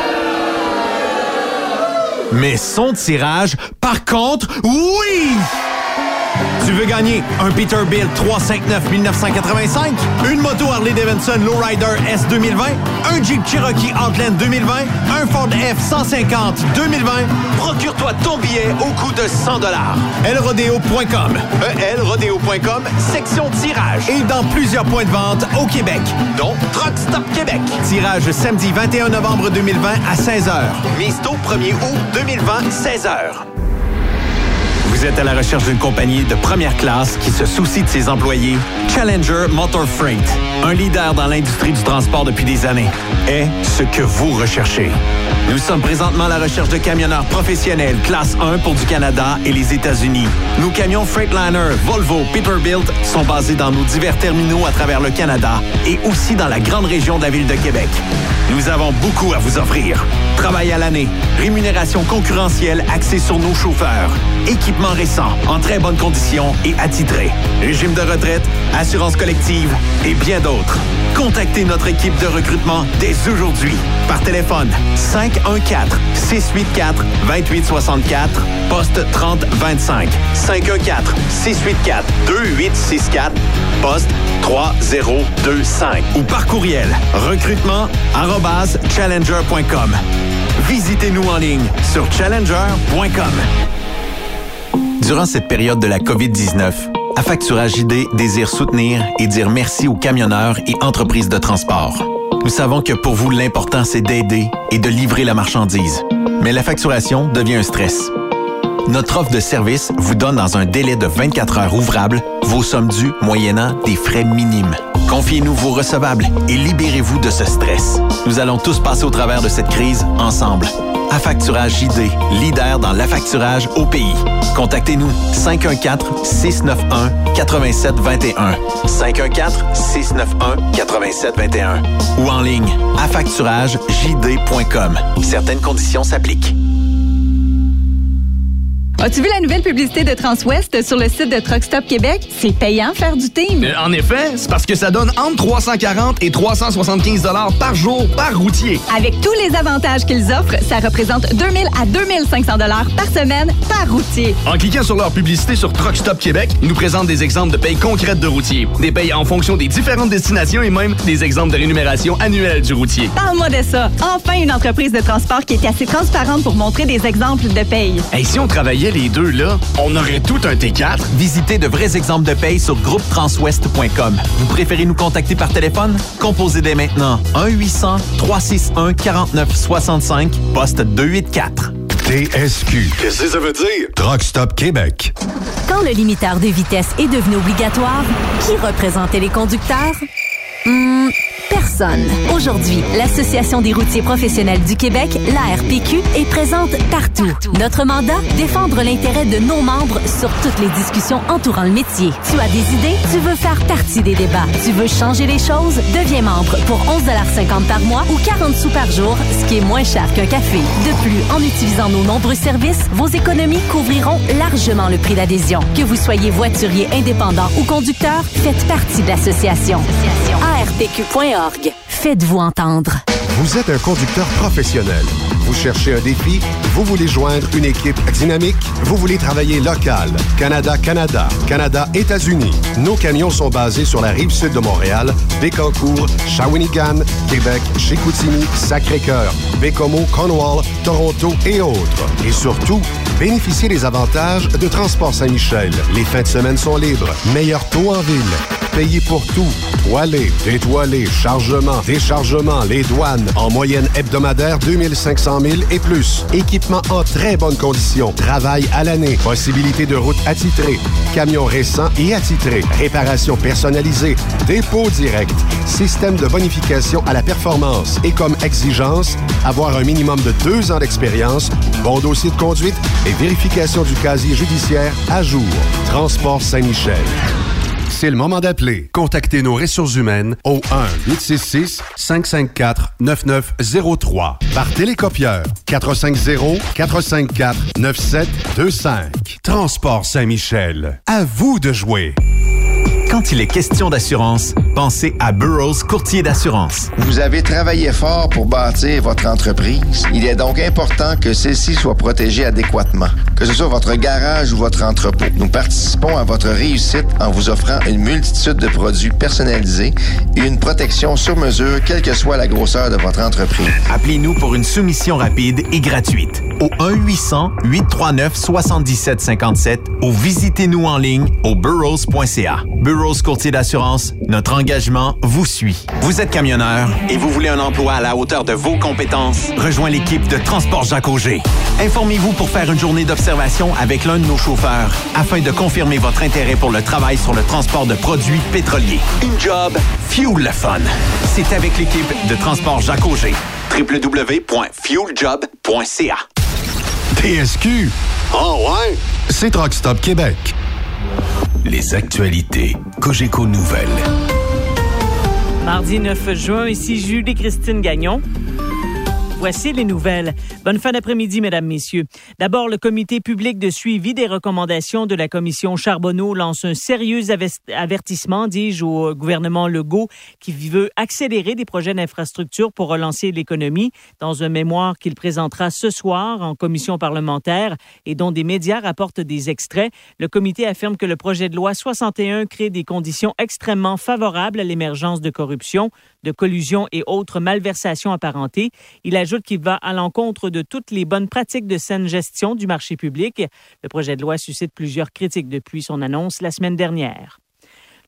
Mais son tirage, par contre, oui! Tu veux gagner un Peterbilt trois cent cinquante-neuf mille neuf cent quatre-vingt-cinq, une moto Harley-Davidson Lowrider S deux mille vingt, un Jeep Cherokee Outland deux mille vingt, un Ford F cent cinquante deux mille vingt, procure-toi ton billet au coût de cent dollars. el rodeo point com, E L rodeo point com, section tirage. Et dans plusieurs points de vente au Québec, dont Truck Stop Québec. Tirage samedi vingt et un novembre deux mille vingt à seize heures. Mise tôt premier août deux mille vingt, seize heures. Vous êtes à la recherche d'une compagnie de première classe qui se soucie de ses employés? Challenger Motor Freight, un leader dans l'industrie du transport depuis des années, est ce que vous recherchez. Nous sommes présentement à la recherche de camionneurs professionnels classe un pour du Canada et les États-Unis. Nos camions Freightliner, Volvo, Peterbilt sont basés dans nos divers terminaux à travers le Canada et aussi dans la grande région de la ville de Québec. Nous avons beaucoup à vous offrir. Travail à l'année, rémunération concurrentielle axée sur nos chauffeurs, équipement récent, en très bonne condition et attitré, régime de retraite, assurance collective et bien d'autres. Contactez notre équipe de recrutement dès aujourd'hui par téléphone cinq un quatre, six huit quatre, deux huit six quatre, poste trente vingt-cinq, cinq un quatre, six huit quatre, deux huit six quatre, poste trois zéro deux cinq ou par courriel recrutement arobase challenger point com. Visitez-nous en ligne sur challenger point com. Durant cette période de la covid dix-neuf, Affacturage I D désire soutenir et dire merci aux camionneurs et entreprises de transport. Nous savons que pour vous, l'important, c'est d'aider et de livrer la marchandise. Mais la facturation devient un stress. Notre offre de service vous donne dans un délai de vingt-quatre heures ouvrables vos sommes dues moyennant des frais minimes. Confiez-nous vos recevables et libérez-vous de ce stress. Nous allons tous passer au travers de cette crise ensemble. Affacturage J D, leader dans l'affacturage au pays. Contactez-nous cinq un quatre, six neuf un, huit sept deux un. cinq un quatre, six neuf un, huit sept deux un. Ou en ligne, affacturage j d point com. Certaines conditions s'appliquent. As-tu vu la nouvelle publicité de Transwest sur le site de Truck Stop Québec? C'est payant faire du team. Euh, en effet, c'est parce que ça donne entre trois cent quarante et trois cent soixante-quinze dollars par jour par routier. Avec tous les avantages qu'ils offrent, ça représente deux mille à deux mille cinq cents dollars par semaine par routier. En cliquant sur leur publicité sur Truck Stop Québec, ils nous présentent des exemples de payes concrètes de routiers, des payes en fonction des différentes destinations et même des exemples de rémunération annuelle du routier. Parle-moi de ça. Enfin, une entreprise de transport qui est assez transparente pour montrer des exemples de paye. Hey, si on travaillait les deux, là, on aurait tout un T quatre. Visitez de vrais exemples de paye sur groupe transwest point com. Vous préférez nous contacter par téléphone? Composez dès maintenant un huit cents, trois six un, quatre neuf six cinq, poste deux cent quatre-vingt-quatre. T S Q. Qu'est-ce que ça veut dire? Truck Stop Québec. Quand le limiteur de vitesse est devenu obligatoire, qui représentait les conducteurs? Hmm, personne. Aujourd'hui, l'Association des routiers professionnels du Québec, l'A R P Q, est présente partout. Notre mandat, défendre l'intérêt de nos membres sur toutes les discussions entourant le métier. Tu as des idées? Tu veux faire partie des débats? Tu veux changer les choses? Deviens membre pour onze cinquante par mois ou quarante sous par jour, ce qui est moins cher qu'un café. De plus, en utilisant nos nombreux services, vos économies couvriront largement le prix d'adhésion. Que vous soyez voiturier indépendant ou conducteur, faites partie de l'association. A R P Q point org. Faites-vous entendre. Vous êtes un conducteur professionnel. Vous cherchez un défi? Vous voulez joindre une équipe dynamique? Vous voulez travailler local? Canada-Canada, Canada-États-Unis. Nos camions sont basés sur la rive sud de Montréal, Bécancour, Shawinigan, Québec, Chicoutimi, Sacré-Cœur, Bécomo, Cornwall, Toronto et autres. Et surtout, bénéficiez des avantages de Transport Saint-Michel. Les fins de semaine sont libres. Meilleur taux en ville. Payé pour tout. Toilé, détoilé, chargement, déchargement, les douanes. En moyenne hebdomadaire, deux mille cinq cents milles et plus. Équipement en très bonne condition. Travail à l'année. Possibilité de route attitrée. Camions récents et attitrés. Réparation personnalisée. Dépôt direct. Système de bonification à la performance. Et comme exigence, avoir un minimum de deux ans d'expérience, bon dossier de conduite et vérification du casier judiciaire à jour. Transport Saint-Michel. C'est le moment d'appeler. Contactez nos ressources humaines au un huit six six, cinq cinq quatre, neuf neuf zéro trois. Par télécopieur, quatre cinq zéro, quatre cinq quatre, neuf sept deux cinq. Transport Saint-Michel. À vous de jouer. Quand il est question d'assurance, pensez à Burroughs Courtier d'assurance. Vous avez travaillé fort pour bâtir votre entreprise. Il est donc important que celle-ci soit protégée adéquatement, que ce soit votre garage ou votre entrepôt. Nous participons à votre réussite en vous offrant une multitude de produits personnalisés et une protection sur mesure, quelle que soit la grosseur de votre entreprise. Appelez-nous pour une soumission rapide et gratuite au un huit cents, huit trois neuf, sept sept cinq sept ou visitez-nous en ligne au burroughs point c a. Burroughs Courtier d'assurance, notre engagement vous suit. Vous êtes camionneur et vous voulez un emploi à la hauteur de vos compétences? Rejoins l'équipe de Transport Jacques Auger. Informez-vous pour faire une journée d'observation avec l'un de nos chauffeurs afin de confirmer votre intérêt pour le travail sur le transport de produits pétroliers. Une job, fuel le fun. C'est avec l'équipe de Transport Jacques Auger. w w w point fuel job point c a. T S Q. Oh ouais? C'est Truck Stop Québec. Les actualités Cogeco Nouvelles. Mardi neuf juin, ici Julie-Christine Gagnon. Voici les nouvelles. Bonne fin d'après-midi, mesdames, messieurs. D'abord, le comité public de suivi des recommandations de la commission Charbonneau lance un sérieux avertissement, dis-je, au gouvernement Legault qui veut accélérer des projets d'infrastructure pour relancer l'économie. Dans un mémoire qu'il présentera ce soir en commission parlementaire et dont des médias rapportent des extraits, le comité affirme que le projet de loi soixante et un crée des conditions extrêmement favorables à l'émergence de corruption, de collusion et autres malversations apparentées. Il ajoute qu'il va à l'encontre de toutes les bonnes pratiques de saine gestion du marché public. Le projet de loi suscite plusieurs critiques depuis son annonce la semaine dernière.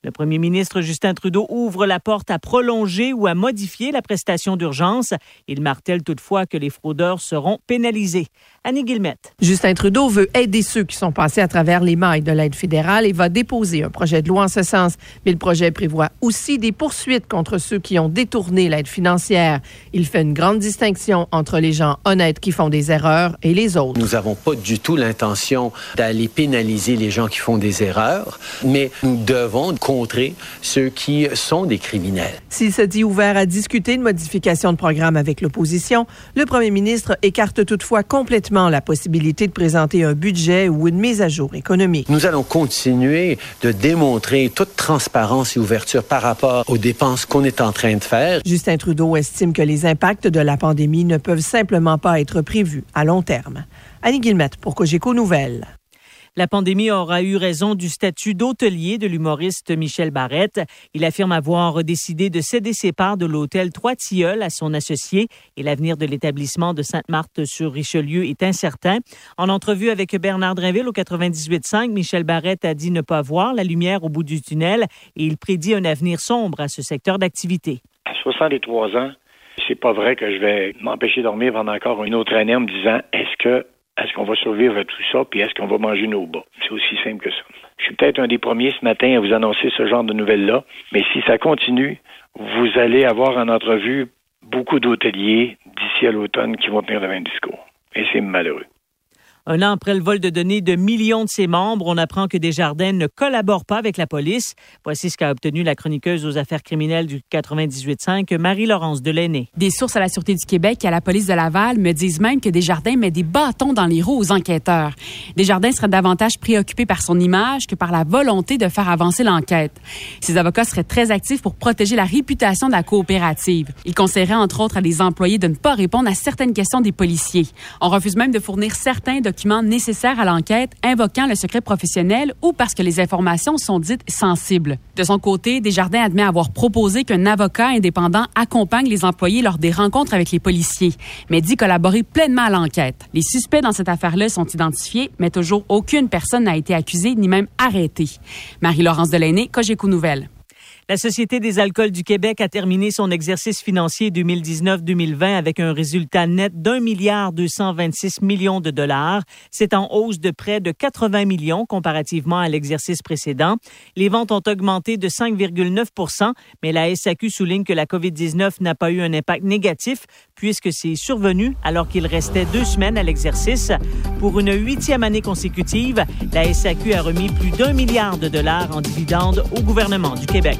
Le premier ministre Justin Trudeau ouvre la porte à prolonger ou à modifier la prestation d'urgence. Il martèle toutefois que les fraudeurs seront pénalisés. Annie Guillemette. Justin Trudeau veut aider ceux qui sont passés à travers les mailles de l'aide fédérale et va déposer un projet de loi en ce sens. Mais le projet prévoit aussi des poursuites contre ceux qui ont détourné l'aide financière. Il fait une grande distinction entre les gens honnêtes qui font des erreurs et les autres. Nous n'avons pas du tout l'intention d'aller pénaliser les gens qui font des erreurs, mais nous devons contrer ceux qui sont des criminels. S'il se dit ouvert à discuter une modification de programme avec l'opposition, le premier ministre écarte toutefois complètement la possibilité de présenter un budget ou une mise à jour économique. Nous allons continuer de démontrer toute transparence et ouverture par rapport aux dépenses qu'on est en train de faire. Justin Trudeau estime que les impacts de la pandémie ne peuvent simplement pas être prévus à long terme. Annie Guillemette pour Cogeco Nouvelles. La pandémie aura eu raison du statut d'hôtelier de l'humoriste Michel Barrette. Il affirme avoir décidé de céder ses parts de l'hôtel Trois-Tilleuls à son associé et l'avenir de l'établissement de Sainte-Marthe-sur-Richelieu est incertain. En entrevue avec Bernard Drinville au quatre-vingt-dix-huit cinq, Michel Barrette a dit ne pas voir la lumière au bout du tunnel et il prédit un avenir sombre à ce secteur d'activité. À soixante-trois ans, c'est pas vrai que je vais m'empêcher de dormir pendant encore une autre année en me disant est-ce que Est-ce qu'on va survivre à tout ça, puis est-ce qu'on va manger nos bas? C'est aussi simple que ça. Je suis peut-être un des premiers ce matin à vous annoncer ce genre de nouvelles-là, mais si ça continue, vous allez avoir en entrevue beaucoup d'hôteliers d'ici à l'automne qui vont tenir le même discours. Et c'est malheureux. Un an après le vol de données de millions de ses membres, on apprend que Desjardins ne collabore pas avec la police. Voici ce qu'a obtenu la chroniqueuse aux affaires criminelles du quatre-vingt-dix-huit cinq, Marie-Laurence Delaunay. Des sources à la Sûreté du Québec et à la police de Laval me disent même que Desjardins met des bâtons dans les roues aux enquêteurs. Desjardins serait davantage préoccupé par son image que par la volonté de faire avancer l'enquête. Ses avocats seraient très actifs pour protéger la réputation de la coopérative. Ils conseilleraient entre autres à des employés de ne pas répondre à certaines questions des policiers. On refuse même de fournir certains documents nécessaires à l'enquête, invoquant le secret professionnel ou parce que les informations sont dites sensibles. De son côté, Desjardins admet avoir proposé qu'un avocat indépendant accompagne les employés lors des rencontres avec les policiers, mais dit collaborer pleinement à l'enquête. Les suspects dans cette affaire-là sont identifiés, mais toujours aucune personne n'a été accusée ni même arrêtée. Marie-Laurence Delaunay, Cogeco Nouvelles. La Société des alcools du Québec a terminé son exercice financier deux mille dix-neuf deux mille vingt avec un résultat net d'un milliard deux cent vingt-six millions de dollars. C'est en hausse de près de quatre-vingts millions comparativement à l'exercice précédent. Les ventes ont augmenté de cinq virgule neuf pour cent, mais la S A Q souligne que la covid dix-neuf n'a pas eu un impact négatif puisque c'est survenu alors qu'il restait deux semaines à l'exercice. Pour une huitième année consécutive, la S A Q a remis plus d'un milliard de dollars en dividendes au gouvernement du Québec.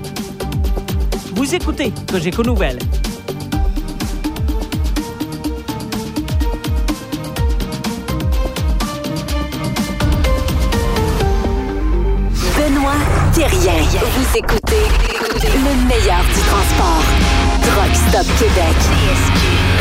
Vous écoutez Cogeco Nouvelles. Benoît Thérien. Vous écoutez le meilleur du transport. Truck Stop Québec.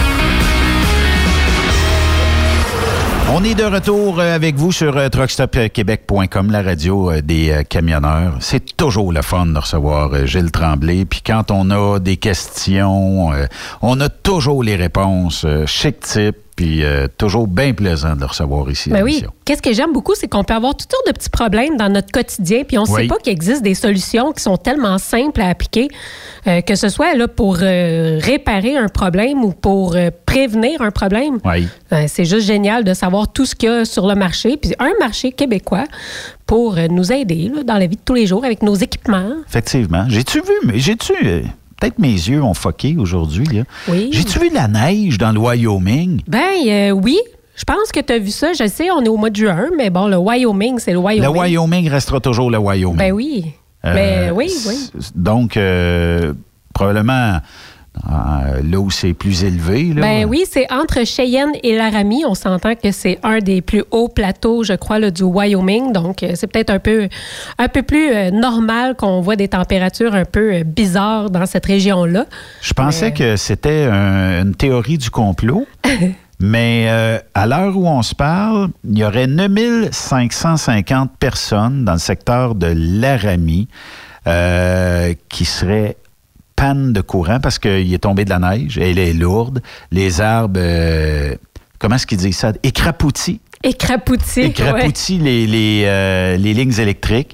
On est de retour avec vous sur truck stop québec point com, la radio des camionneurs. C'est toujours le fun de recevoir Gilles Tremblay. Puis quand on a des questions, on a toujours les réponses. Chic type. Puis euh, toujours bien plaisant de le recevoir ici. Ben oui. Qu'est-ce que j'aime beaucoup, c'est qu'on peut avoir toutes sortes de petits problèmes dans notre quotidien, puis on ne oui. sait pas qu'il existe des solutions qui sont tellement simples à appliquer, euh, que ce soit là pour euh, réparer un problème ou pour euh, prévenir un problème. Oui. Euh, c'est juste génial de savoir tout ce qu'il y a sur le marché, puis un marché québécois pour euh, nous aider là, dans la vie de tous les jours avec nos équipements. Effectivement. J'ai-tu vu, mais j'ai-tu... Euh... Peut-être mes yeux ont foqué aujourd'hui. Là. Oui. J'ai-tu vu la neige dans le Wyoming? Ben euh, oui. Je pense que tu as vu ça. Je sais, on est au mois de juin, mais bon, le Wyoming, c'est le Wyoming. Le Wyoming restera toujours le Wyoming. Ben oui. Euh, ben oui, oui. Donc, euh, probablement... Euh, là où c'est plus élevé. Là. Ben oui, c'est entre Cheyenne et Laramie. On s'entend que c'est un des plus hauts plateaux, je crois, là, du Wyoming. Donc, c'est peut-être un peu, un peu plus euh, normal qu'on voit des températures un peu euh, bizarres dans cette région-là. Je pensais Mais... que c'était un, une théorie du complot. Mais euh, à l'heure où on se parle, il y aurait neuf mille cinq cent cinquante personnes dans le secteur de Laramie euh, qui seraient panne de courant parce qu'il est tombé de la neige, elle est lourde, les arbres, euh, comment est-ce qu'ils disent ça? Écrapoutis. Écrapoutis, Écrapoutis ouais. les, les, euh, les lignes électriques.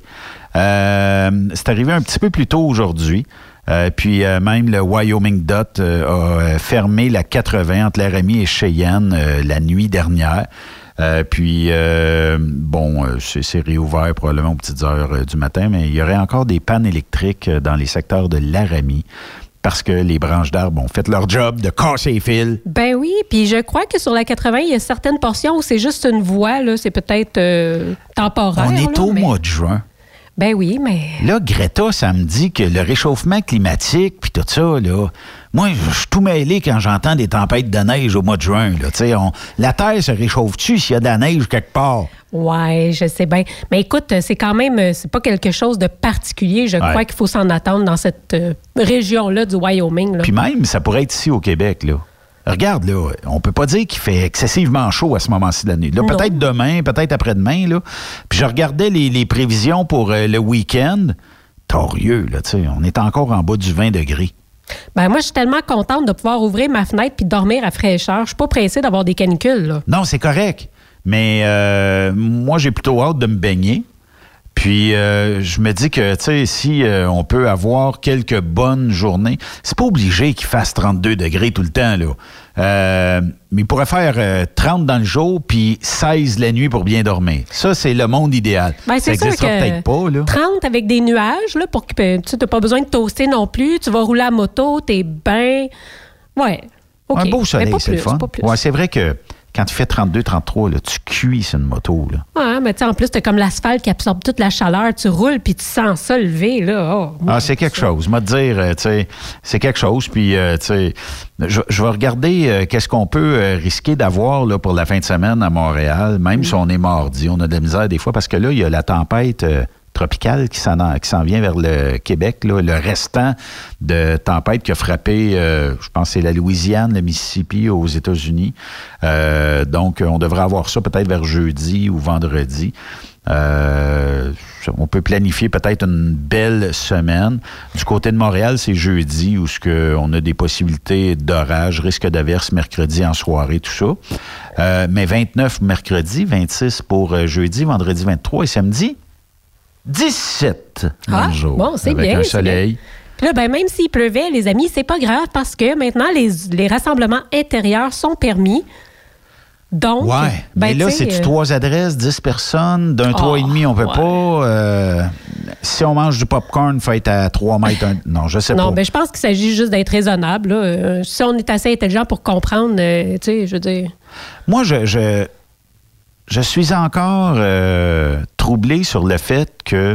Euh, c'est arrivé un petit peu plus tôt aujourd'hui. Euh, puis euh, même le Wyoming Dot euh, a fermé la quatre-vingts entre Laramie et Cheyenne euh, la nuit dernière. Euh, puis, euh, bon, euh, c'est, c'est réouvert probablement aux petites heures euh, du matin, mais il y aurait encore des pannes électriques euh, dans les secteurs de Laramie parce que les branches d'arbres ont fait leur job de casser les fils. Ben oui, puis je crois que sur la quatre-vingts, il y a certaines portions où c'est juste une voie, là, c'est peut-être euh, temporaire. On est là, au mais... mois de juin. Ben oui, mais... Là, Greta, ça me dit que le réchauffement climatique, puis tout ça, là, moi, je suis tout mêlé quand j'entends des tempêtes de neige au mois de juin. Là, t'sais, on, la Terre se réchauffe-tu s'il y a de la neige quelque part? Ouais, je sais bien. Mais écoute, c'est quand même, c'est pas quelque chose de particulier. Je ouais. crois qu'il faut s'en attendre dans cette euh, région-là du Wyoming. Là. Puis même, ça pourrait être ici au Québec, là. Regarde, là, on peut pas dire qu'il fait excessivement chaud à ce moment-ci de l'année. Là, peut-être demain, peut-être après-demain, là. Puis je regardais les, les prévisions pour euh, le week-end. Torieux, là, tu sais, on est encore en bas du vingt degrés. Ben moi, je suis tellement contente de pouvoir ouvrir ma fenêtre puis dormir à fraîcheur. Je suis pas pressée d'avoir des canicules, là. Non, c'est correct. Mais euh, moi, j'ai plutôt hâte de me baigner. Puis, euh, je me dis que, tu sais, si euh, on peut avoir quelques bonnes journées, c'est pas obligé qu'il fasse trente-deux degrés tout le temps, là. Euh, mais il pourrait faire euh, trente dans le jour, puis seize la nuit pour bien dormir. Ça, c'est le monde idéal. Ben, c'est ça n'existera peut-être pas, là. trente avec des nuages, là, pour que tu n'as pas besoin de toaster non plus. Tu vas rouler à moto, t'es bien... Ouais, OK. Un beau soleil, c'est le fun. Ouais, c'est vrai que quand tu fais trente-deux, trente-trois, là, tu cuis sur une moto, là. Ouais, mais tu sais, en plus, t'as comme l'asphalte qui absorbe toute la chaleur. Tu roules, puis tu sens ça lever, là. Oh, ah, c'est quelque ça. chose. Moi, te dire, euh, tu sais, c'est quelque chose. Puis, euh, tu sais, je, je vais regarder euh, qu'est-ce qu'on peut euh, risquer d'avoir, là, pour la fin de semaine à Montréal, même mm. si on est mardi. On a de la misère des fois, parce que là, il y a la tempête... Euh, tropicale qui s'en, qui s'en vient vers le Québec, là, le restant de tempête qui a frappé, euh, je pense que c'est la Louisiane, le Mississippi aux États-Unis. Euh, donc, on devrait avoir ça peut-être vers jeudi ou vendredi. Euh, on peut planifier peut-être une belle semaine. Du côté de Montréal, c'est jeudi où ce que on a des possibilités d'orage, risque d'averse mercredi en soirée, tout ça. Euh, mais vingt-neuf mercredi, vingt-six pour jeudi, vendredi vingt-trois et samedi dix-sept ah, le jour. Bon, c'est avec bien. un soleil. Puis là, ben, même s'il pleuvait, les amis, c'est pas grave parce que maintenant, les, les rassemblements intérieurs sont permis. Donc, ouais, ben, mais là, c'est-tu euh... trois adresses, dix personnes, d'un trois et demi, on peut ouais. pas. Euh, si on mange du popcorn, faut être à trois mètres. Un... Non, je sais non, pas. Non, ben, je pense qu'il s'agit juste d'être raisonnable. Là. Euh, si on est assez intelligent pour comprendre, euh, tu sais, je veux dire... Moi, je... je... Je suis encore euh, troublé sur le fait que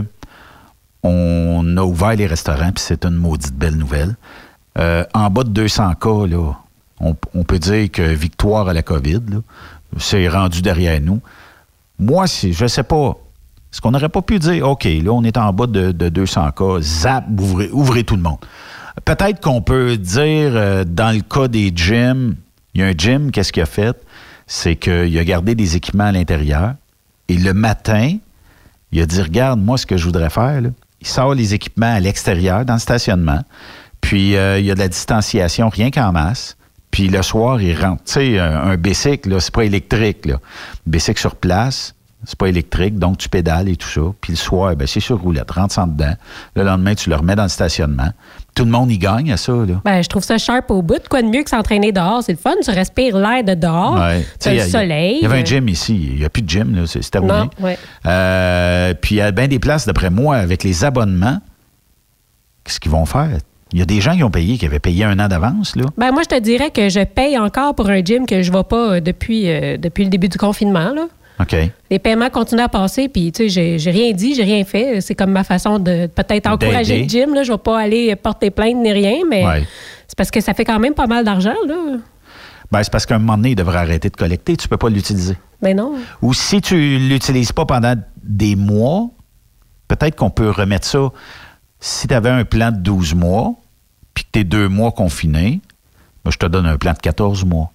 on a ouvert les restaurants, puis c'est une maudite belle nouvelle. Euh, en bas de deux cents cas, là, on, on peut dire que victoire à la COVID, là, c'est rendu derrière nous. Moi, si, je sais pas, est-ce qu'on n'aurait pas pu dire, OK, là, on est en bas de, de deux cents cas, zap, ouvrez, ouvrez tout le monde. Peut-être qu'on peut dire, euh, dans le cas des gyms, il y a un gym, qu'est-ce qu'il a fait? C'est qu'il a gardé des équipements à l'intérieur. Et le matin, il a dit, regarde, moi, ce que je voudrais faire, là, il sort les équipements à l'extérieur, dans le stationnement. Puis, euh, il y a de la distanciation, rien qu'en masse. Puis, le soir, il rentre. Tu sais, un, un bicycle, là, c'est pas électrique, là. Bicycle sur place, c'est pas électrique, donc tu pédales et tout ça. Puis, le soir, ben, c'est sur roulette, rentre en dedans. Le lendemain, tu le remets dans le stationnement. Tout le monde y gagne à ça, là. Ben, je trouve ça sharp au bout. Quoi de mieux que s'entraîner dehors? C'est le fun. Tu respires l'air de dehors. Ouais. Tu as le soleil. Il y avait un gym ici. Il n'y a plus de gym, là. C'est, c'est terminé. Non, ouais. euh, puis, il y a bien des places, d'après moi, avec les abonnements. Qu'est-ce qu'ils vont faire? Il y a des gens qui ont payé, qui avaient payé un an d'avance, là. Ben, moi, je te dirais que je paye encore pour un gym que je ne vais pas depuis, euh, depuis le début du confinement, là. OK. Les paiements continuent à passer, puis tu sais, j'ai, j'ai rien dit, j'ai rien fait. C'est comme ma façon de peut-être encourager D'aider. le gym. Là. Je ne vais pas aller porter plainte ni rien, mais ouais. c'est parce que ça fait quand même pas mal d'argent, là. Ben, c'est parce qu'à un moment donné, il devrait arrêter de collecter. Tu ne peux pas l'utiliser. Ben non. Ou si tu ne l'utilises pas pendant des mois, peut-être qu'on peut remettre ça. Si tu avais un plan de douze mois, puis que tu es deux mois confiné, ben, je te donne un plan de quatorze mois.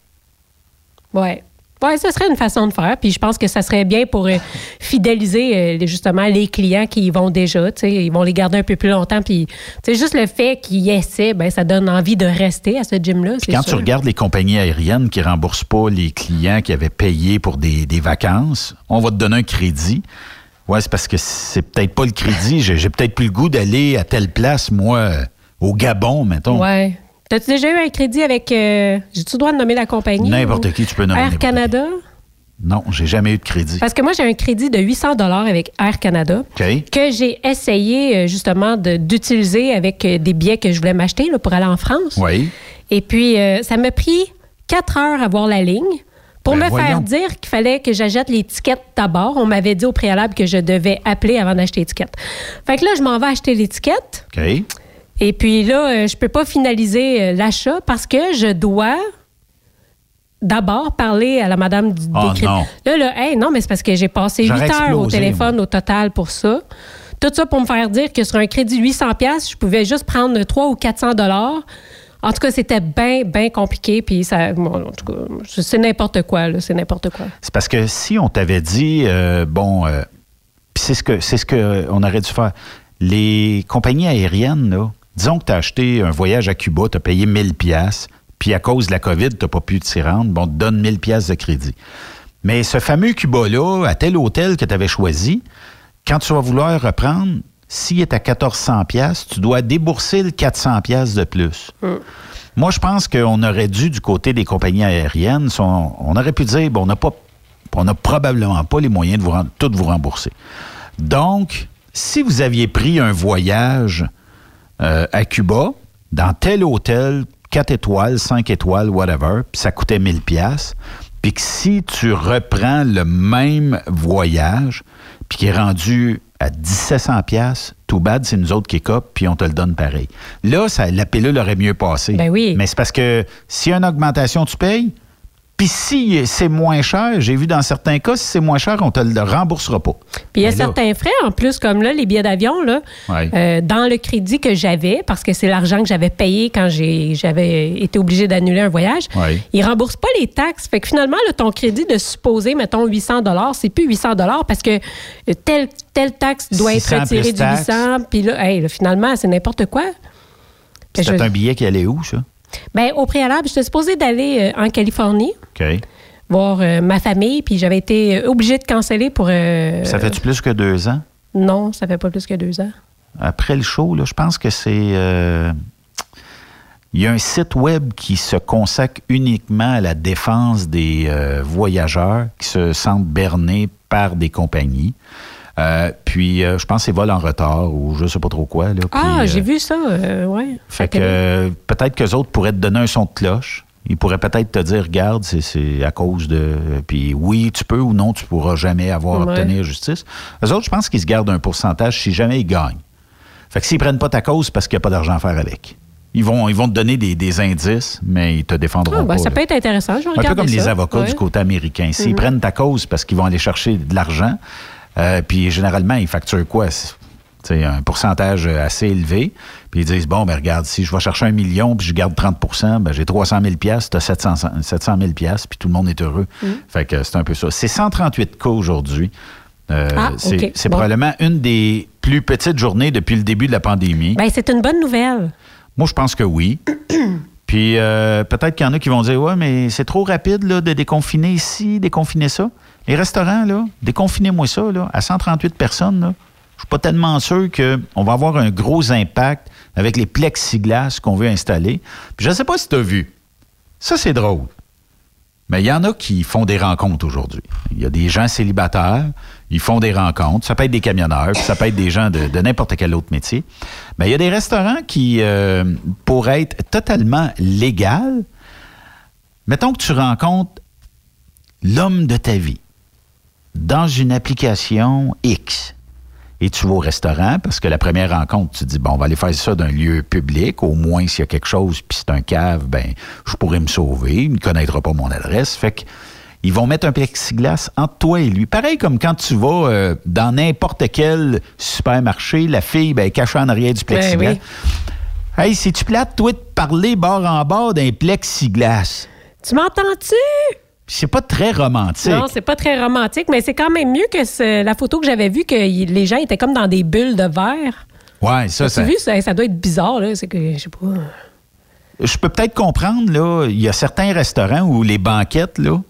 Ouais. Oui, ce serait une façon de faire. Puis je pense que ça serait bien pour euh, fidéliser euh, justement les clients qui y vont déjà. Ils vont les garder un peu plus longtemps. Puis juste le fait qu'ils y essaient, ben, ça donne envie de rester à ce gym-là. C'est quand sûr. Tu regardes les compagnies aériennes qui ne remboursent pas les clients qui avaient payé pour des, des vacances, on va te donner un crédit. Oui, c'est parce que c'est peut-être pas le crédit. J'ai, j'ai peut-être plus le goût d'aller à telle place, moi, au Gabon, mettons. Oui. T'as-tu déjà eu un crédit avec... Euh, j'ai-tu le droit de nommer la compagnie? N'importe ou... qui, tu peux nommer. Air Canada? Non, j'ai jamais eu de crédit. Parce que moi, j'ai un crédit de huit cents dollars avec Air Canada okay. que j'ai essayé justement de, d'utiliser avec des billets que je voulais m'acheter là, pour aller en France. Oui. Et puis, euh, ça m'a pris quatre heures à voir la ligne pour ben me voyons. faire dire qu'il fallait que j'achète l'étiquette d'abord. On m'avait dit au préalable que je devais appeler avant d'acheter l'étiquette. Fait que là, je m'en vais acheter l'étiquette. OK. Et puis là, je peux pas finaliser l'achat parce que je dois... d'abord parler à la madame du oh, décret. Non. Là, là, hey, non, mais c'est parce que j'ai passé J'aurais huit heures explosé, au téléphone moi. au total pour ça. Tout ça pour me faire dire que sur un crédit de huit cents dollars, je pouvais juste prendre trois cents ou quatre cents dollars. En tout cas, c'était bien, bien compliqué. Puis ça, bon, en tout cas, c'est n'importe quoi, là. C'est n'importe quoi. C'est parce que si on t'avait dit, euh, bon, euh, puis c'est ce que c'est ce qu'on aurait dû faire. Les compagnies aériennes, là, disons que tu as acheté un voyage à Cuba, tu as payé mille dollars. Puis à cause de la COVID, tu n'as pas pu t'y rendre, bon, on te donne mille dollars de crédit. Mais ce fameux Cuba-là, à tel hôtel que tu avais choisi, quand tu vas vouloir reprendre, s'il est à quatorze cents dollars, tu dois débourser le quatre cents dollars de plus. Mm. Moi, je pense qu'on aurait dû, du côté des compagnies aériennes, on, on aurait pu dire, bon, on n'a pas, on n'a probablement pas les moyens de vous rendre, tout vous rembourser. Donc, si vous aviez pris un voyage euh, à Cuba, dans tel hôtel, quatre étoiles, cinq étoiles, whatever, puis ça coûtait mille dollars, puis que si tu reprends le même voyage, puis qui est rendu à dix-sept cents dollars, tout bad, c'est nous autres qui copent, puis on te le donne pareil. Là, ça, la pilule aurait mieux passé. Ben oui. Mais c'est parce que s'il y a une augmentation, tu payes, puis si c'est moins cher, j'ai vu dans certains cas, si c'est moins cher, on te le remboursera pas. Puis il y a Mais certains là, frais, en plus, comme là, les billets d'avion, là, ouais. euh, dans le crédit que j'avais, parce que c'est l'argent que j'avais payé quand j'ai, j'avais été obligé d'annuler un voyage, ouais. ils ne remboursent pas les taxes. Fait que finalement, là, ton crédit de supposé, mettons, huit cents dollars, c'est plus huit cents dollars parce que telle, telle taxe doit être retirée du huit cents. Puis là, hey, là, finalement, c'est n'importe quoi. C'était je... un billet qui allait où, ça? Bien, au préalable, j'étais supposée d'aller euh, en Californie. OK. Voir euh, ma famille, puis j'avais été obligée de canceller pour... Euh, ça fait-tu plus que deux ans? Non, ça fait pas plus que deux ans. Après le show, là, je pense que c'est... Euh, il y a un site web qui se consacre uniquement à la défense des euh, voyageurs qui se sentent bernés par des compagnies. Euh, puis, euh, je pense que c'est vol en retard ou je sais pas trop quoi. Là, ah, puis, j'ai euh, vu ça, euh, oui. Fait que euh, peut-être qu'eux autres pourraient te donner un son de cloche. Ils pourraient peut-être te dire, regarde, c'est, c'est à cause de... Puis oui, tu peux ou non, tu pourras jamais avoir ouais. obtenir justice. Eux autres, je pense qu'ils se gardent un pourcentage si jamais ils gagnent. Fait que s'ils prennent pas ta cause, c'est parce qu'il n'y a pas d'argent à faire avec. Ils vont, ils vont te donner des, des indices, mais ils te défendront ah, ben, pas. Ça là. peut être intéressant, je vais Un peu comme ça. les avocats ouais. du côté américain. S'ils mm-hmm. prennent ta cause parce qu'ils vont aller chercher de l'argent, euh, puis généralement, ils facturent quoi? C'est un pourcentage assez élevé. Puis ils disent, bon, ben regarde, si je vais chercher un million puis je garde trente pour cent, ben j'ai trois cent mille dollars, tu as sept cent mille dollars, puis tout le monde est heureux. Mm. Fait que c'est un peu ça. C'est cent trente-huit cas aujourd'hui. Euh, ah, c'est okay. c'est bon. probablement une des plus petites journées depuis le début de la pandémie. Ben, c'est une bonne nouvelle. Moi, je pense que oui. Puis euh, peut-être qu'il y en a qui vont dire, ouais, mais c'est trop rapide là, de déconfiner ici, déconfiner ça. Les restaurants, là, déconfinez-moi ça, là, à cent trente-huit personnes, là. Je suis pas tellement sûr qu'on va avoir un gros impact avec les plexiglas qu'on veut installer. Puis je ne sais pas si tu as vu. Ça, c'est drôle. Mais il y en a qui font des rencontres aujourd'hui. Il y a des gens célibataires, ils font des rencontres. Ça peut être des camionneurs, puis ça peut être des gens de, de n'importe quel autre métier. Mais il y a des restaurants qui, euh, pour être totalement légal, mettons que tu rencontres l'homme de ta vie dans une application X. Et tu vas au restaurant, parce que la première rencontre, tu te dis, bon, on va aller faire ça d'un lieu public, au moins s'il y a quelque chose, puis c'est un cave, ben je pourrais me sauver, il ne connaîtra pas mon adresse. Fait que ils vont mettre un plexiglas entre toi et lui. Pareil comme quand tu vas euh, dans n'importe quel supermarché, la fille, ben, elle est cachée en arrière du plexiglas. Ben oui. Hey, c'est-tu plate, toi, de parler bord en bord d'un plexiglas? Tu m'entends-tu? C'est pas très romantique. Non, c'est pas très romantique, mais c'est quand même mieux que ce, la photo que j'avais vue, que y, les gens étaient comme dans des bulles de verre. Ouais, ça, ça. Tu as vu, ça, ça doit être bizarre, là. C'est que, je sais pas. Je peux peut-être comprendre, là, il y a certains restaurants où les banquettes, là,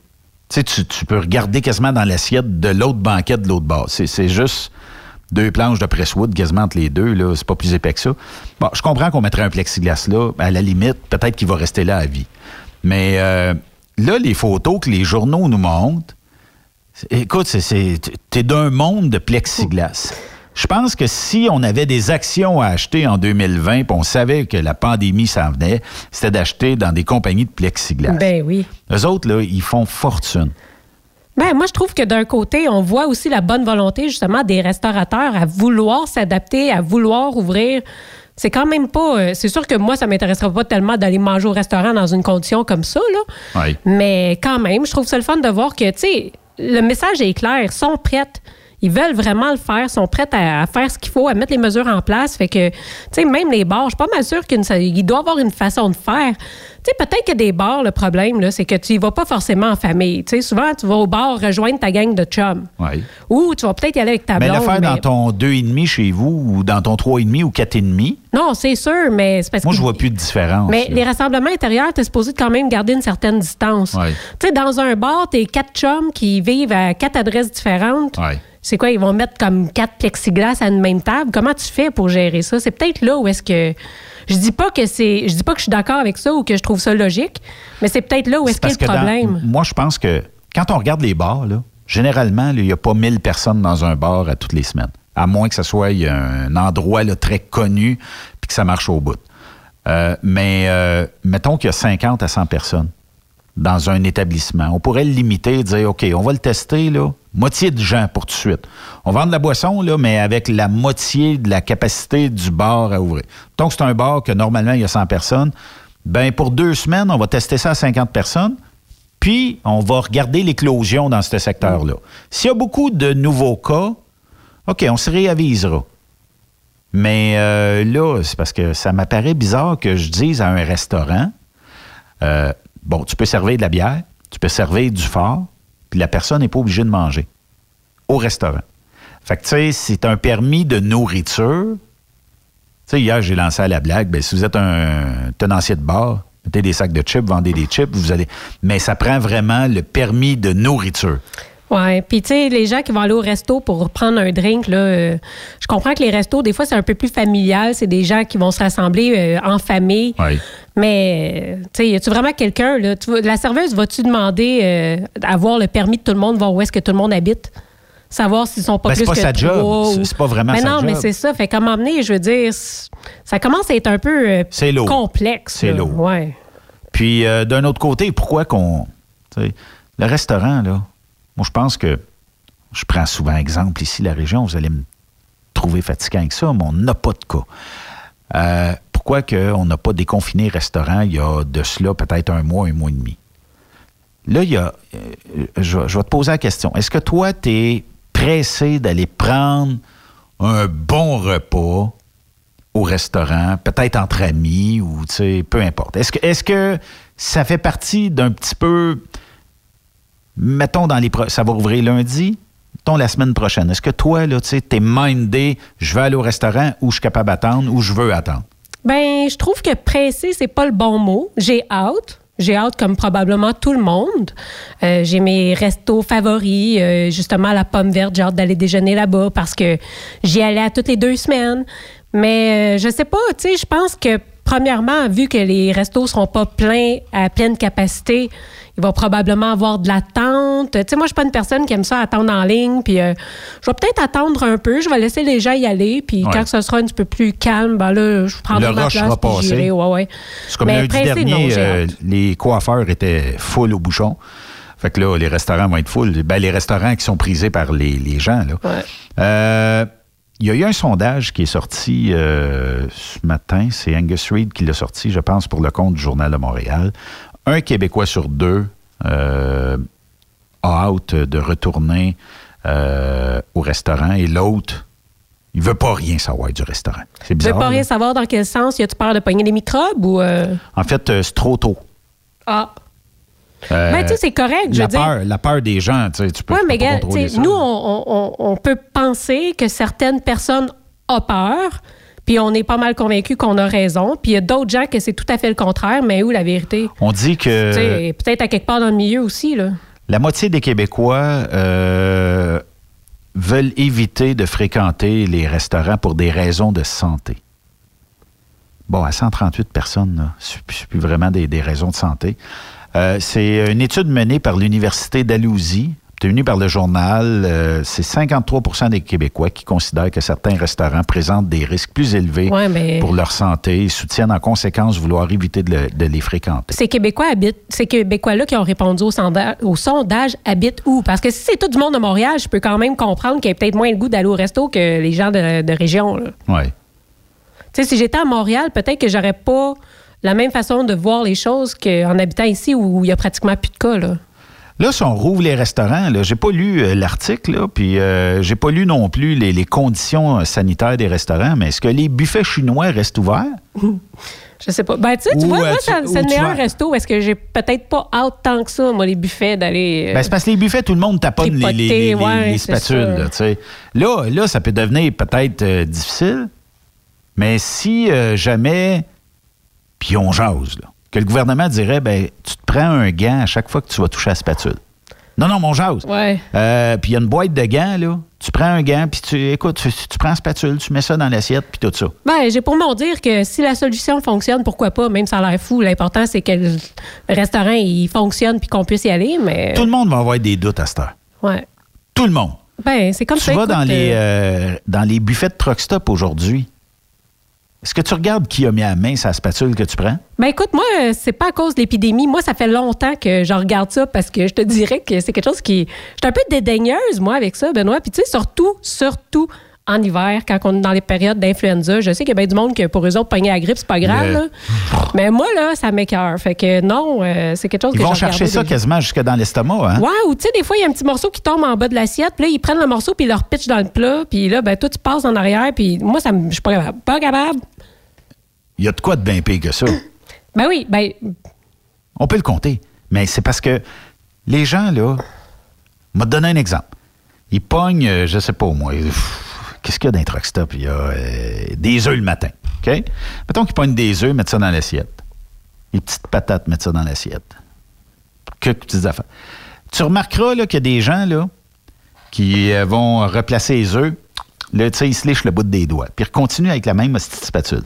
Tu sais, tu, tu peux regarder quasiment dans l'assiette de l'autre banquette de l'autre bord. C'est, c'est juste deux planches de presswood quasiment entre les deux. Là, c'est pas plus épais que ça. Bon, je comprends qu'on mettrait un plexiglas là. À la limite, peut-être qu'il va rester là à vie. Mais euh, là, les photos que les journaux nous montrent, écoute, c'est, c'est, t'es d'un monde de plexiglas. Je pense que si on avait des actions à acheter en deux mille vingt, puis on savait que la pandémie s'en venait, c'était d'acheter dans des compagnies de plexiglas. Ben oui. Eux autres, là, ils font fortune. Ben, moi, je trouve que d'un côté, on voit aussi la bonne volonté, justement, des restaurateurs à vouloir s'adapter, à vouloir ouvrir. C'est quand même pas... Euh, c'est sûr que moi, ça m'intéresserait pas tellement d'aller manger au restaurant dans une condition comme ça, là. Oui. Mais quand même, je trouve ça le fun de voir que, tu sais, le message est clair, ils sont prêts. Ils veulent vraiment le faire, sont prêts à, à faire ce qu'il faut, à mettre les mesures en place. Fait que, tu sais, même les bars, je suis pas mal sûre qu'il doit y avoir une façon de faire. Tu sais, peut-être que des bars, le problème, là, c'est que tu y vas pas forcément en famille. Tu sais, souvent, tu vas au bar rejoindre ta gang de chums. Oui. Ou tu vas peut-être y aller avec ta blonde. Mais le faire mais... dans ton deux virgule cinq chez vous ou dans ton trois virgule cinq ou quatre virgule cinq. Non, c'est sûr, mais c'est parce Moi, que... je vois plus de différence. Mais là. les rassemblements intérieurs, t'es supposé quand même garder une certaine distance. Oui. Tu sais, dans un bar, t'es quatre chums qui vivent à quatre adresses différentes. Oui. C'est quoi, ils vont mettre comme quatre plexiglas à une même table? Comment tu fais pour gérer ça? C'est peut-être là où est-ce que... Je dis pas que c'est... Je dis pas que je suis d'accord avec ça ou que je trouve ça logique, mais c'est peut-être là où est-ce qu'il y a le problème. Dans, moi, je pense que quand on regarde les bars, là, généralement, il n'y a pas mille personnes dans un bar à toutes les semaines. À moins que ce soit y a un endroit là, très connu puis que ça marche au bout. Euh, mais euh, mettons qu'il y a cinquante à cent personnes dans un établissement. On pourrait le limiter et dire, OK, on va le tester, là, moitié de gens pour tout de suite. On vend de la boisson, là, mais avec la moitié de la capacité du bar à ouvrir. Donc, c'est un bar que normalement, il y a cent personnes. Ben pour deux semaines, on va tester ça à cinquante personnes, puis on va regarder l'éclosion dans ce secteur-là. S'il y a beaucoup de nouveaux cas, OK, on se réavisera. Mais euh, là, c'est parce que ça m'apparaît bizarre que je dise à un restaurant, euh, bon, tu peux servir de la bière, tu peux servir du fort, puis la personne n'est pas obligée de manger au restaurant. Fait que, tu sais, c'est un permis de nourriture. Tu sais, hier, j'ai lancé à la blague, bien, si vous êtes un tenancier de bar, mettez des sacs de chips, vendez des chips, vous allez... Mais ça prend vraiment le permis de nourriture. Oui, puis tu sais, les gens qui vont aller au resto pour prendre un drink, là, euh, je comprends que les restos, des fois, c'est un peu plus familial. C'est des gens qui vont se rassembler euh, en famille. Oui. Mais, tu sais, y a-tu vraiment quelqu'un, là? Tu, la serveuse, vas-tu demander euh, d'avoir le permis de tout le monde, voir où est-ce que tout le monde habite? Savoir s'ils sont pas ben, plus c'est pas que sa job. trois. C'est, c'est pas vraiment mais sa non, job. mais c'est ça. Fait qu'à m'emmener, je veux dire, ça commence à être un peu euh, c'est lourd. complexe. C'est là. lourd. Ouais. Puis, euh, d'un autre côté, pourquoi qu'on... Le restaurant, là, moi, je pense que... Je prends souvent exemple ici, la région, vous allez me trouver fatigant avec ça, mais on n'a pas de cas. Euh, pourquoi qu'on n'a pas déconfiné le restaurant il y a de cela peut-être un mois, un mois et demi? Là, il y a... Euh, je, je vais te poser la question. Est-ce que toi, tu es pressé d'aller prendre un bon repas au restaurant, peut-être entre amis ou, tu sais, peu importe. Est-ce que, est-ce que ça fait partie d'un petit peu... Mettons, dans les... Pro- ça va ouvrir lundi... Mettons la semaine prochaine. Est-ce que toi, là, tu sais, t'es mindé, je vais aller au restaurant ou je suis capable d'attendre ou je veux attendre? Ben, je trouve que pressé, c'est pas le bon mot. J'ai hâte. J'ai hâte comme probablement tout le monde. Euh, j'ai mes restos favoris, euh, justement à la Pomme Verte. J'ai hâte d'aller déjeuner là-bas parce que j'y allais à toutes les deux semaines. Mais euh, je sais pas, tu sais, je pense que premièrement, vu que les restos seront pas pleins à pleine capacité, il va probablement avoir de l'attente. Tu sais, moi, je suis pas une personne qui aime ça attendre en ligne. Puis, euh, je vais peut-être attendre un peu. Je vais laisser les gens y aller. Puis, ouais. Quand ce sera un petit peu plus calme, ben là, je prendrai ma place puis j'irai. Ouais, ouais. C'est comme Mais lundi pressé, dernier, non, euh, les coiffeurs étaient full au bouchon. Fait que là, les restaurants vont être full. Ben, les restaurants qui sont prisés par les, les gens, là. Ouais. Euh, il y a eu un sondage qui est sorti euh, ce matin. C'est Angus Reid qui l'a sorti, je pense, pour le compte du Journal de Montréal. Un Québécois sur deux euh, a hâte de retourner euh, au restaurant et l'autre, il veut pas rien savoir du restaurant. C'est bizarre. Il veut pas là. rien savoir dans quel sens? Y a-tu peur de pogner des microbes ou... Euh... En fait, euh, c'est trop tôt. Ah. Euh, ben, tu sais, c'est correct, je la veux peur, dire. La peur des gens, tu sais, tu peux, ouais, tu mais peux pas gars, contrôler ça. Nous, on, on, on peut penser que certaines personnes ont peur, puis on est pas mal convaincus qu'on a raison, puis il y a d'autres gens que c'est tout à fait le contraire, mais où la vérité? On dit que... Tu sais, peut-être à quelque part dans le milieu aussi, là. La moitié des Québécois euh, veulent éviter de fréquenter les restaurants pour des raisons de santé. Bon, à cent trente-huit personnes, là, c'est plus vraiment des, des raisons de santé. Euh, c'est une étude menée par l'Université d'Alousie, obtenue par le journal. Euh, c'est cinquante-trois pour cent des Québécois qui considèrent que certains restaurants présentent des risques plus élevés ouais, mais... pour leur santé et soutiennent en conséquence vouloir éviter de, le, de les fréquenter. Ces Québécois habitent, ces Québécois-là qui ont répondu au sondage, au sondage habitent où? Parce que si c'est tout du monde de Montréal, je peux quand même comprendre qu'il y a peut-être moins le goût d'aller au resto que les gens de, de région. Oui. Tu sais, si j'étais à Montréal, peut-être que j'aurais pas la même façon de voir les choses qu'en habitant ici où il y a pratiquement plus de cas, là. Là, si on rouvre les restaurants, là, j'ai pas lu euh, l'article, là, puis euh, j'ai pas lu non plus les, les conditions sanitaires des restaurants, mais est-ce que les buffets chinois restent ouverts? Je sais pas. Ben, tu sais, tu Ou, vois, moi, euh, ça, tu- c'est ou le tu meilleur vas- resto. Est-ce que j'ai peut-être pas hâte tant que ça, moi, les buffets, d'aller... euh, Ben, c'est parce que les buffets, tout le monde taponne les, les, les, les, ouais, les c'est spatules. sûr. Là, tu sais. là, là, ça peut devenir peut-être euh, difficile, mais si euh, jamais, puis on jase, là, que le gouvernement dirait, ben, tu te prends un gant à chaque fois que tu vas toucher à la spatule. Non, non, mon jase. Ouais. Euh, puis il y a une boîte de gants, là. Tu prends un gant, puis tu, écoute, tu, tu prends la spatule, tu mets ça dans l'assiette, puis tout ça. Ben, j'ai pour m'en dire que si la solution fonctionne, pourquoi pas, même ça a l'air fou. L'important, c'est que le restaurant, il fonctionne puis qu'on puisse y aller, mais... Tout le monde va avoir des doutes à cette heure. Ouais. Tout le monde. Ben, c'est comme tu ça. vas écoute, dans les, euh, euh, dans les buffets de truck stop aujourd'hui. Est-ce que tu regardes qui a mis à main sa spatule que tu prends? Ben écoute, moi, euh, c'est pas à cause de l'épidémie. Moi, ça fait longtemps que je regarde ça parce que je te dirais que c'est quelque chose qui... Je suis un peu dédaigneuse, moi, avec ça, Benoît. Puis tu sais, surtout, surtout en hiver, quand on est dans les périodes d'influenza. Je sais qu'il y a bien du monde que pour eux autres, pogner la grippe, c'est pas grave, Le- là. Mais moi, là, ça m'écoeure. Fait que non, euh, c'est quelque chose Ils que vont j'ai chercher regardé ça déjà. quasiment jusque dans l'estomac, hein? Ouais, ou tu sais, des fois, il y a un petit morceau qui tombe en bas de l'assiette, puis là, ils prennent le morceau, puis ils le repitchent dans le plat, puis là, ben, toi, tu passes en arrière, puis moi, ça me- je suis pas capable. Pas capable. Il y a de quoi de bien pire que ça. Ben oui, ben, On peut le compter. Mais c'est parce que les gens, là, m'a donné un exemple. Ils pognent, euh, je sais pas moi, pff, qu'est-ce qu'il y a dans les truck stop? Il y a euh, des œufs le matin. OK? Mettons qu'ils pognent des œufs, mettent ça dans l'assiette. Les petites patates, mettent ça dans l'assiette. Que petites affaires. Tu remarqueras là, qu'il y a des gens là, qui euh, vont replacer les œufs. Là, tu sais, ils se lichent le bout des doigts. Puis ils continuent avec la même petite spatule.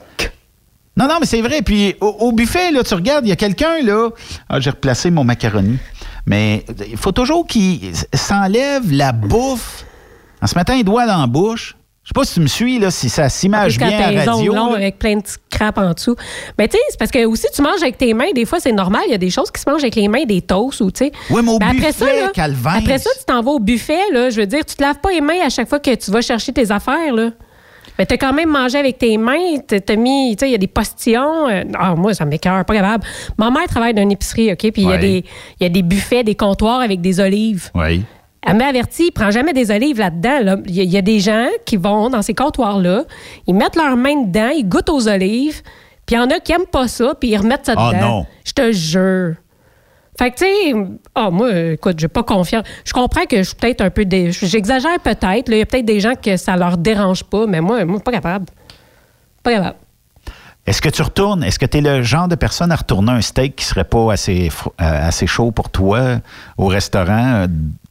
Non, non, mais c'est vrai. Puis au, au buffet, là, tu regardes, il y a quelqu'un, là. Ah, j'ai replacé mon macaroni. Mais il faut toujours qu'il s'enlève la bouffe en se mettant les doigts dans la bouche. Je sais pas si tu me suis, là, si ça s'image quand bien t'as à les radio. ongles longs là. avec plein de petits crapes en dessous. Mais tu sais, c'est parce que aussi tu manges avec tes mains, des fois c'est normal, il y a des choses qui se mangent avec les mains, des toasts ou tu sais. Oui, mais au Ben, buffet, après ça, là, calvaire. après ça, tu t'en vas au buffet, là, je veux dire, tu te laves pas les mains à chaque fois que tu vas chercher tes affaires, là. Mais t'as quand même mangé avec tes mains, t'as t'as mis, tu sais, il y a des postillons. euh, Ah, moi, ça m'écoeure, pas capable. Ma mère travaille dans une épicerie, OK? Puis il y a Ouais. des- il y a des buffets, des comptoirs avec des olives. Oui. Elle m'a averti, prends jamais des olives là-dedans. là. Il y, a- il y a des gens qui vont dans ces comptoirs-là, ils mettent leurs mains dedans, ils goûtent aux olives, puis il y en a qui aiment pas ça, puis ils remettent ça Ah, dedans. non. Je te jure. Fait que, tu sais, ah, moi, écoute, j'ai pas confiance. Je comprends que je suis peut-être un peu... dé- J'exagère peut-être. là. Il y a peut-être des gens que ça leur dérange pas, mais moi, moi, pas capable. Pas capable. Est-ce que tu retournes? Est-ce que tu es le genre de personne à retourner un steak qui serait pas assez, fr- euh, assez chaud pour toi au restaurant, euh,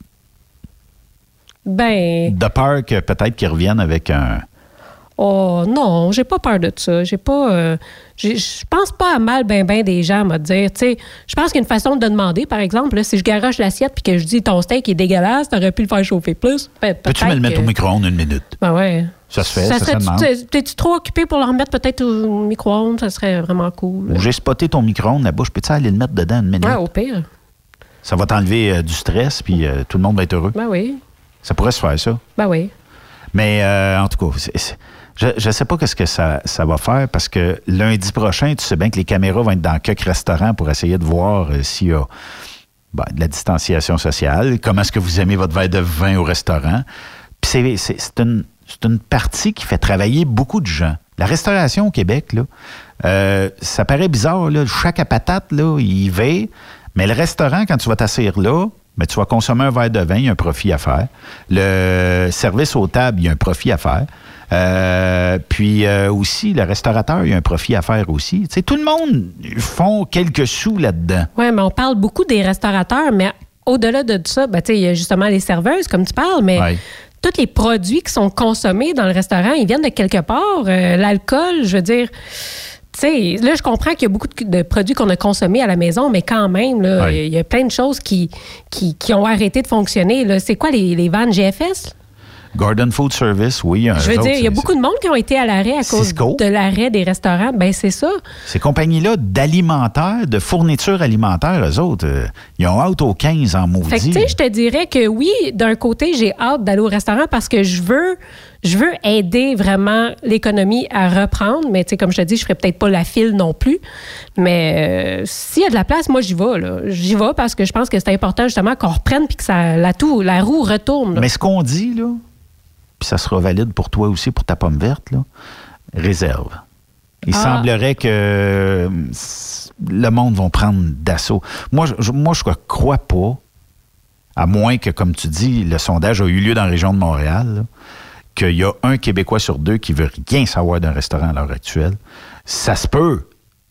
Ben, de peur que peut-être qu'ils reviennent avec un... oh non, j'ai pas peur de ça. J'ai pas... euh, j'ai- Je pense pas à mal ben ben des gens, à me dire. Tu sais, je pense qu'il y a une façon de demander, par exemple. Là, si je garoche l'assiette puis que je dis ton steak est dégueulasse, t'aurais pu le faire chauffer plus. Pe- Peux-tu me le peut-être mettre que- au micro-ondes une minute? Ben ouais. Ça se fait, ça, se serait- demande. t'es- T'es-tu trop occupé pour le remettre peut-être au micro-ondes? Ça serait vraiment cool. Ou j'ai spoté ton micro-ondes, la bouche, peux-tu aller le mettre dedans une minute? Ouais, au pire. Ça va t'enlever euh, du stress, puis euh, tout le monde va être heureux. Ben oui. Ça pourrait se faire, ça. Ben oui. Mais euh, en tout cas, c'est- c'est- je ne sais pas ce que ça, ça va faire parce que lundi prochain, tu sais bien que les caméras vont être dans quelques restaurants pour essayer de voir euh, s'il y a ben, de la distanciation sociale. Comment est-ce que vous aimez votre verre de vin au restaurant? Puis c'est, c'est, c'est une, c'est une partie qui fait travailler beaucoup de gens. La restauration au Québec, là, euh, ça paraît bizarre. Là, chaque à patate, là, il y va. Mais le restaurant, quand tu vas t'asseoir là, ben, tu vas consommer un verre de vin, il y a un profit à faire. Le service aux tables, il y a un profit à faire. Euh, puis euh, aussi, le restaurateur, il y a un profit à faire aussi. Tu sais, tout le monde font quelques sous là-dedans. Oui, mais on parle beaucoup des restaurateurs, mais au-delà de ça, ben, il y a justement les serveuses, comme tu parles, mais ouais. tous les produits qui sont consommés dans le restaurant, ils viennent de quelque part. Euh, l'alcool, je veux dire... Tu sais, là, je comprends qu'il y a beaucoup de, de produits qu'on a consommés à la maison, mais quand même, là, il ouais. y a plein de choses qui, qui, qui ont arrêté de fonctionner. Là. C'est quoi les, les vannes G F S? Gordon Food Service, oui. Je veux dire, il y a beaucoup de monde qui ont été à l'arrêt à cause Cisco. de l'arrêt des restaurants. Ben c'est ça. Ces compagnies-là d'alimentaire, de fourniture alimentaire, eux autres, euh, ils ont hâte aux quinze en maudit. Fait que, tu sais, je te dirais que oui, d'un côté, j'ai hâte d'aller au restaurant parce que je veux... Je veux aider vraiment l'économie à reprendre, mais tu sais, comme je te dis, je ferai peut-être pas la file non plus. Mais euh, s'il y a de la place, moi, j'y vais. Là. J'y vais parce que je pense que c'est important justement qu'on reprenne puis que ça, la, tout, la roue retourne. Là. Mais ce qu'on dit, là, puis ça sera valide pour toi aussi, pour ta pomme verte, là, réserve. Il ah. semblerait que le monde va prendre d'assaut. Moi, je, moi, je crois pas, à moins que, comme tu dis, le sondage a eu lieu dans la région de Montréal, là, qu'il y a un Québécois sur deux qui veut rien savoir d'un restaurant à l'heure actuelle. Ça se peut,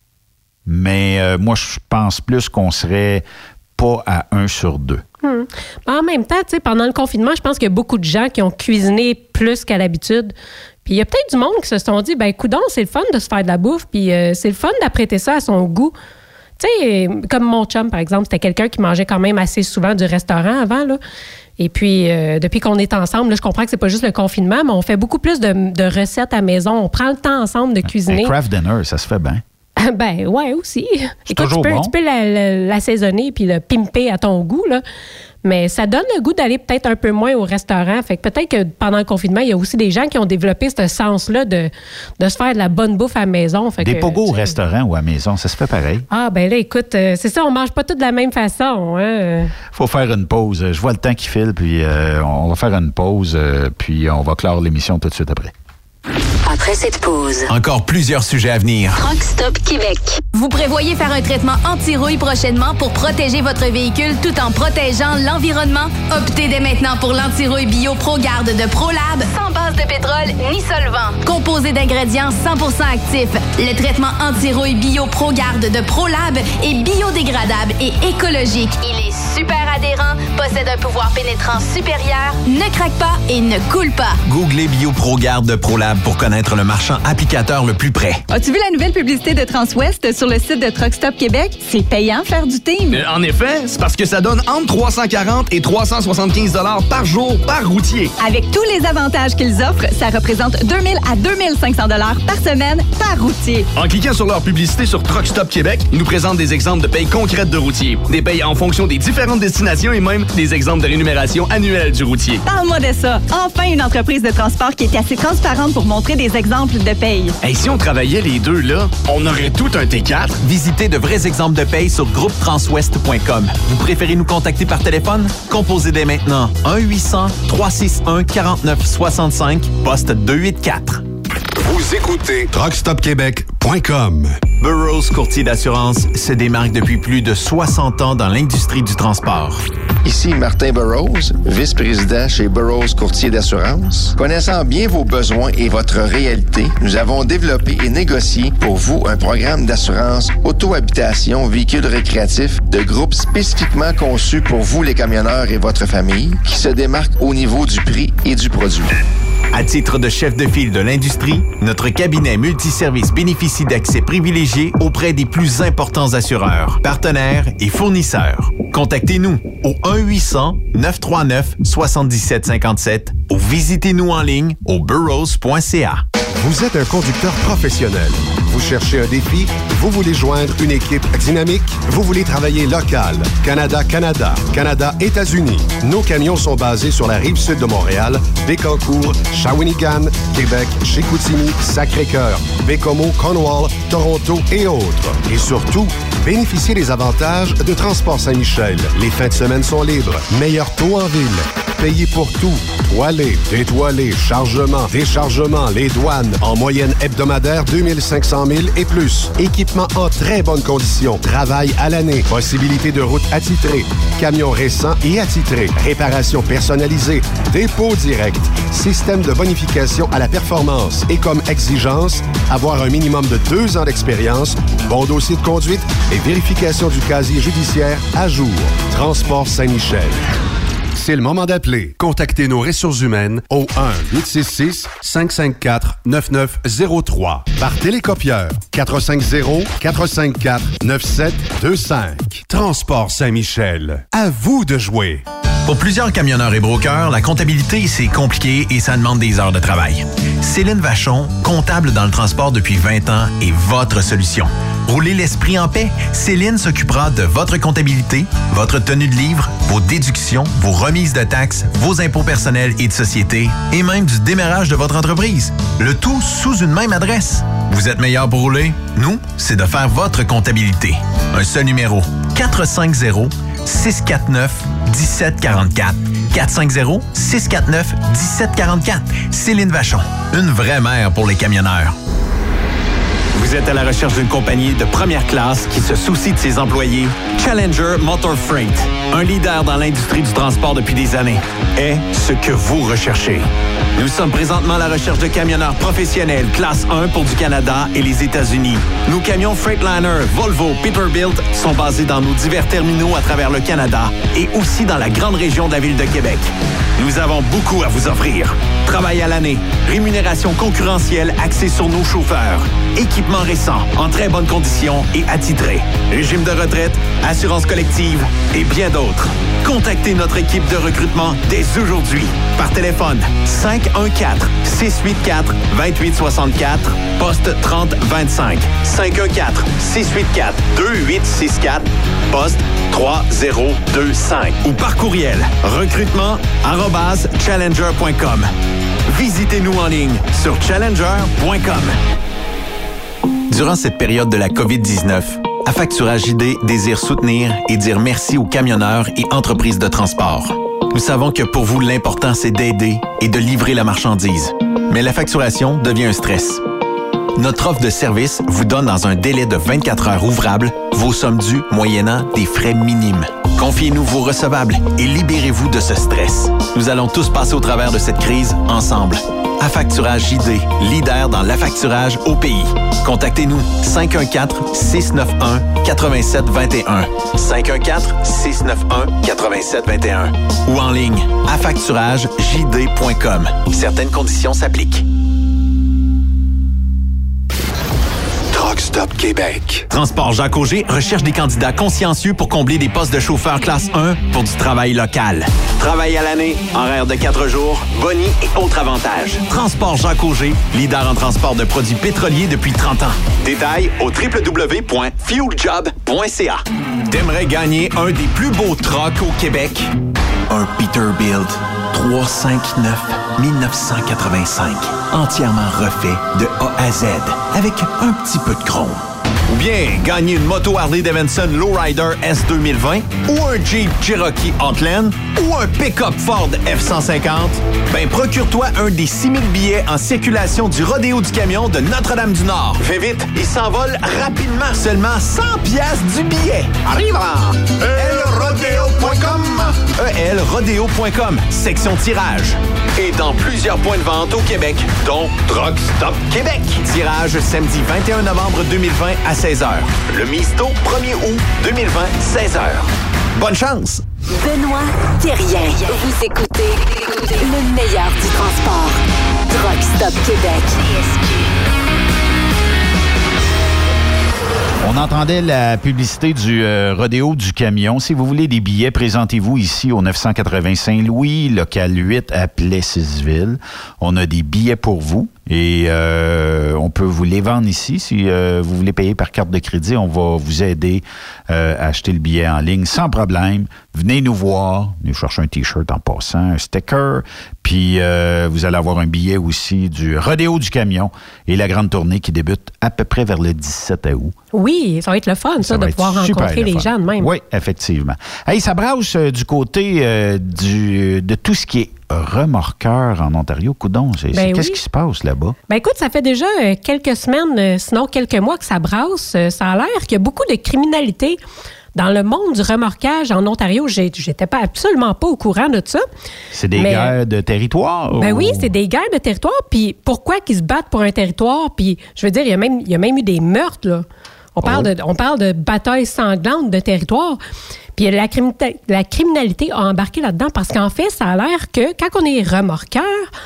mais euh, moi, je pense plus qu'on serait pas à un sur deux. Hum. En même temps, tu sais, pendant le confinement, je pense qu'il y a beaucoup de gens qui ont cuisiné plus qu'à l'habitude. Puis il y a peut-être du monde qui se sont dit, ben coudonc, c'est le fun de se faire de la bouffe, puis euh, c'est le fun d'apprêter ça à son goût. Tu sais, comme mon chum, par exemple, c'était quelqu'un qui mangeait quand même assez souvent du restaurant avant, là. Et puis, euh, depuis qu'on est ensemble, là, je comprends que c'est pas juste le confinement, mais on fait beaucoup plus de, de recettes à la maison. On prend le temps ensemble de cuisiner. Un craft dinner, ça se fait bien. Ben, ouais, aussi. C'est Écoute, toujours tu peux, bon. tu peux la, la, l'assaisonner puis le pimper à ton goût, là. Mais ça donne le goût d'aller peut-être un peu moins au restaurant. Fait que peut-être que pendant le confinement, il y a aussi des gens qui ont développé ce sens-là de, de se faire de la bonne bouffe à la maison. Fait des que, pogos au restaurant ou à la maison, ça se fait pareil. Ah, ben là, écoute, euh, c'est ça, on mange pas tous de la même façon. Hein? Faut faire une pause. Je vois le temps qui file, puis euh, on va faire une pause, euh, puis on va clore l'émission tout de suite après. Après cette pause, encore plusieurs sujets à venir. Truck Stop Québec. Vous prévoyez faire un traitement anti-rouille prochainement pour protéger votre véhicule tout en protégeant l'environnement? Optez dès maintenant pour l'anti-rouille bio ProGarde de ProLab, sans base de pétrole ni solvant. Composé d'ingrédients cent pour cent actifs, le traitement anti-rouille bio ProGarde de ProLab est biodégradable et écologique. Il est super adhérent, possède un pouvoir pénétrant supérieur, ne craque pas et ne coule pas. Googlez bio ProGarde de ProLab pour connaître le marchand applicateur le plus près. As-tu vu la nouvelle publicité de Transwest sur le site de Truck Stop Québec? C'est payant faire du team. Euh, en effet, c'est parce que ça donne entre trois cent quarante et trois cent soixante-quinze dollars par jour par routier. Avec tous les avantages qu'ils offrent, ça représente deux mille à deux mille cinq cents dollars par semaine par routier. En cliquant sur leur publicité sur Truck Stop Québec, ils nous présentent des exemples de payes concrètes de routiers, des payes en fonction des différentes destinations et même des exemples de rémunération annuelle du routier. Parle-moi de ça. Enfin, une entreprise de transport qui est assez transparente pour montrer des exemples de paye. Hey, si on travaillait les deux, là, on aurait tout un T quatre. Visitez de vrais exemples de paye sur groupe transwest point com. Vous préférez nous contacter par téléphone? Composez dès maintenant un huit cents trois six un quarante-neuf soixante-cinq, poste deux cent quatre-vingt-quatre. Vous écoutez truck stop québec point com. Burroughs Courtier d'assurance se démarque depuis plus de soixante ans dans l'industrie du transport. Ici Martin Burroughs, vice-président chez Burroughs Courtier d'assurance. Connaissant bien vos besoins et votre réalité, nous avons développé et négocié pour vous un programme d'assurance auto-habitation véhicules récréatifs de groupe spécifiquement conçu pour vous les camionneurs et votre famille, qui se démarque au niveau du prix et du produit. À titre de chef de file de l'industrie, notre cabinet multiservice bénéficie d'accès privilégié auprès des plus importants assureurs, partenaires et fournisseurs. Contactez-nous au un huit cents neuf trois neuf soixante-dix-sept cinquante-sept ou visitez-nous en ligne au burroughs point c a. Vous êtes un conducteur professionnel. Vous cherchez un défi? Vous voulez joindre une équipe dynamique? Vous voulez travailler local? Canada-Canada, Canada-États-Unis. Nos camions sont basés sur la rive sud de Montréal, Bécancour, Shawinigan, Québec, Chicoutimi, Sacré-Cœur, Bécomo, Cornwall, Toronto et autres. Et surtout, bénéficiez des avantages de Transport Saint-Michel. Les fins de semaine sont libres. Meilleur taux en ville. payé pour tout. Toilé, détoilé, chargement, déchargement, les douanes. En moyenne hebdomadaire, deux mille cinq cents milles et plus. Équipement en très bonne condition. Travail à l'année. Possibilité de route attitrée. Camions récents et attitrés. Réparation personnalisée. Dépôt direct. Système de bonification à la performance. Et comme exigence, avoir un minimum de deux ans d'expérience, bon dossier de conduite et vérification du casier judiciaire à jour. Transport Saint-Michel. C'est le moment d'appeler. Contactez nos ressources humaines au un huit six six, cinq cinq quatre, neuf neuf zéro trois. Par télécopieur quatre cinq zéro, quatre cinq quatre, neuf sept deux cinq. Transport Saint-Michel. À vous de jouer. Pour plusieurs camionneurs et brokers, la comptabilité, c'est compliqué et ça demande des heures de travail. Céline Vachon, comptable dans le transport depuis vingt ans, est votre solution. Roulez l'esprit en paix. Céline s'occupera de votre comptabilité, votre tenue de livre, vos déductions, vos remises de taxes, vos impôts personnels et de société, et même du démarrage de votre entreprise. Le tout sous une même adresse. Vous êtes meilleur pour rouler? Nous, c'est de faire votre comptabilité. Un seul numéro. quatre cinq zéro, six quatre neuf, un sept quatre quatre. quatre cinq zéro, six quatre neuf, un sept quatre quatre. Céline Vachon. Une vraie mère pour les camionneurs. Vous êtes à la recherche d'une compagnie de première classe qui se soucie de ses employés? Challenger Motor Freight, un leader dans l'industrie du transport depuis des années, est ce que vous recherchez. Nous sommes présentement à la recherche de camionneurs professionnels classe un pour du Canada et les États-Unis. Nos camions Freightliner, Volvo, Peterbilt sont basés dans nos divers terminaux à travers le Canada et aussi dans la grande région de la ville de Québec. Nous avons beaucoup à vous offrir. Travail à l'année, rémunération concurrentielle axée sur nos chauffeurs, équipement récent, en très bonne condition et attitré, régime de retraite, assurance collective et bien d'autres. Contactez notre équipe de recrutement dès aujourd'hui par téléphone cinq un quatre, six huit quatre, deux huit six quatre, poste trente vingt-cinq, cinq un quatre, six huit quatre, deux huit six quatre, poste trois zéro deux cinq ou par courriel recrutement arobase challenger point com. Visitez-nous en ligne sur challenger point com. Durant cette période de la covid dix-neuf, Affacturage I D désire soutenir et dire merci aux camionneurs et entreprises de transport. Nous savons que pour vous, l'important, c'est d'aider et de livrer la marchandise. Mais la facturation devient un stress. Notre offre de service vous donne dans un délai de vingt-quatre heures ouvrables vos sommes dues moyennant des frais minimes. Confiez-nous vos recevables et libérez-vous de ce stress. Nous allons tous passer au travers de cette crise ensemble. Affacturage I D, leader dans l'affacturage au pays. Contactez-nous cinq un quatre, six neuf un, quatre sept deux un, cinq un quatre, six neuf un, quatre sept deux un ou en ligne affacturage j d point com. Certaines conditions s'appliquent. Truck Stop Québec. Transport Jacques Auger recherche des candidats consciencieux pour combler des postes de chauffeur classe un pour du travail local. Travail à l'année, horaire de quatre jours, boni et autres avantages. Transport Jacques Auger, leader en transport de produits pétroliers depuis trente ans. Détails au w w w point fuel job point c a. T'aimerais gagner un des plus beaux trucks au Québec? Un Peterbilt trois cent cinquante-neuf mille neuf cent quatre-vingt-cinq. Entièrement refait de A à Z, avec un petit peu de chrome. Ou bien gagner une moto Harley-Davidson Lowrider S deux mille vingt ou un Jeep Cherokee Outland ou un pick-up Ford F cent cinquante, ben procure-toi un des six mille billets en circulation du Rodéo du Camion de Notre-Dame-du-Nord. Fais vite, il s'envole rapidement. Seulement cent piastres du billet. Arrive en e l rodeo point com. e l rodeo point com, section tirage. Et dans plusieurs points de vente au Québec, dont Truck Stop Québec. Tirage samedi vingt et un novembre deux mille vingt à seize heures. Le Misto, premier août deux mille vingt, seize heures. Bonne chance! Benoît Thérien. Vous écoutez le meilleur du transport. Truck Stop Québec. On entendait la publicité du euh, Rodéo du Camion. Si vous voulez des billets, présentez-vous ici au neuf cent quatre-vingts Saint-Louis, local huit à Plessisville. On a des billets pour vous. Et euh, on peut vous les vendre ici. Si euh, vous voulez payer par carte de crédit, on va vous aider euh, à acheter le billet en ligne sans problème. Venez nous voir. Venez chercher un T-shirt en passant, un sticker. Puis euh, vous allez avoir un billet aussi du Rodéo du Camion et la grande tournée qui débute à peu près vers le dix-sept août. Oui, ça va être le fun, ça, ça de pouvoir rencontrer les gens de même. Oui, effectivement. Hey, ça brasse euh, du côté euh, du, de tout ce qui est remorqueur en Ontario. Coudon, c'est, ben c'est, oui. Qu'est-ce qui se passe là-bas? Ben écoute, ça fait déjà euh, quelques semaines, euh, sinon quelques mois que ça brasse. Euh, ça a l'air qu'il y a beaucoup de criminalité dans le monde du remorquage en Ontario. J'ai, j'étais pas absolument pas au courant de ça. C'est des mais, guerres de territoire? Ben ou... oui, c'est des guerres de territoire. Puis pourquoi qu'ils se battent pour un territoire? Puis je veux dire, il y a même, il y a même eu des meurtres, là. On parle, oh. de, on parle de batailles sanglantes de territoire. Puis la, criminalité, la criminalité a embarqué là-dedans parce qu'en fait, ça a l'air que quand on est remorqueur,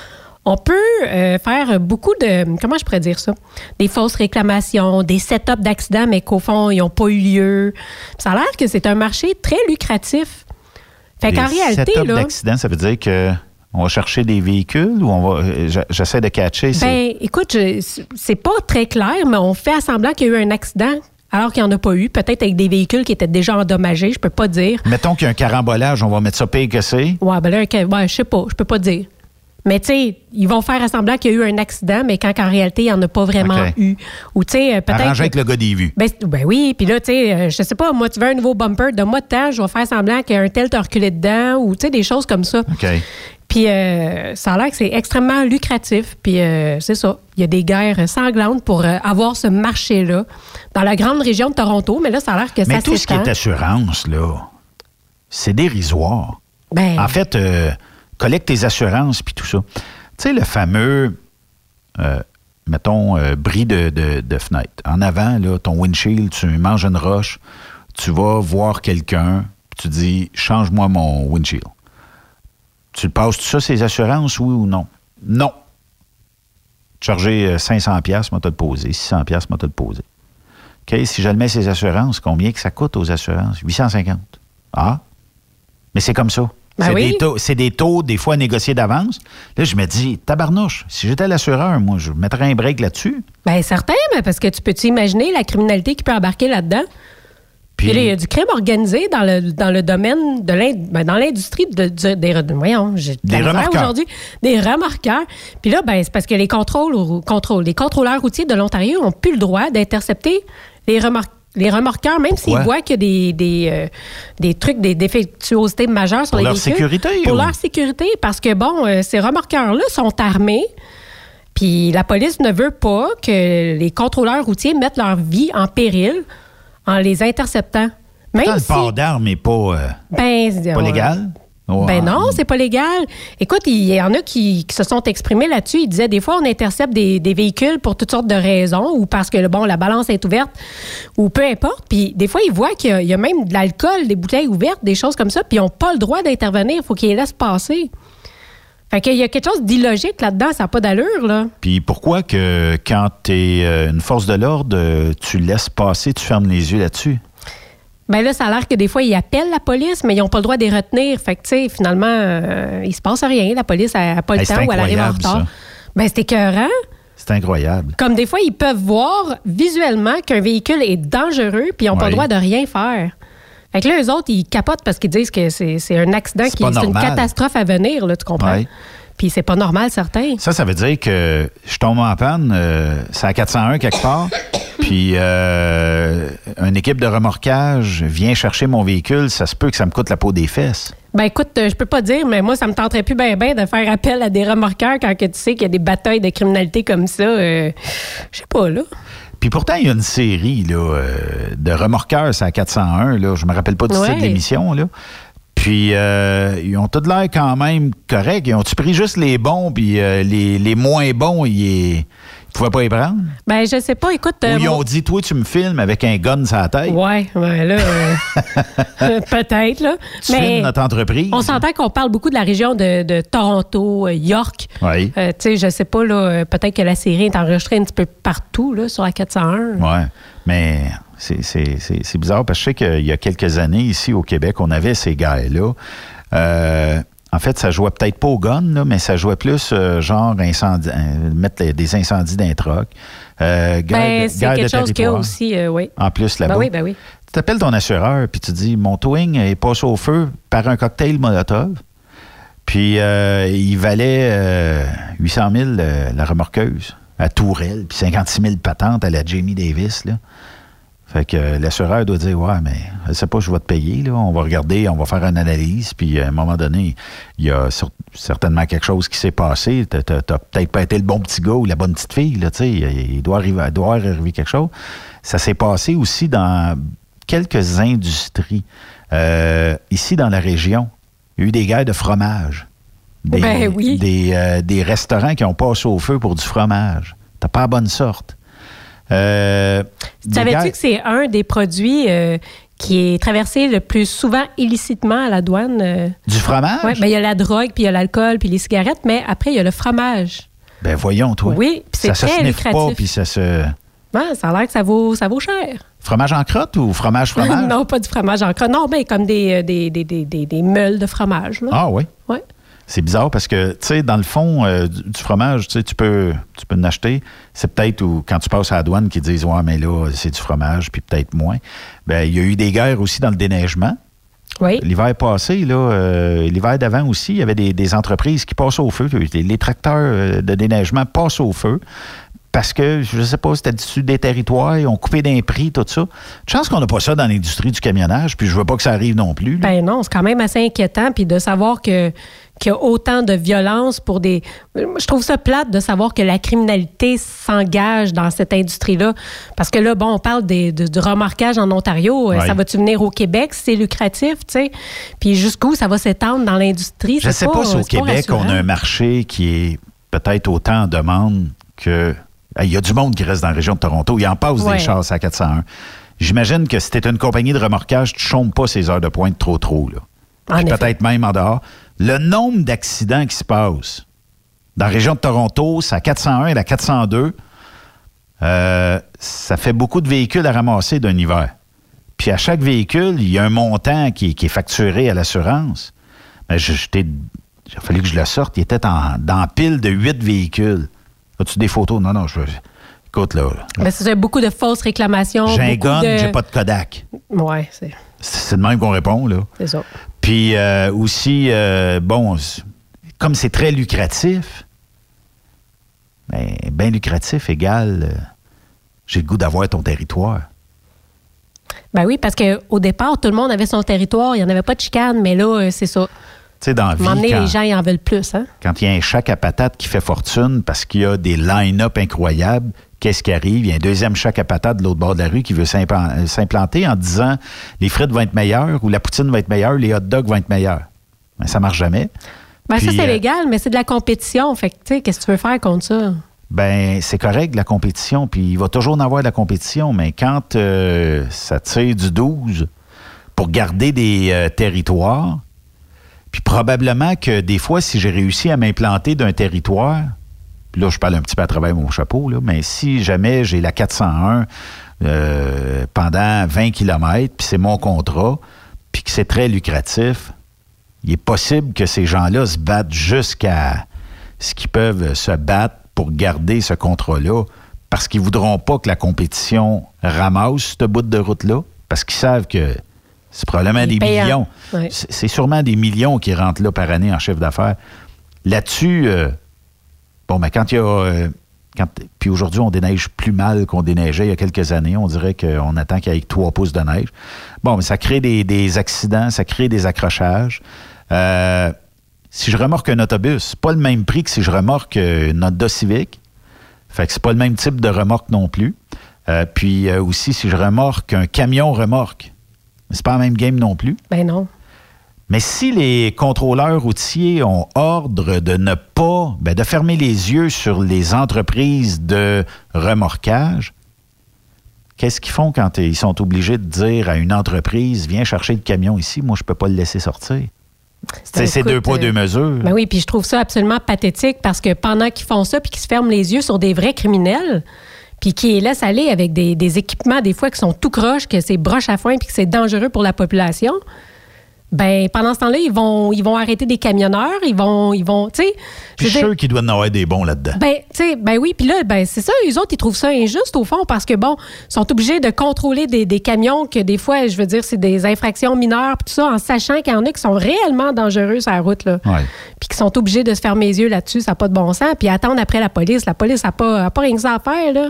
on peut euh, faire beaucoup de... Comment je pourrais dire ça? Des fausses réclamations, des setups d'accidents, mais qu'au fond, ils n'ont pas eu lieu. Ça a l'air que c'est un marché très lucratif. Fait des qu'en réalité, setups là... d'accidents, ça veut dire que... On va chercher des véhicules ou on va. J'essaie de catcher. C'est... Ben, écoute, je, c'est pas très clair, mais on fait à semblant qu'il y a eu un accident alors qu'il n'y en a pas eu. Peut-être avec des véhicules qui étaient déjà endommagés, je peux pas dire. Mettons qu'il y a un carambolage, on va mettre ça pire que c'est. Ouais, ben là, ouais, je sais pas, je peux pas dire. Mais tu sais, ils vont faire à semblant qu'il y a eu un accident, mais quand en réalité, il n'y en a pas vraiment okay. eu. Ou tu sais, peut-être. Arranger avec le gars des vues. Ben, ben oui, puis là, tu sais, je sais pas, moi, tu veux un nouveau bumper, donne-moi de temps, je vais faire semblant qu'il y a un tel t'a reculé dedans, ou tu sais, des choses comme ça. OK. Puis euh, ça a l'air que c'est extrêmement lucratif. Puis euh, c'est ça. Il y a des guerres sanglantes pour euh, avoir ce marché-là dans la grande région de Toronto. Mais là, ça a l'air que mais ça tout s'étend. Ce qui est assurance, là, c'est dérisoire. Ben... En fait, euh, collecte tes assurances puis tout ça. Tu sais, le fameux, euh, mettons, euh, bris de, de, de fenêtre. En avant, là, ton windshield, tu manges une roche, tu vas voir quelqu'un, puis tu dis, change-moi mon windshield. Tu le passes tout ça, ces assurances, oui ou non? Non. Charger cinq cents dollars, moi, t'as de poser. six cents dollars, moi, t'as de poser. OK, si je le mets ces assurances, combien que ça coûte aux assurances? huit cent cinquante. Ah? Mais c'est comme ça. Ben c'est, oui. des taux, c'est des taux, des fois, négociés d'avance. Là, je me dis, tabarnouche, si j'étais l'assureur, moi, je mettrais un break là-dessus. Bien, certain, mais parce que tu peux-tu imaginer la criminalité qui peut embarquer là-dedans? Puis il y a du crime organisé dans le, dans le domaine de l'industrie, ben dans l'industrie de, de, des, voyons, j'ai des remorqueurs aujourd'hui, des remorqueurs. Puis là, ben, c'est parce que les contrôles, contrôles, les contrôleurs routiers de l'Ontario n'ont plus le droit d'intercepter les remorqueurs. Les remorqueurs, même Pourquoi? S'ils voient qu'il y a des, des, euh, des trucs, des défectuosités majeures sur pour les leur véhicules. Sécurité, pour ou? leur sécurité, parce que, bon, euh, ces remorqueurs-là sont armés, puis la police ne veut pas que les contrôleurs routiers mettent leur vie en péril en les interceptant. Même Pourtant, si... le port d'armes n'est pas, euh, ben, pas ouais. légal. Ouais. Ben non, c'est pas légal. Écoute, il y en a qui, qui se sont exprimés là-dessus. Ils disaient des fois, on intercepte des, des véhicules pour toutes sortes de raisons ou parce que, bon, la balance est ouverte ou peu importe. Puis des fois, ils voient qu'il y a, il y a même de l'alcool, des bouteilles ouvertes, des choses comme ça, puis ils n'ont pas le droit d'intervenir. Il faut qu'ils les laissent passer. Fait qu'il y a quelque chose d'illogique là-dedans. Ça n'a pas d'allure, là. Puis pourquoi que quand tu es une force de l'ordre, tu laisses passer, tu fermes les yeux là-dessus? Ben là, ça a l'air que des fois, ils appellent la police, mais ils n'ont pas le droit de les retenir. Fait que, tu sais, finalement, euh, il se passe rien. La police n'a pas le hey, temps ou elle arrive en retard. Ça. Ben, c'est écœurant. C'est incroyable. Comme des fois, ils peuvent voir visuellement qu'un véhicule est dangereux, puis ils n'ont ouais. pas le droit de rien faire. Fait que là, eux autres, ils capotent parce qu'ils disent que c'est, c'est un accident, c'est, qui, c'est une catastrophe à venir, là, tu comprends? Ouais. Puis c'est pas normal, certain. Ça, ça veut dire que je tombe en panne, euh, c'est à quatre cent un quelque part, puis euh, une équipe de remorquage vient chercher mon véhicule, ça se peut que ça me coûte la peau des fesses. Ben écoute, je peux pas dire, mais moi, ça me tenterait plus bien ben de faire appel à des remorqueurs quand que tu sais qu'il y a des batailles de criminalité comme ça. Euh, je sais pas, là. Puis pourtant, il y a une série là, euh, de remorqueurs, c'est à quatre cent un, là, je me rappelle pas du ouais. titre de l'émission, là. Puis, euh, ils ont tout l'air quand même corrects. Ils ont-tu pris juste les bons, puis euh, les, les moins bons, ils ne pouvaient pas les prendre? Ben je sais pas, écoute... Ou euh, ils mon... ont dit, toi, tu me filmes avec un gun sur la tête? Ouais, ouais, là, euh, peut-être, là. Tu mais filmes notre entreprise? On s'entend qu'on parle beaucoup de la région de, de Toronto, York. Oui. Euh, tu sais, je sais pas, là, peut-être que la série est enregistrée un petit peu partout, là, sur la quatre cent un. Ouais, mais... C'est, c'est, c'est, c'est bizarre parce que je sais qu'il y a quelques années, ici au Québec, on avait ces gars-là. Euh, En fait, ça jouait peut-être pas au gun, là, mais ça jouait plus euh, genre incendie, euh, mettre les, des incendies dans les trucks. Euh, guerre, Ben, c'est guerre quelque de chose qu'il y a territoire. aussi, euh, oui. En plus, là-bas. Ben oui, ben oui. Tu t'appelles ton assureur, puis tu dis, mon towing est passé au feu par un cocktail Molotov. Puis euh, il valait euh, huit cent mille euh, la remorqueuse à Tourelle, puis cinquante-six mille patentes à la Jamie Davis, là. Fait que euh, l'assureur doit dire, ouais, mais je sais pas, je vais te payer, là. On va regarder, on va faire une analyse, puis à un moment donné, il y a sur- certainement quelque chose qui s'est passé. T'as, t'as, t'as peut-être pas été le bon petit gars ou la bonne petite fille, là, tu sais. Il doit arriver, il doit arriver quelque chose. Ça s'est passé aussi dans quelques industries. Euh, ici, dans la région, il y a eu des guerres de fromage. Des, Ben oui. Des, euh, des restaurants qui ont passé au feu pour du fromage. T'as pas la bonne sorte. Euh, des Savais-tu guerres- que c'est un des produits euh, qui est traversé le plus souvent illicitement à la douane? euh? Du fromage? Oui, ben il y a la drogue, puis il y a l'alcool, puis les cigarettes, mais après, il y a le fromage. Ben voyons, toi. Oui, puis c'est ça se très sniffe pas, lucratif. puis ça se... Ouais, ça a l'air que ça vaut, ça vaut cher. Fromage en crotte ou fromage fromage? non, pas du fromage en crotte. Non, ben comme des, euh, des, des, des, des, des meules de fromage. Là. Ah oui? Oui. C'est bizarre parce que, tu sais, dans le fond, euh, du, du fromage, tu sais, tu peux, tu peux en acheter. C'est peut-être où, quand tu passes à la douane, qu'ils disent, ouais, mais là, c'est du fromage, puis peut-être moins. Ben, il y a eu des guerres aussi dans le déneigement. Oui. L'hiver passé, là, euh, l'hiver d'avant aussi, il y avait des, des entreprises qui passaient au feu. Les, les tracteurs euh, de déneigement passent au feu. Parce que, je ne sais pas, c'était dessus des territoires, ils ont coupé d'un prix, tout ça. Je pense qu'on n'a pas ça dans l'industrie du camionnage, puis je veux pas que ça arrive non plus. là. Ben non, c'est quand même assez inquiétant. Puis de savoir que qu'il y a autant de violence pour des... Je trouve ça plate de savoir que la criminalité s'engage dans cette industrie-là. Parce que là, bon, on parle des, de- du remorquage en Ontario. Ouais. Ça va-tu venir au Québec si c'est lucratif, tu sais? Puis jusqu'où ça va s'étendre dans l'industrie? Je ne C'est sais pas si au c'est pas Québec, on a rassurant. un marché qui est peut-être autant en demande que... Il y a du monde qui reste dans la région de Toronto. Il en passe Ouais. des chars à quatre cent un. J'imagine que si tu es une compagnie de remorquage, tu ne chômes pas ces heures de pointe trop, trop. Là. En Puis effet. peut-être même en dehors. Le nombre d'accidents qui se passent dans la région de Toronto, c'est à quatre cent un et la quatre cent deux. Euh, ça fait beaucoup de véhicules à ramasser d'un hiver. Puis à chaque véhicule, il y a un montant qui, qui est facturé à l'assurance. Mais je, je t'ai- il a fallu que je le sorte. Il était en- dans la pile de huit véhicules. As-tu des photos? Non, non, je écoute, là. Ben, c'est ça, beaucoup de fausses réclamations. J'ai un beaucoup gun, de... j'ai pas de Kodak. Oui, c'est C'est c'est de même qu'on répond, là. c'est ça. Puis euh, aussi, euh, bon, c'est- comme c'est très lucratif, ben, bien lucratif égale, euh, j'ai le goût d'avoir ton territoire. Ben oui, parce qu'au départ, tout le monde avait son territoire. Il n'y en avait pas de chicane, mais là, euh, c'est ça. Tu sais, dans la À un vie, moment donné, quand, les gens, ils en veulent plus, hein? quand il y a un chac à patate qui fait fortune parce qu'il y a des line-up incroyables, qu'est-ce qui arrive? Il y a un deuxième chac à patate de l'autre bord de la rue qui veut s'implan- s'implanter en disant les frites vont être meilleures ou la poutine va être meilleure, les hot dogs vont être meilleurs. Mais ça marche jamais. Ben ça, Puis, c'est euh, légal, mais c'est de la compétition. Fait que, tu sais, qu'est-ce que tu veux faire contre ça? Ben, c'est correct, la compétition, puis il va toujours en avoir de la compétition, mais quand euh, ça tire du douze pour garder des euh, territoires, puis probablement que des fois, si j'ai réussi à m'implanter d'un territoire, puis là, je parle un petit peu à travers mon chapeau, là, mais si jamais j'ai la quatre cent un euh, pendant vingt kilomètres, puis c'est mon contrat, puis que c'est très lucratif, il est possible que ces gens-là se battent jusqu'à ce qu'ils peuvent se battre pour garder ce contrat-là, parce qu'ils ne voudront pas que la compétition ramasse ce bout de route-là, parce qu'ils savent que c'est probablement Il est des payant. millions. Ouais. C'est c'est sûrement des millions qui rentrent là par année en chiffre d'affaires. Là-dessus, euh, bon, mais quand il y a... euh, quand- puis aujourd'hui, on déneige plus mal qu'on déneigeait il y a quelques années. On dirait qu'on attend qu'il y ait trois pouces de neige. Bon, mais ça crée des, des accidents, ça crée des accrochages. Euh, si je remorque un autobus, c'est pas le même prix que si je remorque une Honda Civic. Fait que c'est pas le même type de remorque non plus. Euh, puis euh, aussi, si je remorque un camion remorque, c'est pas la même game non plus. Ben non. Mais si les contrôleurs routiers ont ordre de ne pas, ben de fermer les yeux sur les entreprises de remorquage, qu'est-ce qu'ils font quand ils sont obligés de dire à une entreprise, viens chercher le camion ici, moi je peux pas le laisser sortir? C'est c'est Écoute, deux poids, euh, deux mesures. Ben oui, puis je trouve ça absolument pathétique parce que pendant qu'ils font ça puis qu'ils se ferment les yeux sur des vrais criminels, puis qu'ils les laissent aller avec des, des équipements des fois qui sont tout croches, que c'est broche à foin puis que c'est dangereux pour la population, ben pendant ce temps-là, ils vont, ils vont arrêter des camionneurs, ils vont, ils vont, tu sais. Puis je suis sûr qu'il doit en avoir des bons là-dedans. Ben, tu sais, ben oui, puis là, ben c'est ça, eux autres, ils trouvent ça injuste au fond parce que bon, ils sont obligés de contrôler des, des camions que des fois, je veux dire, c'est des infractions mineures, puis tout ça, en sachant qu'il y en a qui sont réellement dangereux sur la route, là. Ouais. Puis qui sont obligés de se fermer les yeux là-dessus, ça n'a pas de bon sens, puis attendre après la police. La police n'a pas, a pas rien que ça à faire, là.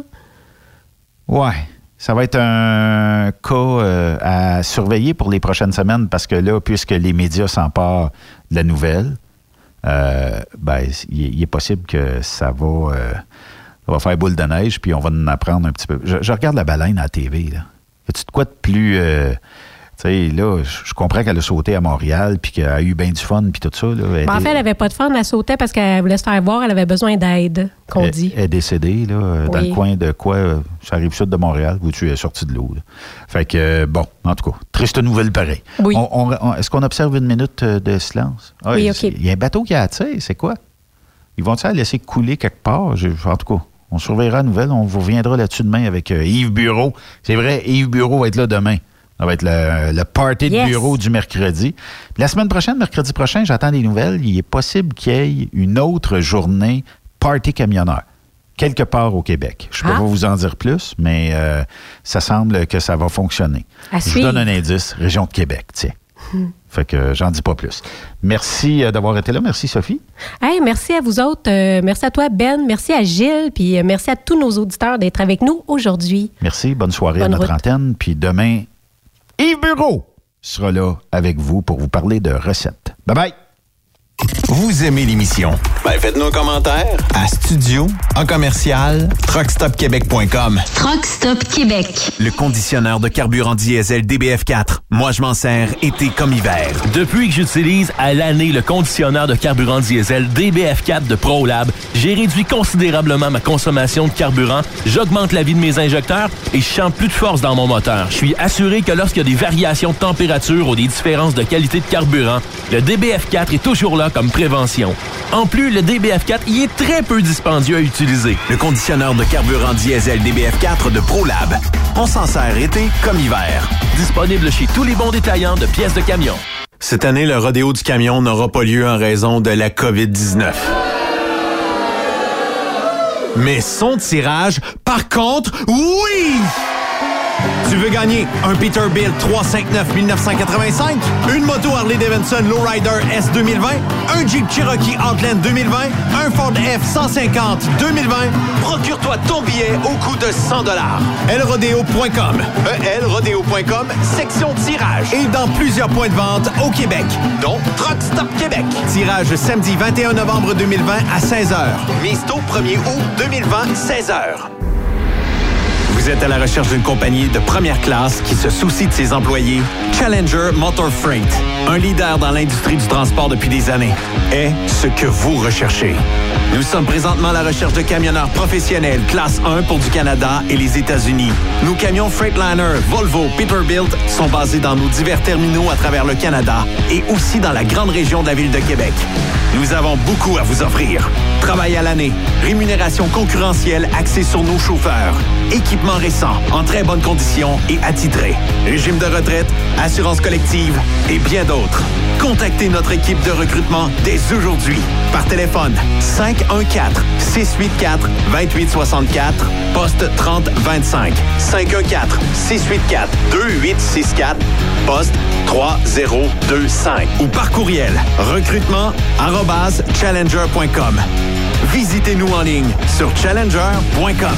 Ouais. Ça va être un cas euh, à surveiller pour les prochaines semaines parce que là, puisque les médias s'emparent de la nouvelle, euh, ben, il, il est possible que ça va, euh, ça va faire boule de neige puis on va en apprendre un petit peu. Je, je regarde la baleine à la T V, là. Y a-tu de quoi de plus... Euh, tu sais, là, je comprends qu'elle a sauté à Montréal puis qu'elle a eu bien du fun puis tout ça. Là. Ben, en fait, elle n'avait pas de fun. Elle sautait parce qu'elle voulait se faire voir. Elle avait besoin d'aide, qu'on elle, dit. Elle est décédée, là, oui. dans le coin de quoi? Ça arrive sud de Montréal, où tu es sorti de l'eau. Là. Fait que, bon, en tout cas, triste nouvelle pareil. Oui. On, on, on, est-ce qu'on observe une minute de silence? Ah, oui, il, OK. Il y a un bateau qui a tiré, c'est quoi? Ils vont-ils la laisser couler quelque part? Je, en tout cas, on surveillera la nouvelle. On vous reviendra là-dessus demain avec euh, Yves Bureau. C'est vrai, Yves Bureau va être là demain. Ça va être le, le party yes. de bureau du mercredi. La semaine prochaine, mercredi prochain, j'attends des nouvelles. Il est possible qu'il y ait une autre journée party camionneur, quelque part au Québec. Je ne peux ah. pas vous en dire plus, mais euh, ça semble que ça va fonctionner. À Je vous donne un indice, région de Québec, tiens. Hmm. Fait que j'en dis pas plus. Merci d'avoir été là. Merci, Sophie. Hey, merci à vous autres. Euh, merci à toi, Ben. Merci à Gilles. Puis euh, merci à tous nos auditeurs d'être avec nous aujourd'hui. Merci. Bonne soirée Bonne à notre route. antenne. Puis demain, Yves Bureau sera là avec vous pour vous parler de recettes. Bye-bye! Vous aimez l'émission? Ben faites-nous un commentaire à studio en commercial truck stop québec point com. Truck Stop Québec. Le conditionneur de carburant diesel D B F quatre. Moi, je m'en sers été comme hiver. Depuis que j'utilise à l'année le conditionneur de carburant diesel D B F quatre de ProLab, j'ai réduit considérablement ma consommation de carburant, j'augmente la vie de mes injecteurs et je sens plus de force dans mon moteur. Je suis assuré que lorsqu'il y a des variations de température ou des différences de qualité de carburant, le D B F quatre est toujours là comme prévention. En plus, le D B F quatre y est très peu dispendieux à utiliser. Le conditionneur de carburant diesel D B F quatre de ProLab. On s'en sert été comme hiver. Disponible chez tous les bons détaillants de pièces de camion. Cette année, le rodéo du camion n'aura pas lieu en raison de la covid dix-neuf. Mais son tirage, par contre, oui! Tu veux gagner un Peterbilt trois cent cinquante-neuf mille neuf cent quatre-vingt-cinq, une moto Harley-Davidson Lowrider S deux mille vingt, un Jeep Cherokee Outland deux mille vingt, un Ford F cent cinquante deux mille vingt, procure-toi ton billet au coût de cent dollars. el rodeo point com, E L rodeo point com, section tirage. Et dans plusieurs points de vente au Québec, dont Truck Stop Québec. Tirage samedi vingt et un novembre deux mille vingt à seize heures. Mise tôt premier août deux mille vingt, seize heures. Vous êtes à la recherche d'une compagnie de première classe qui se soucie de ses employés? Challenger Motor Freight, un leader dans l'industrie du transport depuis des années, est ce que vous recherchez. Nous sommes présentement à la recherche de camionneurs professionnels classe un pour du Canada et les États-Unis. Nos camions Freightliner, Volvo, Peterbilt sont basés dans nos divers terminaux à travers le Canada et aussi dans la grande région de la ville de Québec. Nous avons beaucoup à vous offrir. Travail à l'année, rémunération concurrentielle axée sur nos chauffeurs, équipement récent, en très bonne condition et attitré, régime de retraite, assurance collective et bien d'autres. Contactez notre équipe de recrutement dès aujourd'hui par téléphone cinq un quatre, six huit quatre, deux huit six quatre, poste trente vingt-cinq, cinq un quatre, six huit quatre, deux huit six quatre, poste trois zéro deux cinq ou par courriel recrutement arobase challenger point com. Visitez-nous en ligne sur challenger point com.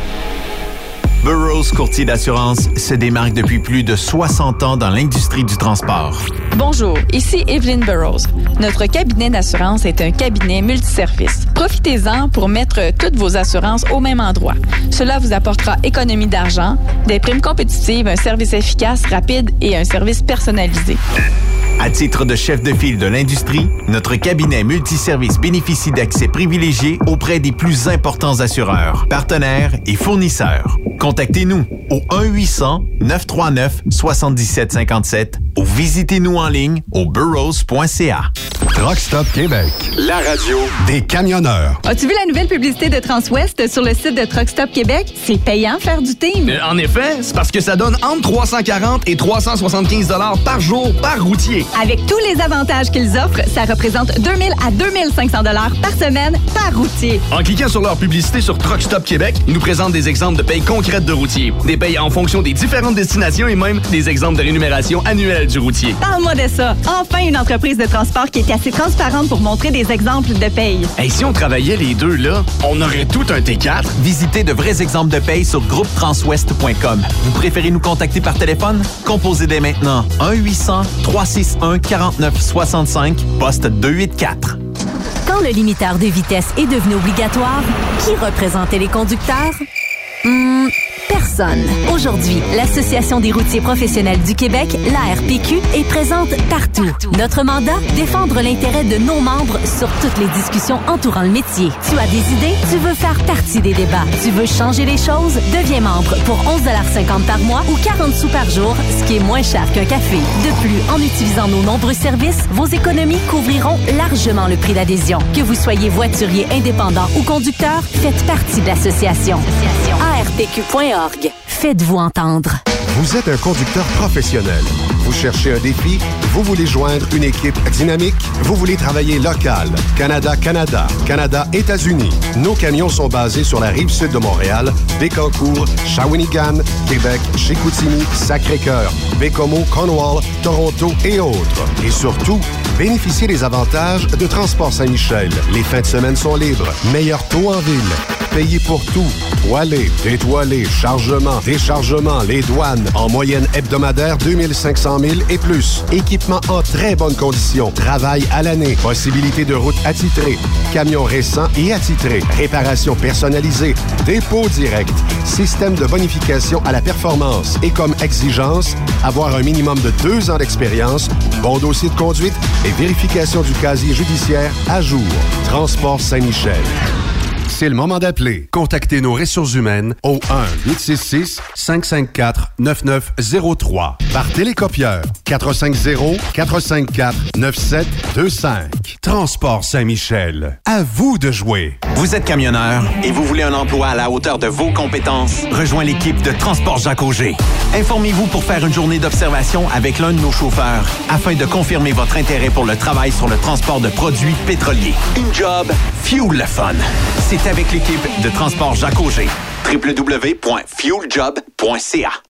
Burroughs Courtier d'assurance se démarque depuis plus de soixante ans dans l'industrie du transport. Bonjour, ici Evelyn Burroughs. Notre cabinet d'assurance est un cabinet multiservice. Profitez-en pour mettre toutes vos assurances au même endroit. Cela vous apportera économie d'argent, des primes compétitives, un service efficace, rapide et un service personnalisé. À titre de chef de file de l'industrie, notre cabinet multiservice bénéficie d'accès privilégié auprès des plus importants assureurs, partenaires et fournisseurs. Contactez-nous au un huit cents neuf trois neuf sept sept cinq sept ou visitez-nous en ligne au burrows point c a. Truck Stop Québec, La radio des camionneurs. As-tu vu la nouvelle publicité de Transwest sur le site de Truck Stop Québec? C'est payant faire du team. Euh, en effet, c'est parce que ça donne entre trois cent quarante et trois cent soixante-quinze dollars par jour par routier. Avec tous les avantages qu'ils offrent, ça représente deux mille à deux mille cinq cents dollars par semaine par routier. En cliquant sur leur publicité sur Truck Stop Québec, ils nous présentent des exemples de payes concrètes de routiers, des payes en fonction des différentes destinations et même des exemples de rémunération annuelle du routier. Parle-moi de ça. Enfin, une entreprise de transport qui est assez transparente pour montrer des exemples de paye. Hey, si on travaillait les deux, là, on aurait tout un T quatre. Visitez de vrais exemples de paye sur groupe transwest point com. Vous préférez nous contacter par téléphone? Composez dès maintenant un huit cents trois six un quarante-neuf soixante-cinq, poste deux cent quatre-vingt-quatre. Quand le limiteur de vitesse est devenu obligatoire, qui représentait les conducteurs? Hmm, personne. Aujourd'hui, l'Association des routiers professionnels du Québec, l'A R P Q, est présente partout. Notre mandat, défendre l'intérêt de nos membres sur toutes les discussions entourant le métier. Tu as des idées? Tu veux faire partie des débats? Tu veux changer les choses? Deviens membre pour onze cinquante par mois ou quarante sous par jour, ce qui est moins cher qu'un café. De plus, en utilisant nos nombreux services, vos économies couvriront largement le prix d'adhésion. Que vous soyez voiturier indépendant ou conducteur, faites partie de l'association. A R P Q point org. Faites-vous entendre. Vous êtes un conducteur professionnel. Vous cherchez un défi? Vous voulez joindre une équipe dynamique? Vous voulez travailler local? Canada-Canada, Canada-États-Unis. Nos camions sont basés sur la rive sud de Montréal, Bécancour, Shawinigan, Québec, Chicoutimi, Sacré-Cœur, Bécomo, Cornwall, Toronto et autres. Et surtout, bénéficiez des avantages de Transport Saint-Michel. Les fins de semaine sont libres. Meilleur taux en ville. Payé pour tout. Toilé, détoilé, chargement, déchargement, les douanes. En moyenne hebdomadaire, deux mille cinq cents milles et plus. Équipement en très bonne condition. Travail à l'année. Possibilité de route attitrée. Camions récents et attitrés. Réparation personnalisée. Dépôt direct. Système de bonification à la performance. Et comme exigence, avoir un minimum de deux ans d'expérience, bon dossier de conduite et vérification du casier judiciaire à jour. Transport Saint-Michel. C'est le moment d'appeler. Contactez nos ressources humaines au un huit six six cinq cinq quatre neuf neuf zéro trois par télécopieur quatre cinq zéro quatre cinq quatre neuf sept deux cinq. Transport Saint-Michel. À vous de jouer. Vous êtes camionneur et vous voulez un emploi à la hauteur de vos compétences? Rejoins l'équipe de Transport Jacques Auger. Informez-vous pour faire une journée d'observation avec l'un de nos chauffeurs afin de confirmer votre intérêt pour le travail sur le transport de produits pétroliers. Une job, fuel le fun. C'est avec l'équipe de Transport Jacques Auger. w w w point fuel job point c a